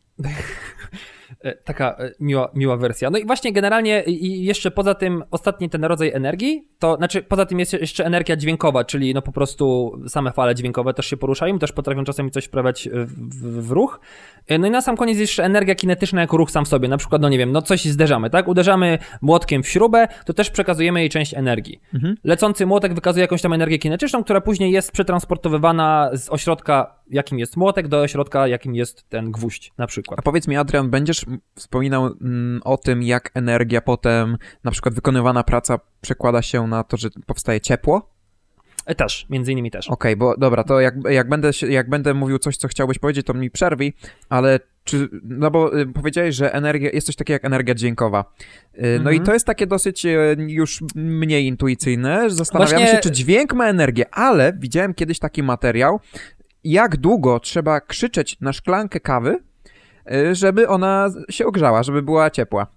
Taka miła, miła wersja. No i właśnie generalnie i jeszcze poza tym ostatni ten rodzaj energii, to znaczy poza tym jest jeszcze energia dźwiękowa, czyli no po prostu same fale dźwiękowe też się poruszają, też potrafią czasami coś wprawiać w, w, w ruch. No i na sam koniec jeszcze energia kinetyczna jako ruch sam w sobie. Na przykład, no nie wiem, no coś zderzamy, tak? Uderzamy młotkiem w śrubę, to też przekazujemy jej część energii. Mhm. Lecący młotek wykazuje jakąś tam energię kinetyczną, która później jest przetransportowywana z ośrodka, jakim jest młotek, do ośrodka, jakim jest ten gwóźdź na przykład. A powiedz mi, Adrian, będziesz wspominał mm, o tym, jak energia potem, na przykład wykonywana praca przekłada się na to, że powstaje ciepło? Też, między innymi też. Okej, okay, bo dobra, to jak, jak, będę, jak będę mówił coś, co chciałbyś powiedzieć, to mi przerwij, ale czy, no bo y, powiedziałeś, że energia, jest coś takiego jak energia dźwiękowa. Y, mm-hmm. No i to jest takie dosyć y, już mniej intuicyjne, zastanawiamy Właśnie... się, czy dźwięk ma energię, ale widziałem kiedyś taki materiał, jak długo trzeba krzyczeć na szklankę kawy, żeby ona się ogrzała, żeby była ciepła.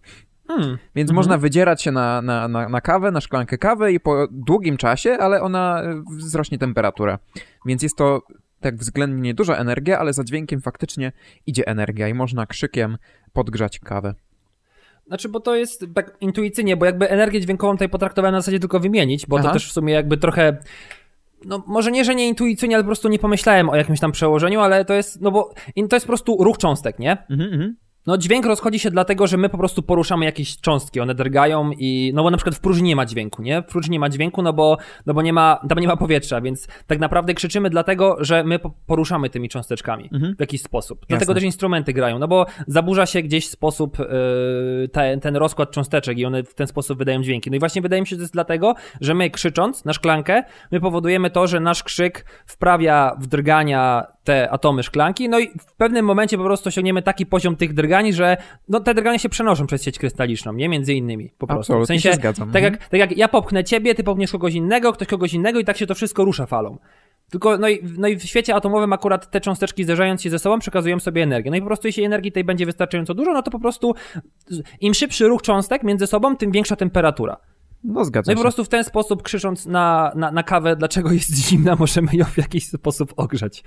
Hmm. Więc mhm. można wydzierać się na, na, na, na kawę, na szklankę kawy i po długim czasie, ale ona wzrośnie temperatura. Więc jest to tak względnie duża energia, ale za dźwiękiem faktycznie idzie energia i można krzykiem podgrzać kawę. Znaczy, bo to jest tak intuicyjnie, bo jakby energię dźwiękową tutaj potraktowałem na zasadzie tylko wymienić, bo Aha. to też w sumie jakby trochę, no może nie, że nie intuicyjnie, ale po prostu nie pomyślałem o jakimś tam przełożeniu, ale to jest, no bo to jest po prostu ruch cząstek, nie? Mhm, mhm. No dźwięk rozchodzi się dlatego, że my po prostu poruszamy jakieś cząstki, one drgają i, no bo na przykład w próżni nie ma dźwięku, nie? W próżni nie ma dźwięku, no bo, no bo nie ma, tam nie ma powietrza, więc tak naprawdę krzyczymy dlatego, że my poruszamy tymi cząsteczkami mhm. w jakiś sposób. Dlatego Jasne. Też instrumenty grają, no bo zaburza się gdzieś sposób, yy, te, ten rozkład cząsteczek i one w ten sposób wydają dźwięki. No i właśnie wydaje mi się, że to jest dlatego, że my krzycząc na szklankę, my powodujemy to, że nasz krzyk wprawia w drgania te atomy szklanki, no i w pewnym momencie po prostu osiągniemy taki poziom tych drgań, że no, te drgania się przenoszą przez sieć krystaliczną, nie? Między innymi po prostu. Absolutnie, w sensie, się zgadzam. Tak jak, tak jak ja popchnę ciebie, ty popchniesz kogoś innego, ktoś kogoś innego i tak się to wszystko rusza falą. Tylko, no i, no i w świecie atomowym akurat te cząsteczki zderzając się ze sobą przekazują sobie energię. No i po prostu jeśli energii tej będzie wystarczająco dużo, no to po prostu im szybszy ruch cząstek między sobą, tym większa temperatura. No zgadzam No i po prostu w ten sposób krzycząc na, na, na kawę, dlaczego jest zimna, możemy ją w jakiś sposób ogrzać.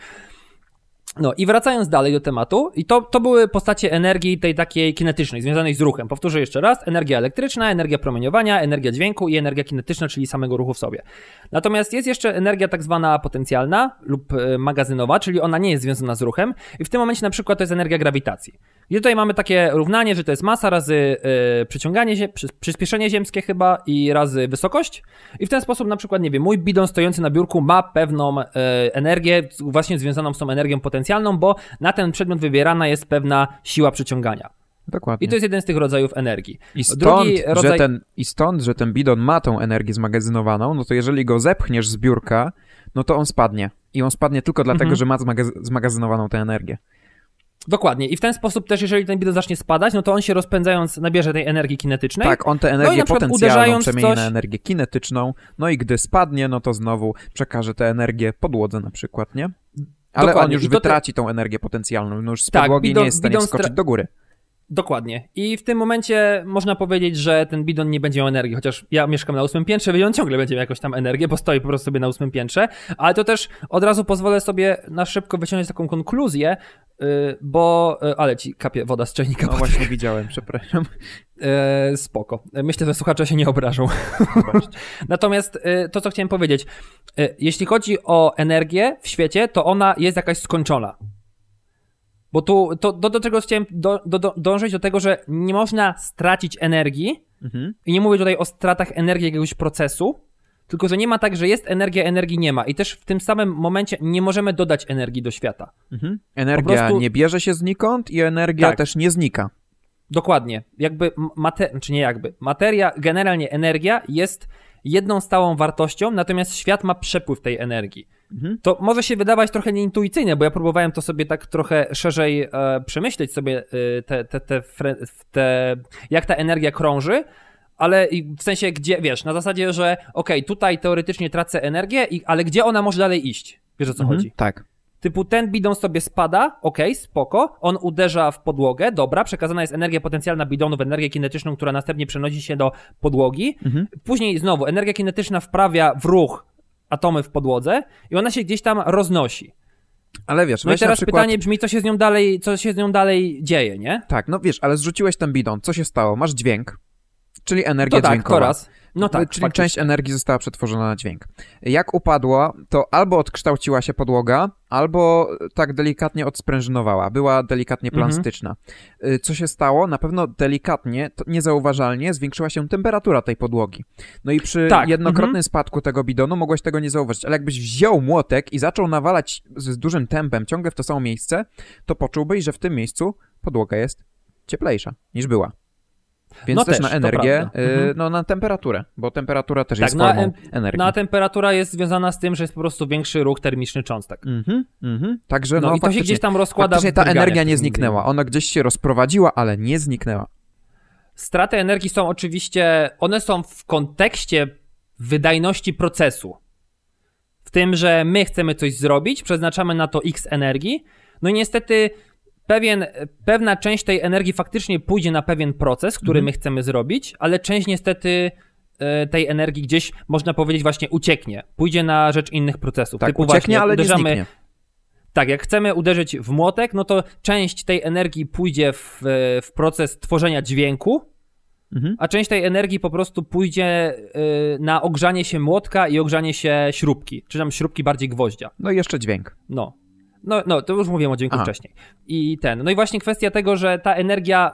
No i wracając dalej do tematu, i to, to były postacie energii tej takiej kinetycznej, związanej z ruchem. Powtórzę jeszcze raz, energia elektryczna, energia promieniowania, energia dźwięku i energia kinetyczna, czyli samego ruchu w sobie. Natomiast jest jeszcze energia tak zwana potencjalna lub magazynowa, czyli ona nie jest związana z ruchem i w tym momencie na przykład to jest energia grawitacji. I tutaj mamy takie równanie, że to jest masa razy yy, przyciąganie się, przy, przyspieszenie ziemskie chyba i razy wysokość. I w ten sposób na przykład, nie wiem, mój bidon stojący na biurku ma pewną yy, energię właśnie związaną z tą energią potencjalną, bo na ten przedmiot wybierana jest pewna siła przyciągania. Dokładnie. I to jest jeden z tych rodzajów energii. I stąd, rodzaj... że ten, I stąd, że ten bidon ma tą energię zmagazynowaną, no to jeżeli go zepchniesz z biurka, no to on spadnie. I on spadnie tylko dlatego, mhm. że ma zmagaz- zmagazynowaną tę energię. Dokładnie. I w ten sposób też, jeżeli ten bidon zacznie spadać, no to on się rozpędzając nabierze tej energii kinetycznej. Tak, on tę energię no potencjalną przemieni coś... na energię kinetyczną, no i gdy spadnie, no to znowu przekaże tę energię podłodze na przykład, nie? Ale Dokładnie. On już wytraci te... tą energię potencjalną, no już z podłogi tak, bidon, nie jest w stanie skoczyć stra... do góry. Dokładnie. I w tym momencie można powiedzieć, że ten bidon nie będzie miał energii, chociaż ja mieszkam na ósmym piętrze, więc on ciągle będzie miał jakąś tam energię, bo stoi po prostu sobie na ósmym piętrze, ale to też od razu pozwolę sobie na szybko wyciągnąć taką konkluzję, yy, bo... Yy, ale ci kapie woda z czajnika. No właśnie widziałem, przepraszam. Yy, spoko. Myślę, że słuchacze się nie obrażą. Natomiast yy, to, co chciałem powiedzieć, yy, jeśli chodzi o energię w świecie, to ona jest jakaś skończona. Bo tu, to, do, do czego chciałem do, do, do, dążyć, do tego, że nie można stracić energii mhm. i nie mówię tutaj o stratach energii jakiegoś procesu, tylko że nie ma tak, że jest energia, energii nie ma i też w tym samym momencie nie możemy dodać energii do świata. Mhm. Energia prostu... nie bierze się znikąd i energia tak. też nie znika. Dokładnie. Jakby, mater... czy nie jakby, materia, generalnie energia jest jedną stałą wartością, natomiast świat ma przepływ tej energii. Mhm. To może się wydawać trochę nieintuicyjne, bo ja próbowałem to sobie tak trochę szerzej e, przemyśleć sobie e, te, te, te, te, jak ta energia krąży, ale w sensie gdzie, wiesz, na zasadzie, że okej, okay, tutaj teoretycznie tracę energię, i, ale gdzie ona może dalej iść? Wiesz, o co mhm, chodzi? Tak. Typu ten bidon sobie spada, okej, okay, spoko, on uderza w podłogę, dobra, przekazana jest energia potencjalna bidonu w energię kinetyczną, która następnie przenosi się do podłogi. Mhm. Później znowu energia kinetyczna wprawia w ruch atomy w podłodze i ona się gdzieś tam roznosi. Ale wiesz, no i teraz przykład... pytanie brzmi, co się z nią dalej, co się z nią dalej dzieje, nie? Tak, no wiesz, ale zrzuciłeś ten bidon, co się stało? Masz dźwięk, czyli energia to tak, dźwiękowa. To raz. No tak, czyli faktycznie. Część energii została przetworzona na dźwięk. Jak upadła, to albo odkształciła się podłoga, albo tak delikatnie odsprężynowała. Była delikatnie plastyczna. Mhm. Co się stało? Na pewno delikatnie, to niezauważalnie zwiększyła się temperatura tej podłogi. No i przy tak. jednokrotnym mhm. spadku tego bidonu mogłeś tego nie zauważyć, ale jakbyś wziął młotek i zaczął nawalać z dużym tempem ciągle w to samo miejsce, to poczułbyś, że w tym miejscu podłoga jest cieplejsza niż była. Więc no też, też na energię, y, no na temperaturę, bo temperatura też tak, jest formą em- energii. No a temperatura jest związana z tym, że jest po prostu większy ruch termiczny cząstek. Mhm, mhm. Także no, no i to się gdzieś tam rozkłada w ta energia nie zniknęła, ona gdzieś się rozprowadziła, ale nie zniknęła. Straty energii są oczywiście, one są w kontekście wydajności procesu. W tym, że my chcemy coś zrobić, przeznaczamy na to X energii, no i niestety pewien, pewna część tej energii faktycznie pójdzie na pewien proces, który mhm. my chcemy zrobić, ale część niestety tej energii gdzieś, można powiedzieć, właśnie ucieknie. Pójdzie na rzecz innych procesów. Tak, typu ucieknie, właśnie, ale uderzamy, nie zniknie. Tak, jak chcemy uderzyć w młotek, no to część tej energii pójdzie w, w proces tworzenia dźwięku, mhm. a część tej energii po prostu pójdzie y, na ogrzanie się młotka i ogrzanie się śrubki, czy tam śrubki bardziej gwoździa. No i jeszcze dźwięk. No, no, no to już mówiłem o dźwięku Aha. wcześniej. I ten, no i właśnie kwestia tego, że ta energia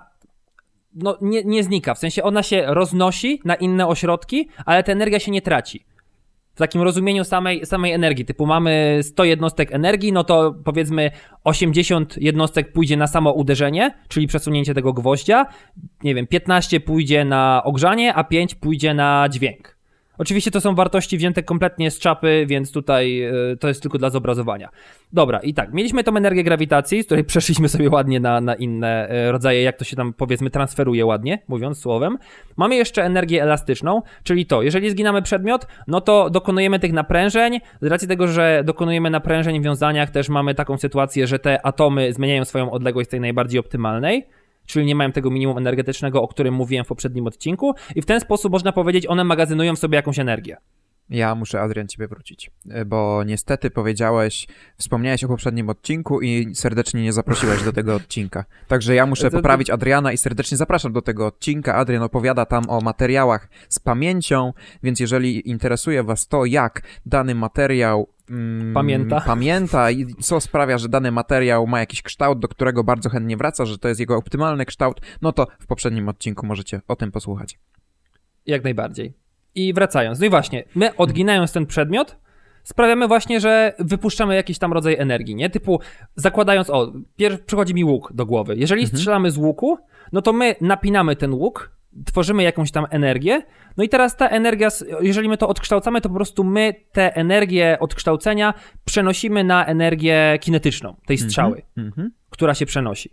no, nie, nie znika, w sensie ona się roznosi na inne ośrodki, ale ta energia się nie traci. W takim rozumieniu samej, samej energii, typu mamy sto jednostek energii, no to powiedzmy osiemdziesiąt jednostek pójdzie na samo uderzenie, czyli przesunięcie tego gwoździa, nie wiem, piętnaście pójdzie na ogrzanie, a pięć pójdzie na dźwięk. Oczywiście to są wartości wzięte kompletnie z czapy, więc tutaj y, to jest tylko dla zobrazowania. Dobra, i tak, mieliśmy tą energię grawitacji, z której przeszliśmy sobie ładnie na, na inne y, rodzaje, jak to się tam powiedzmy transferuje ładnie, mówiąc słowem. Mamy jeszcze energię elastyczną, czyli to, jeżeli zginamy przedmiot, no to dokonujemy tych naprężeń. Z racji tego, że dokonujemy naprężeń w wiązaniach, też mamy taką sytuację, że te atomy zmieniają swoją odległość z tej najbardziej optymalnej, czyli nie mają tego minimum energetycznego, o którym mówiłem w poprzednim odcinku i w ten sposób można powiedzieć, one magazynują w sobie jakąś energię. Ja muszę, Adrian, ciebie wrócić, bo niestety powiedziałeś, wspomniałeś o poprzednim odcinku i serdecznie nie zaprosiłeś do tego odcinka. Także ja muszę poprawić Adriana i serdecznie zapraszam do tego odcinka. Adrian opowiada tam o materiałach z pamięcią, więc jeżeli interesuje was to, jak dany materiał mm, pamięta. pamięta i co sprawia, że dany materiał ma jakiś kształt, do którego bardzo chętnie wraca, że to jest jego optymalny kształt, no to w poprzednim odcinku możecie o tym posłuchać. Jak najbardziej. I wracając, no i właśnie, my odginając ten przedmiot, sprawiamy właśnie, że wypuszczamy jakiś tam rodzaj energii, nie? Typu zakładając, o, pierwszy przychodzi mi łuk do głowy. Jeżeli mhm. strzelamy z łuku, no to my napinamy ten łuk, tworzymy jakąś tam energię, no i teraz ta energia, jeżeli my to odkształcamy, to po prostu my tę energię odkształcenia przenosimy na energię kinetyczną tej strzały, mhm. która się przenosi.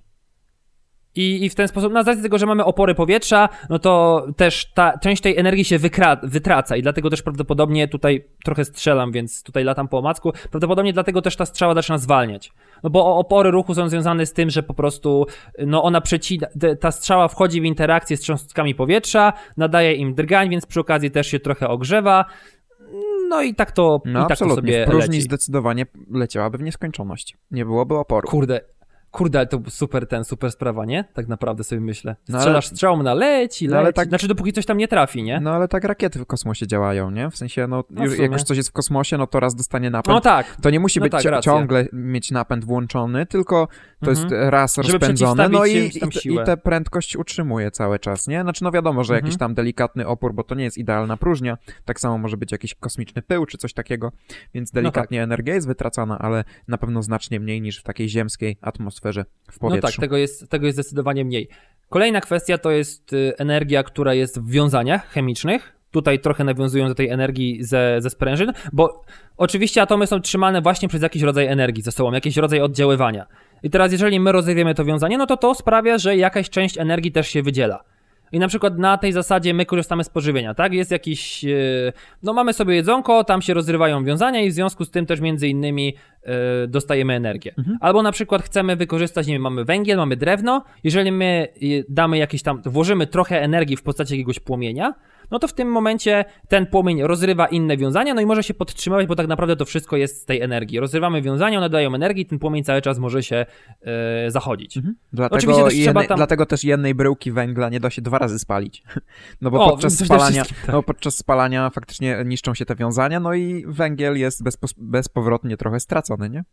I, I w ten sposób, no z racji tego, że mamy opory powietrza, no to też ta część tej energii się wykra- wytraca i dlatego też prawdopodobnie tutaj trochę strzelam, więc tutaj latam po omacku, prawdopodobnie dlatego też ta strzała zaczyna zwalniać. No bo opory ruchu są związane z tym, że po prostu no ona przecina, ta strzała wchodzi w interakcję z cząstkami powietrza, nadaje im drgań, więc przy okazji też się trochę ogrzewa. No i tak to, no i tak to sobie w próżni leci. Zdecydowanie leciałaby w nieskończoność. Nie byłoby oporu. Kurde. Kurde, ale to super ten, super sprawa, nie? Tak naprawdę sobie myślę. No Strzelasz ale... strzałą na leci, no ale leci. tak... Znaczy dopóki coś tam nie trafi, nie? No ale tak rakiety w kosmosie działają, nie? W sensie, no, no już, jak już coś jest w kosmosie, no to raz dostanie napęd. No tak. To nie musi no być tak, ci- racja. ciągle mieć napęd włączony, tylko to mhm. jest raz Żeby rozpędzony, no i, tam i, i tę prędkość utrzymuje cały czas, nie? Znaczy, no wiadomo, że mhm. jakiś tam delikatny opór, bo to nie jest idealna próżnia, tak samo może być jakiś kosmiczny pył czy coś takiego, więc delikatnie no tak. energia jest wytracana, ale na pewno znacznie mniej niż w takiej ziemskiej atmosferze w powietrzu. No tak, tego jest, tego jest zdecydowanie mniej. Kolejna kwestia to jest energia, która jest w wiązaniach chemicznych. Tutaj trochę nawiązują do tej energii ze, ze sprężyn, bo oczywiście atomy są trzymane właśnie przez jakiś rodzaj energii ze sobą, jakiś rodzaj oddziaływania. I teraz jeżeli my rozerwiemy to wiązanie, no to to sprawia, że jakaś część energii też się wydziela. I na przykład na tej zasadzie my korzystamy z pożywienia, tak? Jest jakiś, no mamy sobie jedzonko, tam się rozrywają wiązania i w związku z tym też między innymi yy, dostajemy energię. Mhm. Albo na przykład chcemy wykorzystać, nie wiem, mamy węgiel, mamy drewno, jeżeli my damy jakieś tam, włożymy trochę energii w postaci jakiegoś płomienia, no to w tym momencie ten płomień rozrywa inne wiązania, no i może się podtrzymywać, bo tak naprawdę to wszystko jest z tej energii. Rozrywamy wiązania, one dają energii, ten płomień cały czas może się yy, zachodzić. Mhm. Dlatego, Oczywiście też jednej, tam... dlatego też jednej bryłki węgla nie da się dwa razy spalić. No bo o, podczas spalania, no podczas spalania faktycznie niszczą się te wiązania, no i węgiel jest bezpo, bezpowrotnie trochę stracony, nie?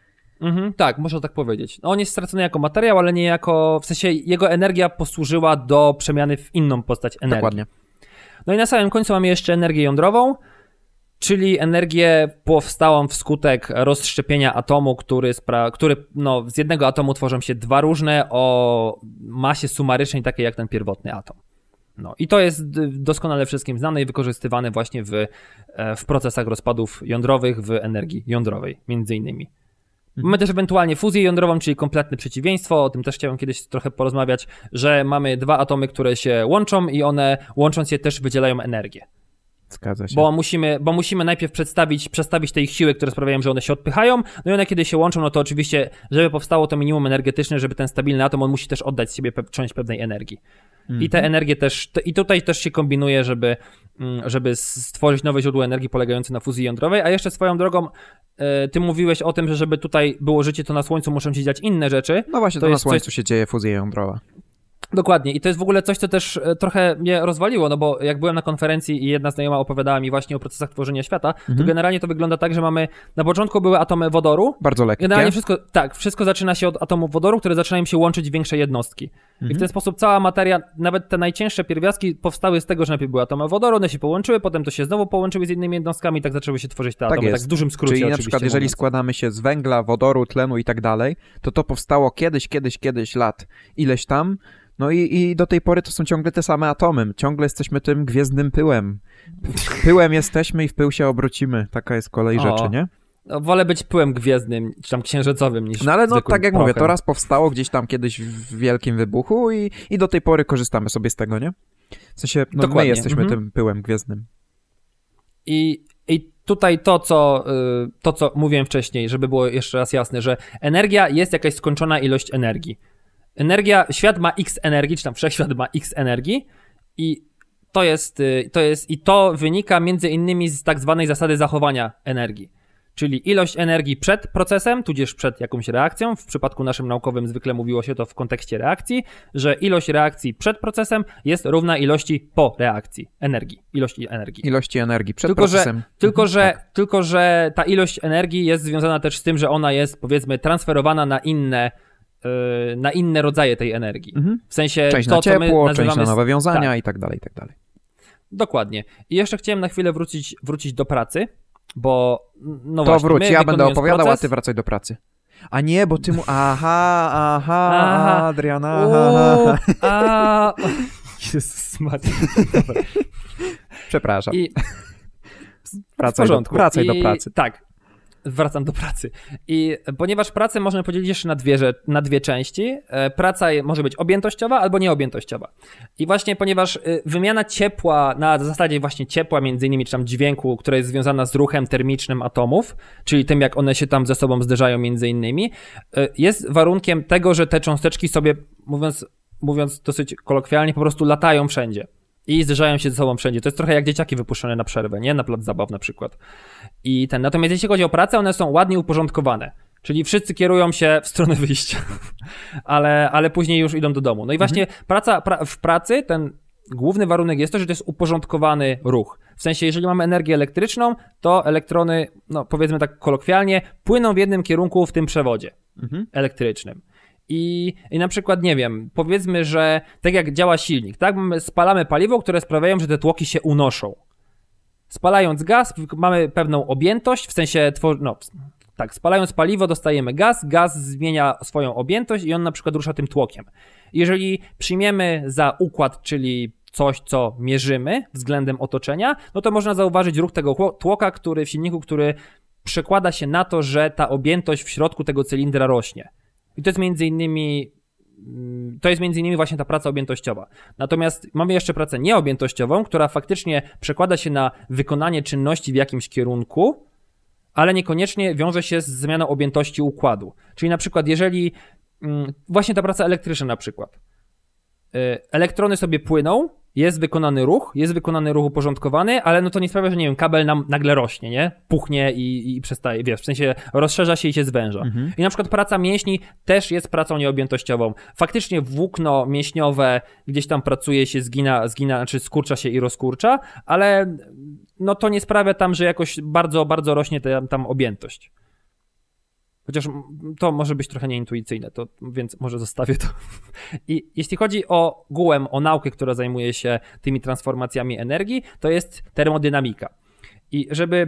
Mhm, tak, można tak powiedzieć. No, on jest stracony jako materiał, ale nie jako, w sensie jego energia posłużyła do przemiany w inną postać energii. Dokładnie. No i na samym końcu mamy jeszcze energię jądrową, czyli energię powstałą wskutek rozszczepienia atomu, który, spra- który no, z jednego atomu tworzą się dwa różne o masie sumarycznej, takiej jak ten pierwotny atom. No i to jest doskonale wszystkim znane i wykorzystywane właśnie w, w procesach rozpadów jądrowych, w energii jądrowej między innymi. Mamy też ewentualnie fuzję jądrową, czyli kompletne przeciwieństwo, o tym też chciałem kiedyś trochę porozmawiać, że mamy dwa atomy, które się łączą i one łącząc się też wydzielają energię. Zgadza się. Bo musimy, bo musimy najpierw przedstawić, przestawić te ich siły, które sprawiają, że one się odpychają, no i one kiedy się łączą, no to oczywiście, żeby powstało to minimum energetyczne, żeby ten stabilny atom, on musi też oddać sobie pe- część pewnej energii. Mm-hmm. I te energie też, te, i tutaj też się kombinuje, żeby, żeby stworzyć nowe źródło energii polegające na fuzji jądrowej, a jeszcze swoją drogą, e, ty mówiłeś o tym, że żeby tutaj było życie, to na Słońcu muszą się dziać inne rzeczy. No właśnie, to, to na Słońcu coś... się dzieje fuzja jądrowa. Dokładnie i to jest w ogóle coś, co też trochę mnie rozwaliło, no bo jak byłem na konferencji i jedna znajoma opowiadała mi właśnie o procesach tworzenia świata, mhm. to generalnie to wygląda tak, że mamy, na początku były atomy wodoru. Bardzo lekkie. Generalnie wszystko, tak, wszystko zaczyna się od atomów wodoru, które zaczynają się łączyć w większe jednostki. Mhm. I w ten sposób cała materia, nawet te najcięższe pierwiastki powstały z tego, że najpierw były atomy wodoru, one się połączyły, potem to się znowu połączyły z innymi jednostkami i tak zaczęły się tworzyć te tak atomy, jest. tak w dużym skrócie. Czyli na przykład jeżeli mówiąc. składamy się z węgla, wodoru, tlenu i tak dalej, to to powstało kiedyś, kiedyś, kiedyś lat, ileś tam. No i, i do tej pory to są ciągle te same atomy. Ciągle jesteśmy tym gwiezdnym pyłem. Pyłem jesteśmy i w pył się obrócimy. Taka jest kolej o, rzeczy, nie? No, wolę być pyłem gwiezdnym, czy tam księżycowym niż No ale no tak jak prochem. mówię, to raz powstało gdzieś tam kiedyś w wielkim wybuchu i, i do tej pory korzystamy sobie z tego, nie? W sensie, no my jesteśmy mhm. tym pyłem gwiezdnym. I, I tutaj to co, to, co mówiłem wcześniej, żeby było jeszcze raz jasne, że energia jest jakaś skończona ilość energii. Energia, świat ma x energii, czy tam wszechświat ma x energii i to jest, to jest, i to wynika między innymi z tak zwanej zasady zachowania energii. Czyli ilość energii przed procesem, tudzież przed jakąś reakcją. W przypadku naszym naukowym zwykle mówiło się to w kontekście reakcji, że ilość reakcji przed procesem jest równa ilości po reakcji energii. Ilości energii. Ilości energii przed tylko, procesem. Że, tylko, że, tak. tylko, że ta ilość energii jest związana też z tym, że ona jest, powiedzmy, transferowana na inne na inne rodzaje tej energii. Mhm. W sensie część to, na ciepło, co my nazywamy... część na nowe wiązania tak. i tak dalej, i tak dalej. Dokładnie. I jeszcze chciałem na chwilę wrócić, wrócić do pracy, bo no to właśnie, wróć, ja będę opowiadał, proces... a ty wracaj do pracy. A nie, bo ty mu... Aha, aha, aha. Adrian, aha, Uuu, a... Jezus Maria. Przepraszam. I... Wracaj, do, wracaj I... do pracy. Tak. Wracam do pracy. I ponieważ pracę można podzielić jeszcze na dwie, na dwie części, praca może być objętościowa albo nieobjętościowa. I właśnie ponieważ wymiana ciepła na zasadzie właśnie ciepła między innymi, czy tam dźwięku, która jest związana z ruchem termicznym atomów, czyli tym jak one się tam ze sobą zderzają między innymi, jest warunkiem tego, że te cząsteczki sobie, mówiąc, mówiąc dosyć kolokwialnie, po prostu latają wszędzie. I zderzają się ze sobą wszędzie. To jest trochę jak dzieciaki wypuszczone na przerwę, nie? Na plac zabaw na przykład. I ten, natomiast jeśli chodzi o pracę, one są ładnie uporządkowane. Czyli wszyscy kierują się w stronę wyjścia, ale, ale później już idą do domu. No i właśnie mhm. praca, pra, w pracy ten główny warunek jest to, że to jest uporządkowany ruch. W sensie, jeżeli mamy energię elektryczną, to elektrony, no powiedzmy tak kolokwialnie, płyną w jednym kierunku w tym przewodzie mhm. elektrycznym. I, I na przykład, nie wiem, powiedzmy, że tak jak działa silnik, tak? My spalamy paliwo, które sprawiają, że te tłoki się unoszą. Spalając gaz, mamy pewną objętość, w sensie, no tak, spalając paliwo dostajemy gaz, gaz zmienia swoją objętość i on na przykład rusza tym tłokiem. Jeżeli przyjmiemy za układ, czyli coś, co mierzymy względem otoczenia, no to można zauważyć ruch tego tłoka, który w silniku, który przekłada się na to, że ta objętość w środku tego cylindra rośnie. I to jest między innymi, to jest między innymi właśnie ta praca objętościowa. Natomiast mamy jeszcze pracę nieobjętościową, która faktycznie przekłada się na wykonanie czynności w jakimś kierunku, ale niekoniecznie wiąże się z zmianą objętości układu. Czyli na przykład jeżeli, właśnie ta praca elektryczna na przykład, elektrony sobie płyną, jest wykonany ruch, jest wykonany ruch uporządkowany, ale no to nie sprawia, że nie wiem, kabel nam nagle rośnie, nie? Puchnie i, i przestaje, wiesz, w sensie rozszerza się i się zwęża. Mhm. I na przykład praca mięśni też jest pracą nieobjętościową. Faktycznie włókno mięśniowe gdzieś tam pracuje się, zgina, zgina, znaczy skurcza się i rozkurcza, ale no to nie sprawia tam, że jakoś bardzo, bardzo rośnie ta, tam objętość. Chociaż to może być trochę nieintuicyjne, to, więc może zostawię to. I jeśli chodzi o ogółem, o naukę, która zajmuje się tymi transformacjami energii, to jest termodynamika. I żeby,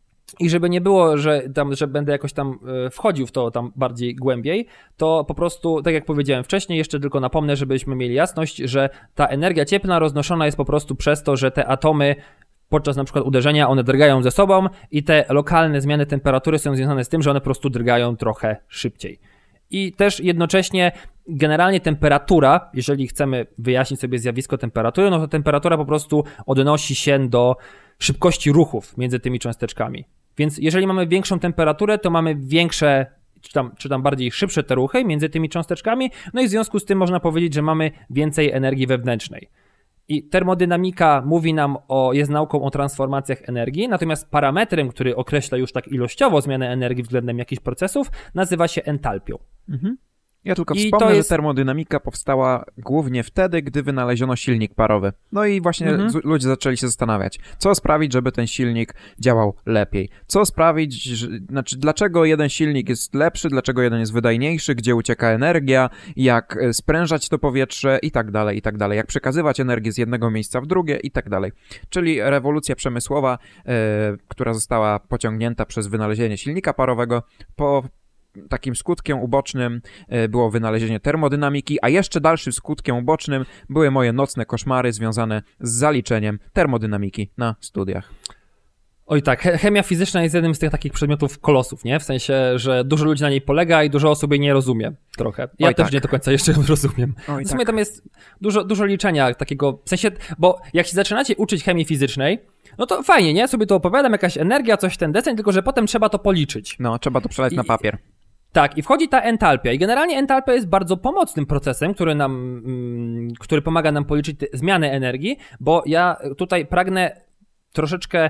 i żeby nie było, że, tam, że będę jakoś tam wchodził w to tam bardziej głębiej, to po prostu, tak jak powiedziałem wcześniej, jeszcze tylko napomnę, żebyśmy mieli jasność, że ta energia cieplna roznoszona jest po prostu przez to, że te atomy podczas na przykład uderzenia one drgają ze sobą i te lokalne zmiany temperatury są związane z tym, że one po prostu drgają trochę szybciej. I też jednocześnie generalnie temperatura, jeżeli chcemy wyjaśnić sobie zjawisko temperatury, no to temperatura po prostu odnosi się do szybkości ruchów między tymi cząsteczkami. Więc jeżeli mamy większą temperaturę, to mamy większe, czy tam, czy tam bardziej szybsze te ruchy między tymi cząsteczkami, no i w związku z tym można powiedzieć, że mamy więcej energii wewnętrznej. I termodynamika mówi nam o, jest nauką o transformacjach energii, natomiast parametrem, który określa już tak ilościowo zmianę energii względem jakichś procesów, nazywa się entalpią. Mhm. Ja tylko I wspomnę, jest... że termodynamika powstała głównie wtedy, gdy wynaleziono silnik parowy. No i właśnie mhm. z- ludzie zaczęli się zastanawiać, co sprawić, żeby ten silnik działał lepiej. Co sprawić, że, znaczy dlaczego jeden silnik jest lepszy, dlaczego jeden jest wydajniejszy, gdzie ucieka energia, jak sprężać to powietrze i tak dalej, i tak dalej. Jak przekazywać energię z jednego miejsca w drugie i tak dalej. Czyli rewolucja przemysłowa, yy, która została pociągnięta przez wynalezienie silnika parowego, po takim skutkiem ubocznym było wynalezienie termodynamiki, a jeszcze dalszym skutkiem ubocznym były moje nocne koszmary związane z zaliczeniem termodynamiki na studiach. Oj tak, chemia fizyczna jest jednym z tych takich przedmiotów kolosów, nie? W sensie, że dużo ludzi na niej polega i dużo osób jej nie rozumie trochę. Ja Oj, też tak. nie do końca jeszcze ją rozumiem. Oj, w sumie tak. tam jest dużo, dużo liczenia takiego, w sensie, bo jak się zaczynacie uczyć chemii fizycznej, no to fajnie, nie? Sobie to opowiadam, jakaś energia, coś ten deseń, tylko że potem trzeba to policzyć. No, trzeba to przelać I... na papier. Tak, i wchodzi ta entalpia i generalnie entalpia jest bardzo pomocnym procesem, który nam, mm, który pomaga nam policzyć te zmiany energii, bo ja tutaj pragnę troszeczkę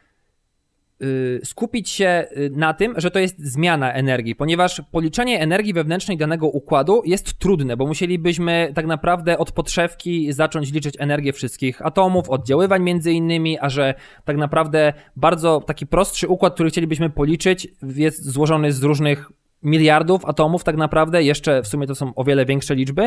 y, skupić się na tym, że to jest zmiana energii, ponieważ policzenie energii wewnętrznej danego układu jest trudne, bo musielibyśmy tak naprawdę od podszewki zacząć liczyć energię wszystkich atomów, oddziaływań między innymi, a że tak naprawdę bardzo taki prostszy układ, który chcielibyśmy policzyć, jest złożony z różnych miliardów atomów tak naprawdę, jeszcze w sumie to są o wiele większe liczby,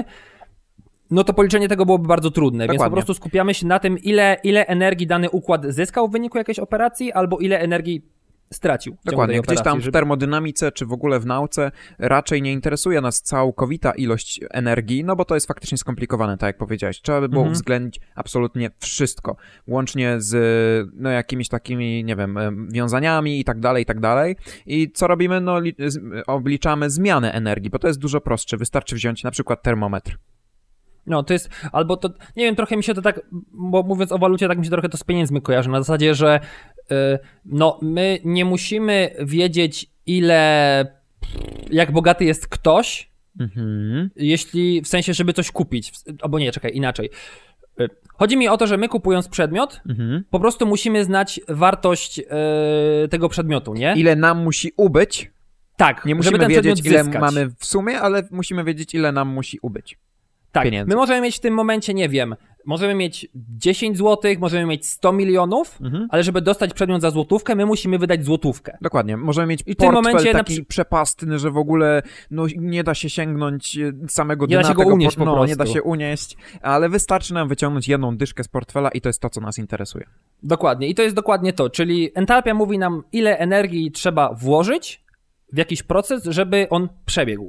no to policzenie tego byłoby bardzo trudne, Dokładnie. Więc po prostu skupiamy się na tym, ile, ile energii dany układ zyskał w wyniku jakiejś operacji, albo ile energii stracił w ciągu Dokładnie, tej gdzieś tam operacji, w żeby... termodynamice, czy w ogóle w nauce raczej nie interesuje nas całkowita ilość energii, no bo to jest faktycznie skomplikowane, tak jak powiedziałeś. Trzeba by było Mhm. uwzględnić absolutnie wszystko, łącznie z no, jakimiś takimi, nie wiem, wiązaniami i tak dalej, i tak dalej. I co robimy? No li- z- obliczamy zmianę energii, bo to jest dużo prostsze. Wystarczy wziąć na przykład termometr. No, to jest, albo to, nie wiem, trochę mi się to tak, bo mówiąc o walucie, tak mi się trochę to z pieniędzmi kojarzy, na zasadzie, że yy, no, my nie musimy wiedzieć, ile, jak bogaty jest ktoś, Mhm. jeśli, w sensie, żeby coś kupić, albo nie, czekaj, inaczej. Yy, chodzi mi o to, że my kupując przedmiot, Mhm. po prostu musimy znać wartość yy, tego przedmiotu, nie? Ile nam musi ubyć? Tak, Nie żeby musimy ten wiedzieć, przedmiot ile zyskać. mamy w sumie, ale musimy wiedzieć, ile nam musi ubyć. Tak, pieniędzy. my możemy mieć w tym momencie, nie wiem, możemy mieć dziesięć złotych, możemy mieć sto milionów, Mhm. ale żeby dostać przedmiot za złotówkę, my musimy wydać złotówkę. Dokładnie. Możemy mieć I w tym portfel momencie na taki przy- przepastny, że w ogóle no, nie da się sięgnąć e, samego Nie da dna się go tego unieść por- po no, prostu. nie da się unieść, ale wystarczy nam wyciągnąć jedną dyszkę z portfela i to jest to, co nas interesuje. Dokładnie. I to jest dokładnie to, czyli entalpia mówi nam, ile energii trzeba włożyć w jakiś proces, żeby on przebiegł.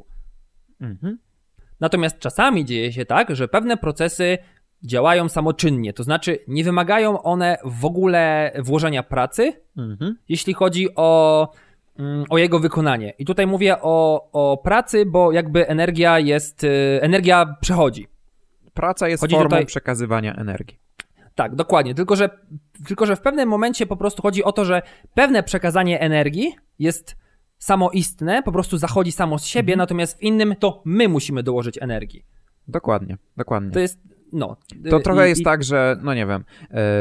Mhm. Natomiast czasami dzieje się tak, że pewne procesy działają samoczynnie, to znaczy nie wymagają one w ogóle włożenia pracy, Mhm. jeśli chodzi o, mm, o jego wykonanie. I tutaj mówię o, o pracy, bo jakby energia jest, y, energia przechodzi. Praca jest Chodzi formą tutaj- przekazywania energii. Tak, dokładnie, tylko że, tylko że w pewnym momencie po prostu chodzi o to, że pewne przekazanie energii jest samoistne, po prostu zachodzi samo z siebie, Mhm. natomiast w innym to my musimy dołożyć energii. Dokładnie, dokładnie. To jest, no... To y, trochę i- jest i- tak, że, no nie wiem, e,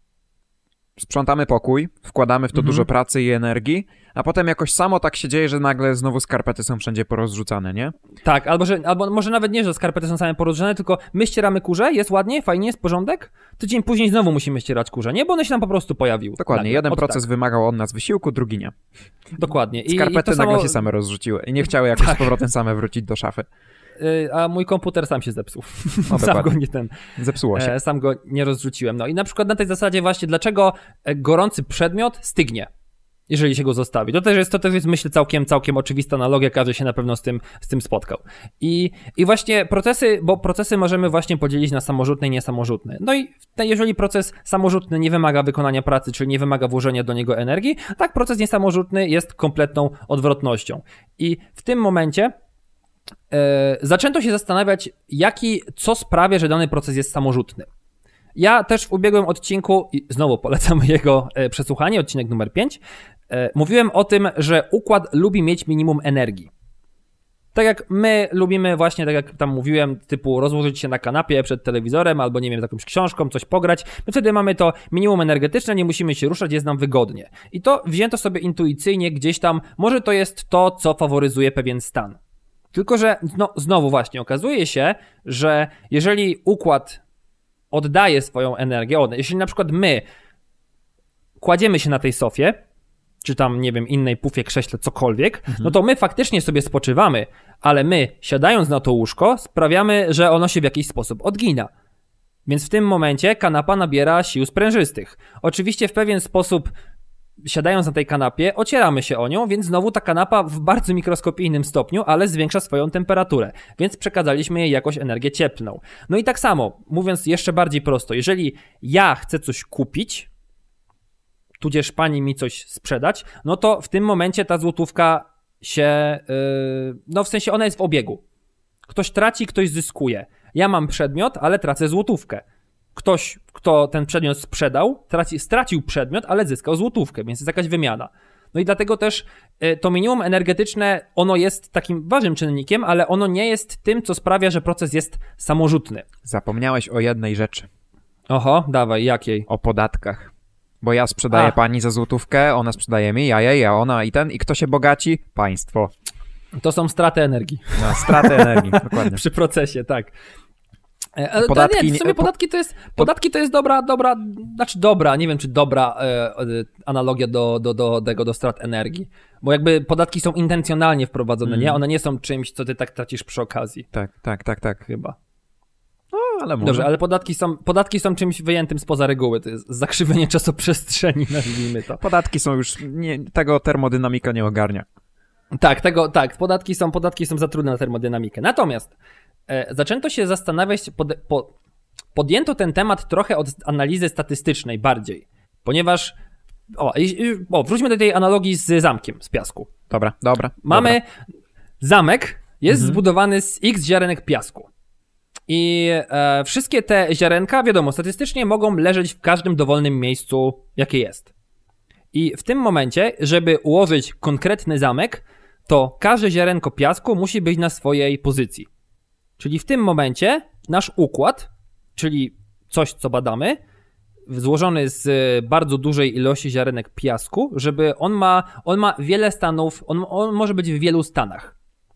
sprzątamy pokój, wkładamy w to Mhm. dużo pracy i energii, a potem jakoś samo tak się dzieje, że nagle znowu skarpety są wszędzie porozrzucane, nie? Tak, albo, że, albo może nawet nie, że skarpety są same porozrzane, tylko my ścieramy kurze, jest ładnie, fajnie, jest porządek, tydzień później znowu musimy ścierać kurze, nie? Bo one się nam po prostu pojawiły. Dokładnie, Nagle, jeden od proces tak. wymagał od nas wysiłku, drugi nie. Dokładnie. I, Skarpety i to nagle samo, się same rozrzuciły i nie chciały jakoś Tak. z powrotem same wrócić do szafy. y, A mój komputer sam się zepsuł. No, sam go dokładnie. nie ten... Zepsuło się. E, sam go nie rozrzuciłem. No i na przykład na tej zasadzie właśnie, dlaczego e, gorący przedmiot stygnie, jeżeli się go zostawi. To też jest, to też jest myślę, całkiem, całkiem oczywista analogia, każdy się na pewno z tym, z tym spotkał. I, I właśnie procesy, bo procesy możemy właśnie podzielić na samorzutne i niesamorzutne. No i te, jeżeli proces samorzutny nie wymaga wykonania pracy, czyli nie wymaga włożenia do niego energii, tak proces niesamorzutny jest kompletną odwrotnością. I w tym momencie E, zaczęto się zastanawiać, jaki, co sprawia, że dany proces jest samorzutny. Ja też w ubiegłym odcinku, i znowu polecam jego e, przesłuchanie, odcinek numer pięć, e, mówiłem o tym, że układ lubi mieć minimum energii. Tak jak my lubimy właśnie, tak jak tam mówiłem, typu rozłożyć się na kanapie przed telewizorem albo nie wiem, z jakąś książką, coś pograć. My wtedy mamy to minimum energetyczne, nie musimy się ruszać, jest nam wygodnie. I to wzięto sobie intuicyjnie gdzieś tam, może to jest to, co faworyzuje pewien stan. Tylko że no, znowu właśnie okazuje się, że jeżeli układ oddaje swoją energię, on, jeśli na przykład my kładziemy się na tej sofie, czy tam, nie wiem, innej pufie, krześle, cokolwiek, mhm. no to my faktycznie sobie spoczywamy, ale my, siadając na to łóżko, sprawiamy, że ono się w jakiś sposób odgina. Więc w tym momencie kanapa nabiera sił sprężystych. Oczywiście w pewien sposób, siadając na tej kanapie, ocieramy się o nią, więc znowu ta kanapa w bardzo mikroskopijnym stopniu, ale zwiększa swoją temperaturę, więc przekazaliśmy jej jakąś energię cieplną. No i tak samo, mówiąc jeszcze bardziej prosto, jeżeli ja chcę coś kupić, tudzież pani mi coś sprzedać, no to w tym momencie ta złotówka się, yy, no w sensie ona jest w obiegu. Ktoś traci, ktoś zyskuje. Ja mam przedmiot, ale tracę złotówkę. Ktoś, kto ten przedmiot sprzedał, traci, stracił przedmiot, ale zyskał złotówkę, więc jest jakaś wymiana. No i dlatego też yy, to minimum energetyczne, ono jest takim ważnym czynnikiem, ale ono nie jest tym, co sprawia, że proces jest samorzutny. Zapomniałeś o jednej rzeczy. Oho, dawaj, jakiej? O podatkach. Bo ja sprzedaję A. pani za złotówkę, ona sprzedaje mi, ja jej, ja ona i ten. I kto się bogaci? Państwo. To są straty energii. No, straty energii, dokładnie. Przy procesie, tak. Ale podatki, to nie, w sumie podatki to jest, podatki to jest dobra, dobra, znaczy dobra, nie wiem czy dobra e, analogia do, do, do tego, do strat energii. Bo jakby podatki są intencjonalnie wprowadzone, mm. nie? One nie są czymś, co ty tak tracisz przy okazji. Tak, tak, tak, tak. Chyba. No, ale może. Dobrze, ale podatki są, podatki są czymś wyjętym spoza reguły. To jest zakrzywienie czasoprzestrzeni, nazwijmy to. Podatki są już, nie, tego termodynamika nie ogarnia. Tak, tego, tak, podatki są, podatki są za trudne na termodynamikę. Natomiast e, zaczęto się zastanawiać, pod, po, podjęto ten temat trochę od analizy statystycznej bardziej, ponieważ, o, o wróćmy do tej analogii z zamkiem z piasku. Dobra, dobra. Mamy, dobra. Zamek jest Mhm. zbudowany z x ziarenek piasku. I e, wszystkie te ziarenka, wiadomo, statystycznie mogą leżeć w każdym dowolnym miejscu, jakie jest. I w tym momencie, żeby ułożyć konkretny zamek, to każde ziarenko piasku musi być na swojej pozycji. Czyli w tym momencie nasz układ, czyli coś, co badamy, złożony z bardzo dużej ilości ziarenek piasku, żeby on ma, on ma wiele stanów, on, on może być w wielu stanach.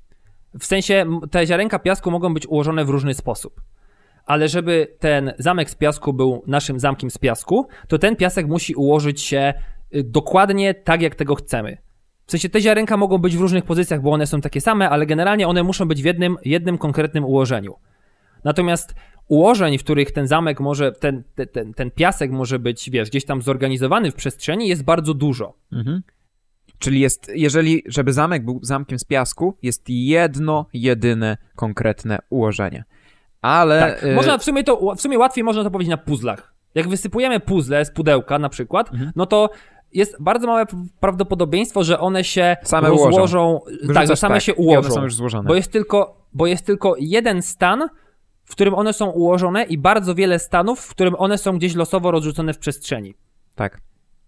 W sensie te ziarenka piasku mogą być ułożone w różny sposób. Ale żeby ten zamek z piasku był naszym zamkiem z piasku, to ten piasek musi ułożyć się dokładnie tak, jak tego chcemy. W sensie te ziarenka mogą być w różnych pozycjach, bo one są takie same, ale generalnie one muszą być w jednym, jednym konkretnym ułożeniu. Natomiast ułożeń, w których ten zamek może, ten, ten, ten, ten piasek może być, wiesz, gdzieś tam zorganizowany w przestrzeni, jest bardzo dużo. Mhm. Czyli jest, jeżeli, żeby zamek był zamkiem z piasku, jest jedno, jedyne, konkretne ułożenie. Ale... Tak, y... można w sumie to, w sumie łatwiej można to powiedzieć na puzzlach. Jak wysypujemy puzzle z pudełka na przykład, mhm. no to jest bardzo małe prawdopodobieństwo, że one się same rozłożą, ułożą. tak, że same tak, się ułożą, one są już złożone. Bo jest tylko, bo jest tylko jeden stan, w którym one są ułożone i bardzo wiele stanów, w którym one są gdzieś losowo rozrzucone w przestrzeni. Tak.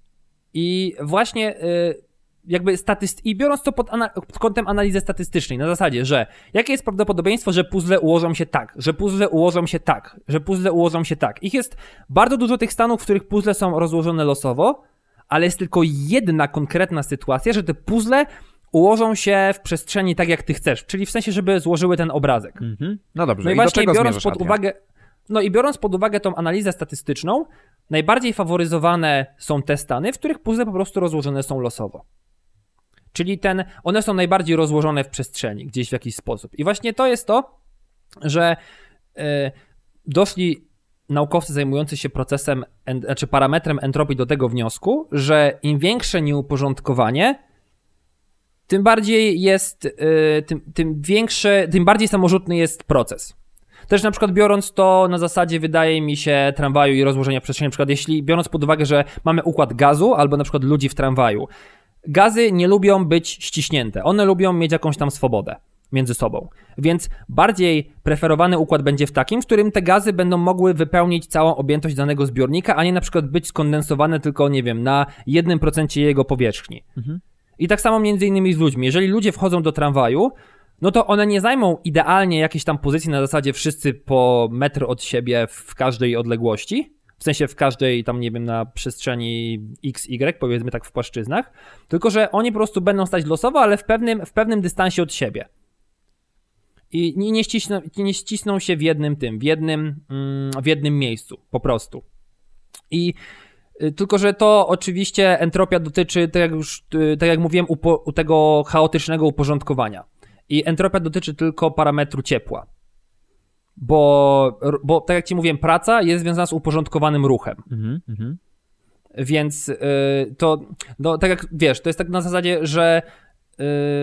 I właśnie y, jakby statyst... I biorąc to pod, ana... pod kątem analizy statystycznej, na zasadzie, że jakie jest prawdopodobieństwo, że puzzle ułożą się tak, że puzzle ułożą się tak, że puzzle ułożą się tak. Ich jest bardzo dużo tych stanów, w których puzzle są rozłożone losowo, ale jest tylko jedna konkretna sytuacja, że te puzzle ułożą się w przestrzeni tak, jak ty chcesz, czyli w sensie, żeby złożyły ten obrazek. Mm-hmm. No dobrze, no i, i właśnie do czego biorąc pod uwagę, no i biorąc pod uwagę tą analizę statystyczną, najbardziej faworyzowane są te stany, w których puzzle po prostu rozłożone są losowo. Czyli ten, one są najbardziej rozłożone w przestrzeni, gdzieś w jakiś sposób. I właśnie to jest to, że yy, doszli naukowcy zajmujący się procesem, en, znaczy parametrem entropii do tego wniosku, że im większe nieuporządkowanie, tym bardziej jest, yy, tym, tym większy, tym bardziej samorzutny jest proces. Też na przykład biorąc to na zasadzie, wydaje mi się, tramwaju i rozłożenia przestrzeni, na przykład jeśli biorąc pod uwagę, że mamy układ gazu albo na przykład ludzi w tramwaju, gazy nie lubią być ściśnięte, one lubią mieć jakąś tam swobodę. między sobą. Więc bardziej preferowany układ będzie w takim, w którym te gazy będą mogły wypełnić całą objętość danego zbiornika, a nie na przykład być skondensowane tylko, nie wiem, na jednym procencie jego powierzchni. Mhm. I tak samo między innymi z ludźmi. Jeżeli ludzie wchodzą do tramwaju, no to one nie zajmą idealnie jakiejś tam pozycji na zasadzie wszyscy po metr od siebie w każdej odległości, w sensie w każdej tam, nie wiem, na przestrzeni X Y, powiedzmy tak w płaszczyznach, tylko że oni po prostu będą stać losowo, ale w pewnym, w pewnym dystansie od siebie. I nie, nie, ścisną, nie ścisną się w jednym tym, w jednym, w jednym miejscu, po prostu. I tylko że to oczywiście entropia dotyczy, tak jak już, tak jak mówiłem, upo, u tego chaotycznego uporządkowania. I entropia dotyczy tylko parametru ciepła. Bo, bo tak jak ci mówiłem, praca jest związana z uporządkowanym ruchem. Mhm, mhm. Więc yy, to, no, tak jak wiesz, to jest tak na zasadzie, że yy,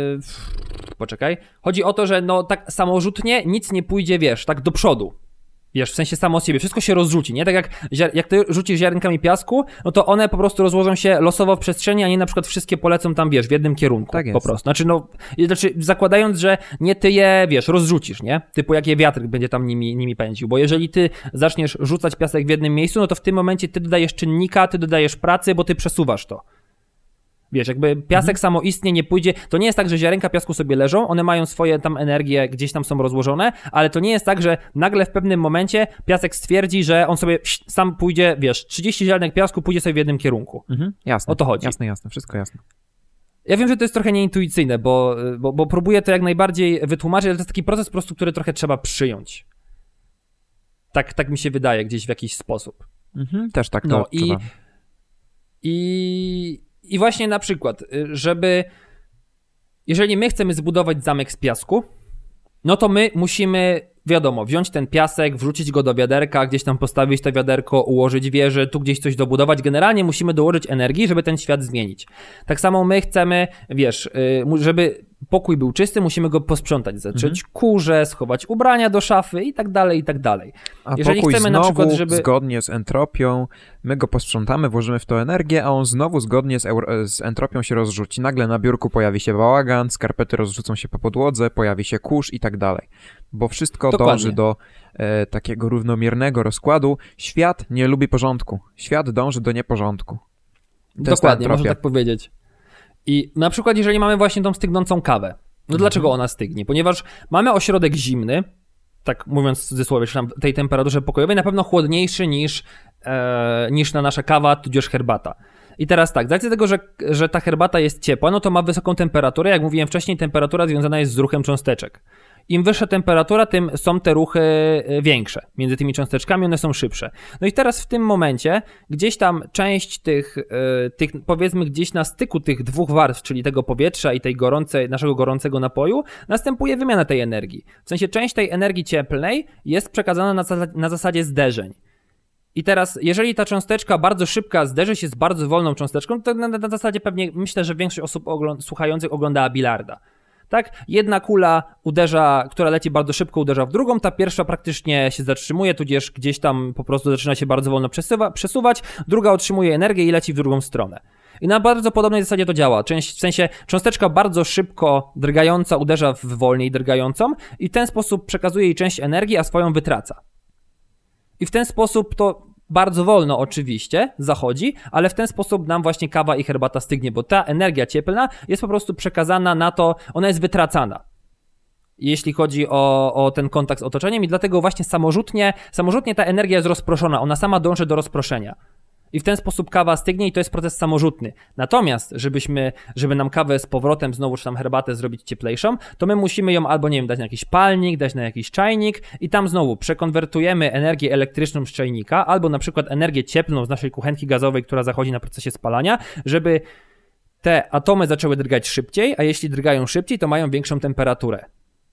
poczekaj, chodzi o to, że no tak samorzutnie nic nie pójdzie, wiesz, tak do przodu. Wiesz, w sensie samo z siebie, wszystko się rozrzuci, nie? Tak jak, jak ty rzucisz ziarenkami piasku, no to one po prostu rozłożą się losowo w przestrzeni, a nie na przykład wszystkie polecą tam, wiesz, w jednym kierunku. Tak jest. Po prostu. Znaczy, no, znaczy zakładając, że nie ty je, wiesz, rozrzucisz, nie? Typu jakie wiatr będzie tam nimi, nimi pędził, bo jeżeli ty zaczniesz rzucać piasek w jednym miejscu, no to w tym momencie ty dodajesz czynnika, ty dodajesz pracy, bo ty przesuwasz to. Wiesz, jakby piasek mhm. samoistnie nie pójdzie, to nie jest tak, że ziarenka piasku sobie leżą, one mają swoje tam energie, gdzieś tam są rozłożone, ale to nie jest tak, że nagle w pewnym momencie piasek stwierdzi, że on sobie sam pójdzie, wiesz, trzydzieści ziarenek piasku pójdzie sobie w jednym kierunku. Mhm. Jasne. O to chodzi. Jasne, jasne, wszystko jasne. Ja wiem, że to jest trochę nieintuicyjne, bo, bo, bo próbuję to jak najbardziej wytłumaczyć, ale to jest taki proces po prostu, który trochę trzeba przyjąć. Tak, tak mi się wydaje, gdzieś w jakiś sposób. Mhm. Też tak to no, odczuwam. I, i I właśnie na przykład, żeby, jeżeli my chcemy zbudować zamek z piasku, no to my musimy, wiadomo, wziąć ten piasek, wrzucić go do wiaderka, gdzieś tam postawić to wiaderko, ułożyć wieżę, tu gdzieś coś dobudować. Generalnie musimy dołożyć energii, żeby ten świat zmienić. Tak samo my chcemy, wiesz, żeby pokój był czysty, musimy go posprzątać, zacząć mhm. kurze, schować ubrania do szafy i tak dalej, i tak dalej. A jeżeli pokój chcemy znowu, na przykład, żeby... zgodnie z entropią, my go posprzątamy, włożymy w to energię, a on znowu zgodnie z, euro... z entropią się rozrzuci. Nagle na biurku pojawi się bałagan, skarpety rozrzucą się po podłodze, pojawi się kurz i tak dalej. Bo wszystko Dokładnie. dąży do e, takiego równomiernego rozkładu. Świat nie lubi porządku. Świat dąży do nieporządku. To Dokładnie, można tak powiedzieć. I na przykład, jeżeli mamy właśnie tą stygnącą kawę, no mhm. dlaczego ona stygnie? Ponieważ mamy ośrodek zimny, tak mówiąc w cudzysłowie, czy tam tej temperaturze pokojowej, na pewno chłodniejszy niż, e, niż na nasza kawa, tudzież herbata. I teraz tak, z racji tego, że, że ta herbata jest ciepła, no to ma wysoką temperaturę. Jak mówiłem wcześniej, temperatura związana jest z ruchem cząsteczek. Im wyższa temperatura, tym są te ruchy większe. Między tymi cząsteczkami one są szybsze. No i teraz w tym momencie gdzieś tam część tych, tych powiedzmy gdzieś na styku tych dwóch warstw, czyli tego powietrza i tej gorącej, naszego gorącego napoju, następuje wymiana tej energii. W sensie część tej energii cieplnej jest przekazana na, na zasadzie zderzeń. I teraz, jeżeli ta cząsteczka bardzo szybka zderzy się z bardzo wolną cząsteczką, to na, na zasadzie pewnie myślę, że większość osób ogląd- słuchających oglądała bilarda. Tak? Jedna kula uderza, która leci bardzo szybko, uderza w drugą, ta pierwsza praktycznie się zatrzymuje, tudzież gdzieś tam po prostu zaczyna się bardzo wolno przesuwa, przesuwać, druga otrzymuje energię i leci w drugą stronę. I na bardzo podobnej zasadzie to działa. Część, w sensie cząsteczka bardzo szybko drgająca uderza w wolniej drgającą i w ten sposób przekazuje jej część energii, a swoją wytraca. I w ten sposób to bardzo wolno oczywiście zachodzi, ale w ten sposób nam właśnie kawa i herbata stygnie, bo ta energia cieplna jest po prostu przekazana na to, ona jest wytracana, jeśli chodzi o, o ten kontakt z otoczeniem i dlatego właśnie samorzutnie, samorzutnie ta energia jest rozproszona, ona sama dąży do rozproszenia. I w ten sposób kawa stygnie i to jest proces samorzutny. Natomiast, żebyśmy, żeby nam kawę z powrotem znowu, czy tam herbatę zrobić cieplejszą, to my musimy ją albo, nie wiem, dać na jakiś palnik, dać na jakiś czajnik i tam znowu przekonwertujemy energię elektryczną z czajnika, albo na przykład energię cieplną z naszej kuchenki gazowej, która zachodzi na procesie spalania, żeby te atomy zaczęły drgać szybciej, a jeśli drgają szybciej, to mają większą temperaturę.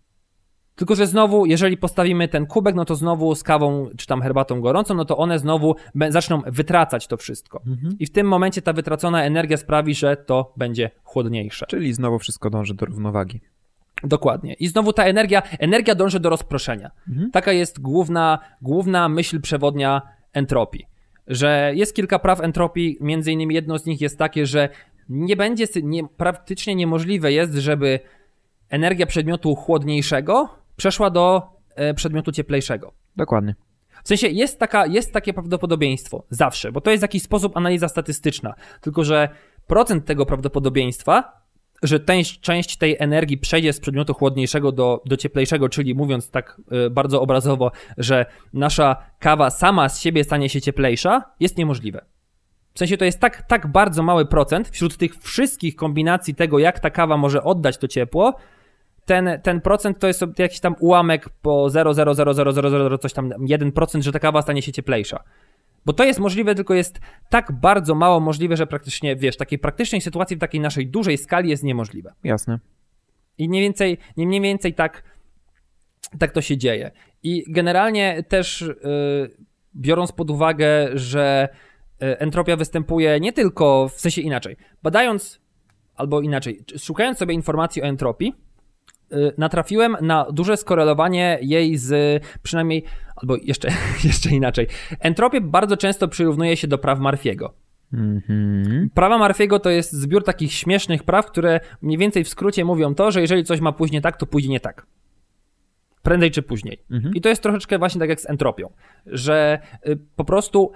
Tylko że znowu, jeżeli postawimy ten kubek, no to znowu z kawą czy tam herbatą gorącą, no to one znowu be- zaczną wytracać to wszystko. Mhm. I w tym momencie ta wytracona energia sprawi, że to będzie chłodniejsze. Czyli znowu wszystko dąży do równowagi. Dokładnie. I znowu ta energia, energia dąży do rozproszenia. Mhm. Taka jest główna, główna myśl przewodnia entropii. Że jest kilka praw entropii, między innymi jedno z nich jest takie, że nie będzie, nie, praktycznie niemożliwe jest, żeby energia przedmiotu chłodniejszego przeszła do e, przedmiotu cieplejszego. Dokładnie. W sensie jest, taka, jest takie prawdopodobieństwo zawsze, bo to jest w jakiś sposób analiza statystyczna, tylko że procent tego prawdopodobieństwa, że część, część tej energii przejdzie z przedmiotu chłodniejszego do, do cieplejszego, czyli mówiąc tak y, bardzo obrazowo, że nasza kawa sama z siebie stanie się cieplejsza, jest niemożliwe. W sensie to jest tak, tak bardzo mały procent wśród tych wszystkich kombinacji tego, jak ta kawa może oddać to ciepło, ten, ten procent to jest jakiś tam ułamek po zero przecinek zero zero zero zero coś tam jeden procent, że ta kawa stanie się cieplejsza. Bo to jest możliwe, tylko jest tak bardzo mało możliwe, że praktycznie, wiesz, takiej praktycznej sytuacji w takiej naszej dużej skali jest niemożliwe. Jasne. I mniej więcej, nie mniej więcej tak, tak to się dzieje. I generalnie też yy, biorąc pod uwagę, że yy, entropia występuje nie tylko, w sensie inaczej, badając, albo inaczej, szukając sobie informacji o entropii, natrafiłem na duże skorelowanie jej z przynajmniej, albo jeszcze, jeszcze inaczej. Entropię bardzo często przyrównuje się do praw Murphy'ego. Mm-hmm. Prawa Murphy'ego to jest zbiór takich śmiesznych praw, które mniej więcej w skrócie mówią to, że jeżeli coś ma później tak, to pójdzie nie tak. Prędzej czy później. Mm-hmm. I to jest troszeczkę właśnie tak jak z entropią, że y, po prostu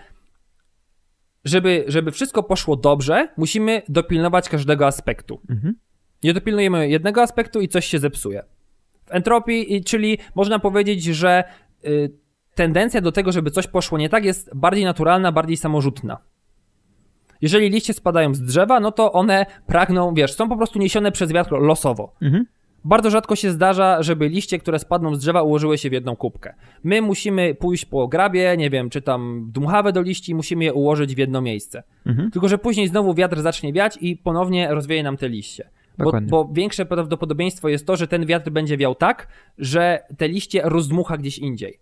żeby, żeby wszystko poszło dobrze, musimy dopilnować każdego aspektu. Mm-hmm. Nie dopilnujemy jednego aspektu i coś się zepsuje. W entropii, czyli można powiedzieć, że y, tendencja do tego, żeby coś poszło nie tak, jest bardziej naturalna, bardziej samorzutna. Jeżeli liście spadają z drzewa, no to one pragną, wiesz, są po prostu niesione przez wiatr losowo. Mhm. Bardzo rzadko się zdarza, żeby liście, które spadną z drzewa, ułożyły się w jedną kubkę. My musimy pójść po grabie, nie wiem, czy tam dmuchawę do liści, musimy je ułożyć w jedno miejsce. Mhm. Tylko że później znowu wiatr zacznie wiać i ponownie rozwieje nam te liście. Bo, bo większe prawdopodobieństwo jest to, że ten wiatr będzie wiał tak, że te liście rozdmucha gdzieś indziej.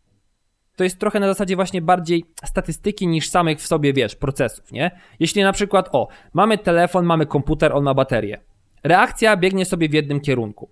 To jest trochę na zasadzie właśnie bardziej statystyki niż samych w sobie, wiesz, procesów, nie? Jeśli na przykład, o, mamy telefon, mamy komputer, on ma baterię. Reakcja biegnie sobie w jednym kierunku.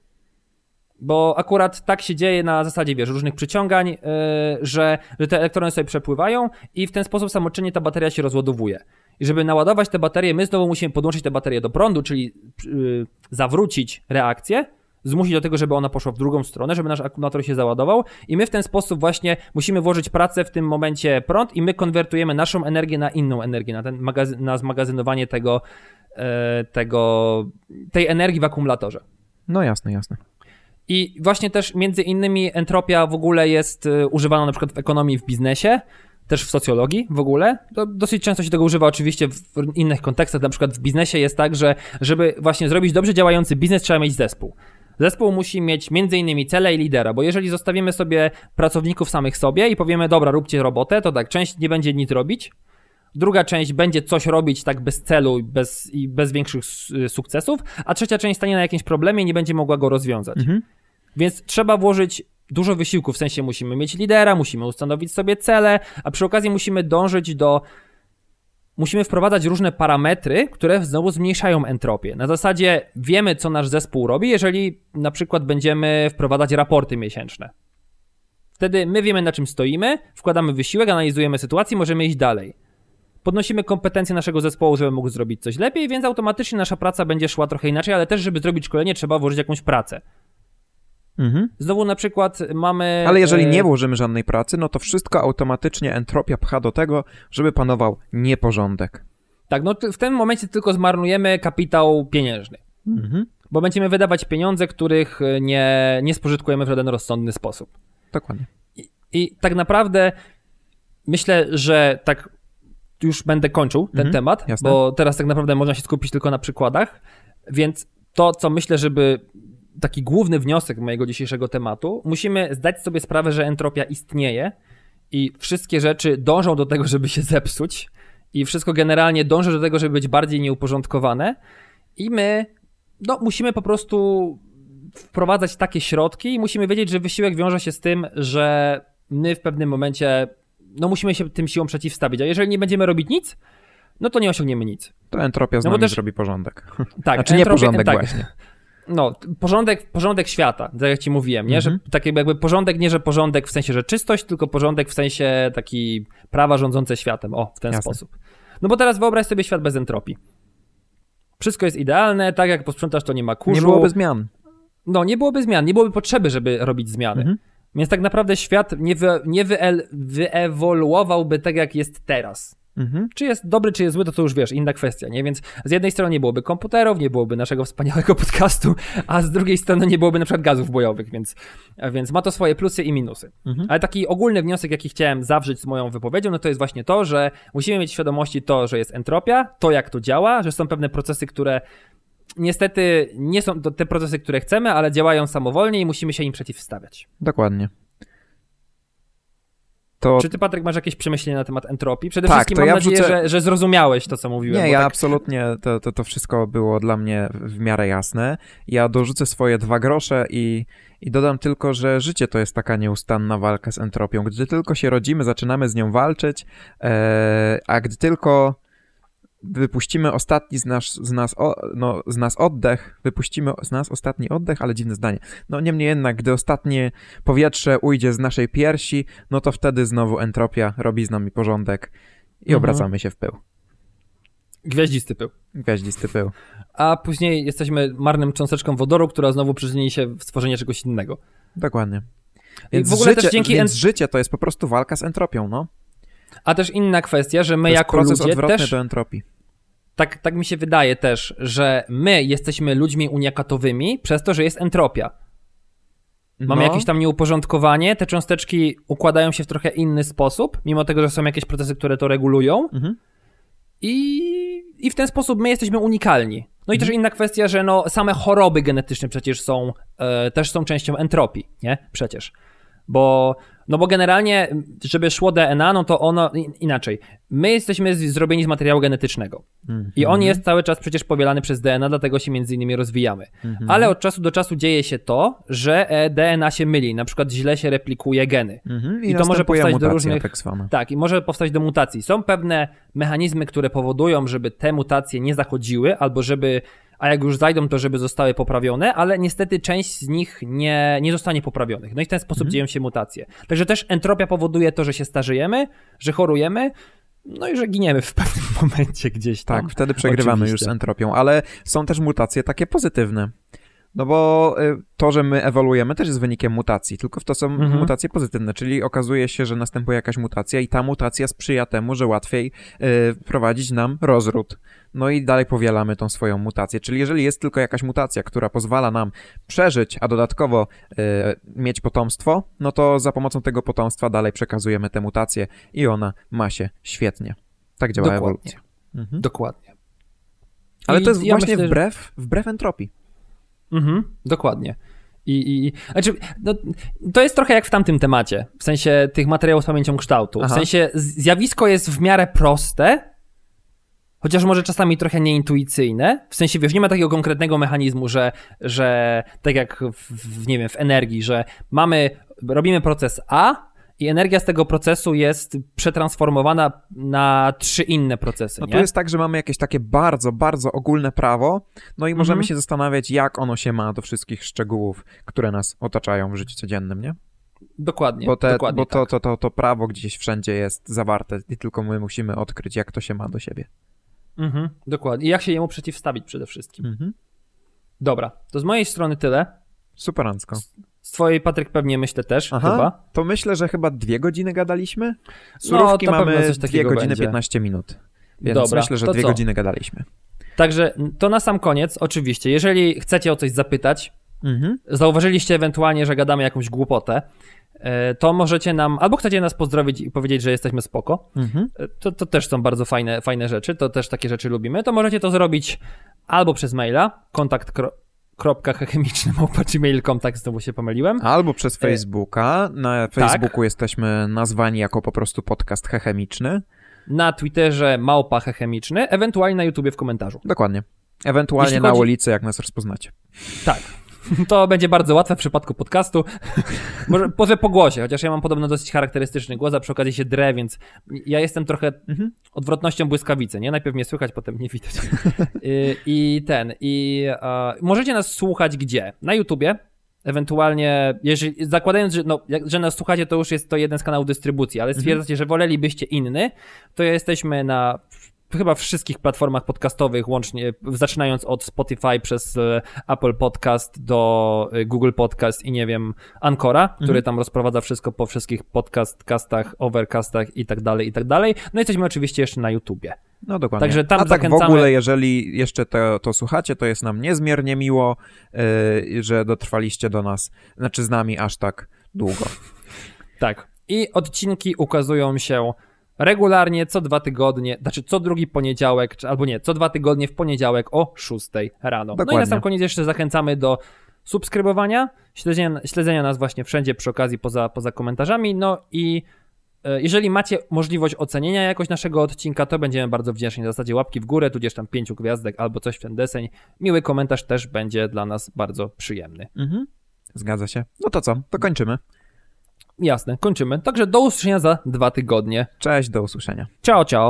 Bo akurat tak się dzieje na zasadzie, wiesz, różnych przyciągań, yy, że, że te elektrony sobie przepływają i w ten sposób samoczynnie ta bateria się rozładowuje. I żeby naładować tę baterię, my znowu musimy podłączyć tę baterię do prądu, czyli yy, zawrócić reakcję, zmusić do tego, żeby ona poszła w drugą stronę, żeby nasz akumulator się załadował i my w ten sposób właśnie musimy włożyć pracę w tym momencie prąd i my konwertujemy naszą energię na inną energię, na, ten magazyn, na zmagazynowanie tego, yy, tego, tej energii w akumulatorze. No jasne, jasne. I właśnie też między innymi entropia w ogóle jest y, używana na przykład w ekonomii, w biznesie, też w socjologii w ogóle. To dosyć często się tego używa oczywiście w innych kontekstach, na przykład w biznesie jest tak, że żeby właśnie zrobić dobrze działający biznes, trzeba mieć zespół. Zespół musi mieć między innymi cele i lidera, bo jeżeli zostawimy sobie pracowników samych sobie i powiemy, dobra, róbcie robotę, to tak, część nie będzie nic robić, druga część będzie coś robić tak bez celu bez, i bez większych sukcesów, a trzecia część stanie na jakimś problemie i nie będzie mogła go rozwiązać. Mhm. Więc trzeba włożyć dużo wysiłku, w sensie musimy mieć lidera, musimy ustanowić sobie cele, a przy okazji musimy dążyć do... Musimy wprowadzać różne parametry, które znowu zmniejszają entropię. Na zasadzie wiemy, co nasz zespół robi, jeżeli na przykład będziemy wprowadzać raporty miesięczne. Wtedy my wiemy, na czym stoimy, wkładamy wysiłek, analizujemy sytuację, możemy iść dalej. Podnosimy kompetencje naszego zespołu, żeby mógł zrobić coś lepiej, więc automatycznie nasza praca będzie szła trochę inaczej, ale też, żeby zrobić szkolenie, trzeba włożyć jakąś pracę. Mhm. Znowu na przykład mamy... Ale jeżeli nie włożymy żadnej pracy, no to wszystko automatycznie entropia pcha do tego, żeby panował nieporządek. Tak, no w tym momencie tylko zmarnujemy kapitał pieniężny. Mhm. Bo będziemy wydawać pieniądze, których nie, nie spożytkujemy w żaden rozsądny sposób. Dokładnie. I, i tak naprawdę myślę, że tak już będę kończył ten mhm, temat, jasne. Bo teraz tak naprawdę można się skupić tylko na przykładach, więc to, co myślę, żeby taki główny wniosek mojego dzisiejszego tematu, musimy zdać sobie sprawę, że entropia istnieje i wszystkie rzeczy dążą do tego, żeby się zepsuć i wszystko generalnie dąży do tego, żeby być bardziej nieuporządkowane i my no, musimy po prostu wprowadzać takie środki i musimy wiedzieć, że wysiłek wiąże się z tym, że my w pewnym momencie no musimy się tym siłom przeciwstawić, a jeżeli nie będziemy robić nic, no to nie osiągniemy nic. To entropia z no nami też... zrobi porządek. Tak, znaczy nie entropia, porządek tak. właśnie. No, porządek, porządek świata, tak jak ci mówiłem, nie? Mm-hmm. Że taki jakby porządek, nie że porządek w sensie, że czystość, tylko porządek w sensie taki prawa rządzące światem, o, w ten Jasne. Sposób. No bo teraz wyobraź sobie świat bez entropii. Wszystko jest idealne, tak jak posprzątasz, to nie ma kurzu. Nie byłoby zmian. no nie byłoby zmian, nie byłoby potrzeby, żeby robić zmiany. Mhm. Więc tak naprawdę świat nie, wy, nie wyel, wyewoluowałby tak, jak jest teraz. Mhm. Czy jest dobry, czy jest zły, to to już wiesz, inna kwestia, nie? Więc z jednej strony nie byłoby komputerów, nie byłoby naszego wspaniałego podcastu, a z drugiej strony nie byłoby na przykład gazów bojowych, więc, więc ma to swoje plusy i minusy. Mhm. Ale taki ogólny wniosek, jaki chciałem zawrzeć z moją wypowiedzią, no to jest właśnie to, że musimy mieć świadomości to, że jest entropia, to jak to działa, że są pewne procesy, które niestety nie są to te procesy, które chcemy, ale działają samowolnie i musimy się im przeciwstawiać. Dokładnie. To... Czy ty, Patryk, masz jakieś przemyślenia na temat entropii? Przede tak, wszystkim mam ja nadzieję, wrzucę... że, że zrozumiałeś to, co mówiłem. Nie, ja tak... absolutnie, to, to, to wszystko było dla mnie w miarę jasne. Ja dorzucę swoje dwa grosze i, i dodam tylko, że życie to jest taka nieustanna walka z entropią. Gdy tylko się rodzimy, zaczynamy z nią walczyć, e, a gdy tylko wypuścimy ostatni z nas, z, nas, o, no, z nas oddech, wypuścimy z nas ostatni oddech, ale dziwne zdanie. No niemniej jednak, gdy ostatnie powietrze ujdzie z naszej piersi, no to wtedy znowu entropia robi z nami porządek i mhm. obracamy się w pył. Gwiaździsty pył. Gwiaździsty pył. A później jesteśmy marnym cząsteczką wodoru, która znowu przyczyni się w stworzenie czegoś innego. Dokładnie. Więc, w ogóle życie, też dzięki więc ent... życie to jest po prostu walka z entropią, no. A też inna kwestia, że my to jest jako proces ludzie odwrotny też... do entropii. Tak, tak mi się wydaje też, że my jesteśmy ludźmi unikatowymi przez to, że jest entropia. Mamy no. jakieś tam nieuporządkowanie, te cząsteczki układają się w trochę inny sposób, mimo tego, że są jakieś procesy, które to regulują. Mhm. I, I w ten sposób my jesteśmy unikalni. No i mhm. też inna kwestia, że no same choroby genetyczne przecież są, e, też są częścią entropii, nie? Przecież. Bo, no bo generalnie, żeby szło D N A, no to ono, inaczej, my jesteśmy z, zrobieni z materiału genetycznego mm-hmm. i on jest cały czas przecież powielany przez D N A, dlatego się między innymi rozwijamy. Mm-hmm. Ale od czasu do czasu dzieje się to, że D N A się myli, na przykład źle się replikuje geny. Mm-hmm. I, I to może powstać do różnych... Tak, tak, i może powstać do mutacji. Są pewne mechanizmy, które powodują, żeby te mutacje nie zachodziły, albo żeby... a jak już zajdą, to żeby zostały poprawione, ale niestety część z nich nie, nie zostanie poprawionych. No i w ten sposób mhm. dzieją się mutacje. Także też entropia powoduje to, że się starzejemy, że chorujemy, no i że giniemy w pewnym momencie gdzieś tam. Tak, wtedy przegrywamy Oczywiście. już z entropią, ale są też mutacje takie pozytywne. No bo to, że my ewoluujemy, też jest wynikiem mutacji, tylko to są mhm. mutacje pozytywne, czyli okazuje się, że następuje jakaś mutacja i ta mutacja sprzyja temu, że łatwiej y, wprowadzić nam rozród. No i dalej powielamy tą swoją mutację, czyli jeżeli jest tylko jakaś mutacja, która pozwala nam przeżyć, a dodatkowo y, mieć potomstwo, no to za pomocą tego potomstwa dalej przekazujemy tę mutację i ona ma się świetnie. Tak działa Dokładnie. ewolucja. Mhm. Dokładnie. Ale I to jest ja właśnie myślę, wbrew, wbrew entropii. Mhm, dokładnie. I, i, znaczy, no, to jest trochę jak w tamtym temacie, w sensie tych materiałów z pamięcią kształtu. Aha. W sensie zjawisko jest w miarę proste, chociaż może czasami trochę nieintuicyjne. W sensie, wiesz, nie ma takiego konkretnego mechanizmu, że, że tak jak w, w, nie wiem, w energii, że mamy, robimy proces A, i energia z tego procesu jest przetransformowana na trzy inne procesy. No nie? to jest tak, że mamy jakieś takie bardzo, bardzo ogólne prawo, no i możemy mhm. się zastanawiać, jak ono się ma do wszystkich szczegółów, które nas otaczają w życiu codziennym, nie? Dokładnie, bo te, dokładnie Bo to, tak. to, to, to prawo gdzieś wszędzie jest zawarte i tylko my musimy odkryć, jak to się ma do siebie. Mhm, dokładnie. I jak się jemu przeciwstawić przede wszystkim. Mhm. Dobra, to z mojej strony tyle. Superancko. Z twojej, Patryk, pewnie myślę też, Aha, chyba. To myślę, że chyba dwie godziny gadaliśmy. Surówki no, mamy dwie godziny będzie. piętnaście minut. Więc Dobra, myślę, że to dwie co? godziny gadaliśmy. Także to na sam koniec, oczywiście, jeżeli chcecie o coś zapytać, mhm. zauważyliście ewentualnie, że gadamy jakąś głupotę, to możecie nam, albo chcecie nas pozdrowić i powiedzieć, że jesteśmy spoko, mhm. to, to też są bardzo fajne, fajne rzeczy, to też takie rzeczy lubimy, to możecie to zrobić albo przez maila, kontakt kropka hechemiczny małpa gmail kropka com, tak znowu się pomyliłem. Albo przez Facebooka. Na Facebooku tak. jesteśmy nazwani jako po prostu podcast hechemiczny. Na Twitterze małpa hechemiczny, ewentualnie na YouTubie w komentarzu. Dokładnie. Ewentualnie Jeśli na chodzi... ulicy, jak nas rozpoznacie. Tak. To będzie bardzo łatwe w przypadku podcastu. Może, może po głosie, chociaż ja mam podobno dosyć charakterystyczny głos, a przy okazji się drę, więc ja jestem trochę mhm. odwrotnością błyskawicy, nie? Najpierw mnie słychać, potem nie widać. I, i ten, i uh, możecie nas słuchać gdzie? Na YouTubie, ewentualnie, jeżeli, zakładając, że, no, jak, że nas słuchacie, to już jest to jeden z kanałów dystrybucji, ale stwierdzacie, mhm. że wolelibyście inny, to jesteśmy na chyba wszystkich platformach podcastowych, łącznie, zaczynając od Spotify przez Apple Podcast do Google Podcast i nie wiem, Ancora, mhm. który tam rozprowadza wszystko po wszystkich podcastcastach, overcastach i tak dalej, i tak dalej. No i jesteśmy oczywiście jeszcze na YouTubie. No dokładnie. Także tam A tak zachęcamy... w ogóle, jeżeli jeszcze to, to słuchacie, to jest nam niezmiernie miło, yy, że dotrwaliście do nas, znaczy z nami aż tak długo. Tak. I odcinki ukazują się regularnie co dwa tygodnie, znaczy co drugi poniedziałek, czy, albo nie, co dwa tygodnie w poniedziałek o szóstej rano. Dokładnie. No i na sam koniec jeszcze zachęcamy do subskrybowania, śledzenia, śledzenia nas właśnie wszędzie przy okazji poza, poza komentarzami, no i e, jeżeli macie możliwość ocenienia jakoś naszego odcinka, to będziemy bardzo wdzięczni. Na zasadzie łapki w górę, tudzież tam pięciu gwiazdek albo coś w ten deseń. Miły komentarz też będzie dla nas bardzo przyjemny. Mhm. Zgadza się. No to co? To kończymy. Jasne, kończymy. Także do usłyszenia za dwa tygodnie. Cześć, do usłyszenia. Ciao, ciao.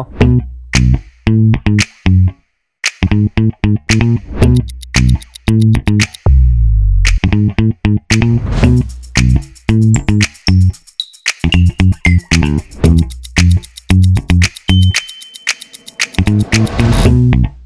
Thank you.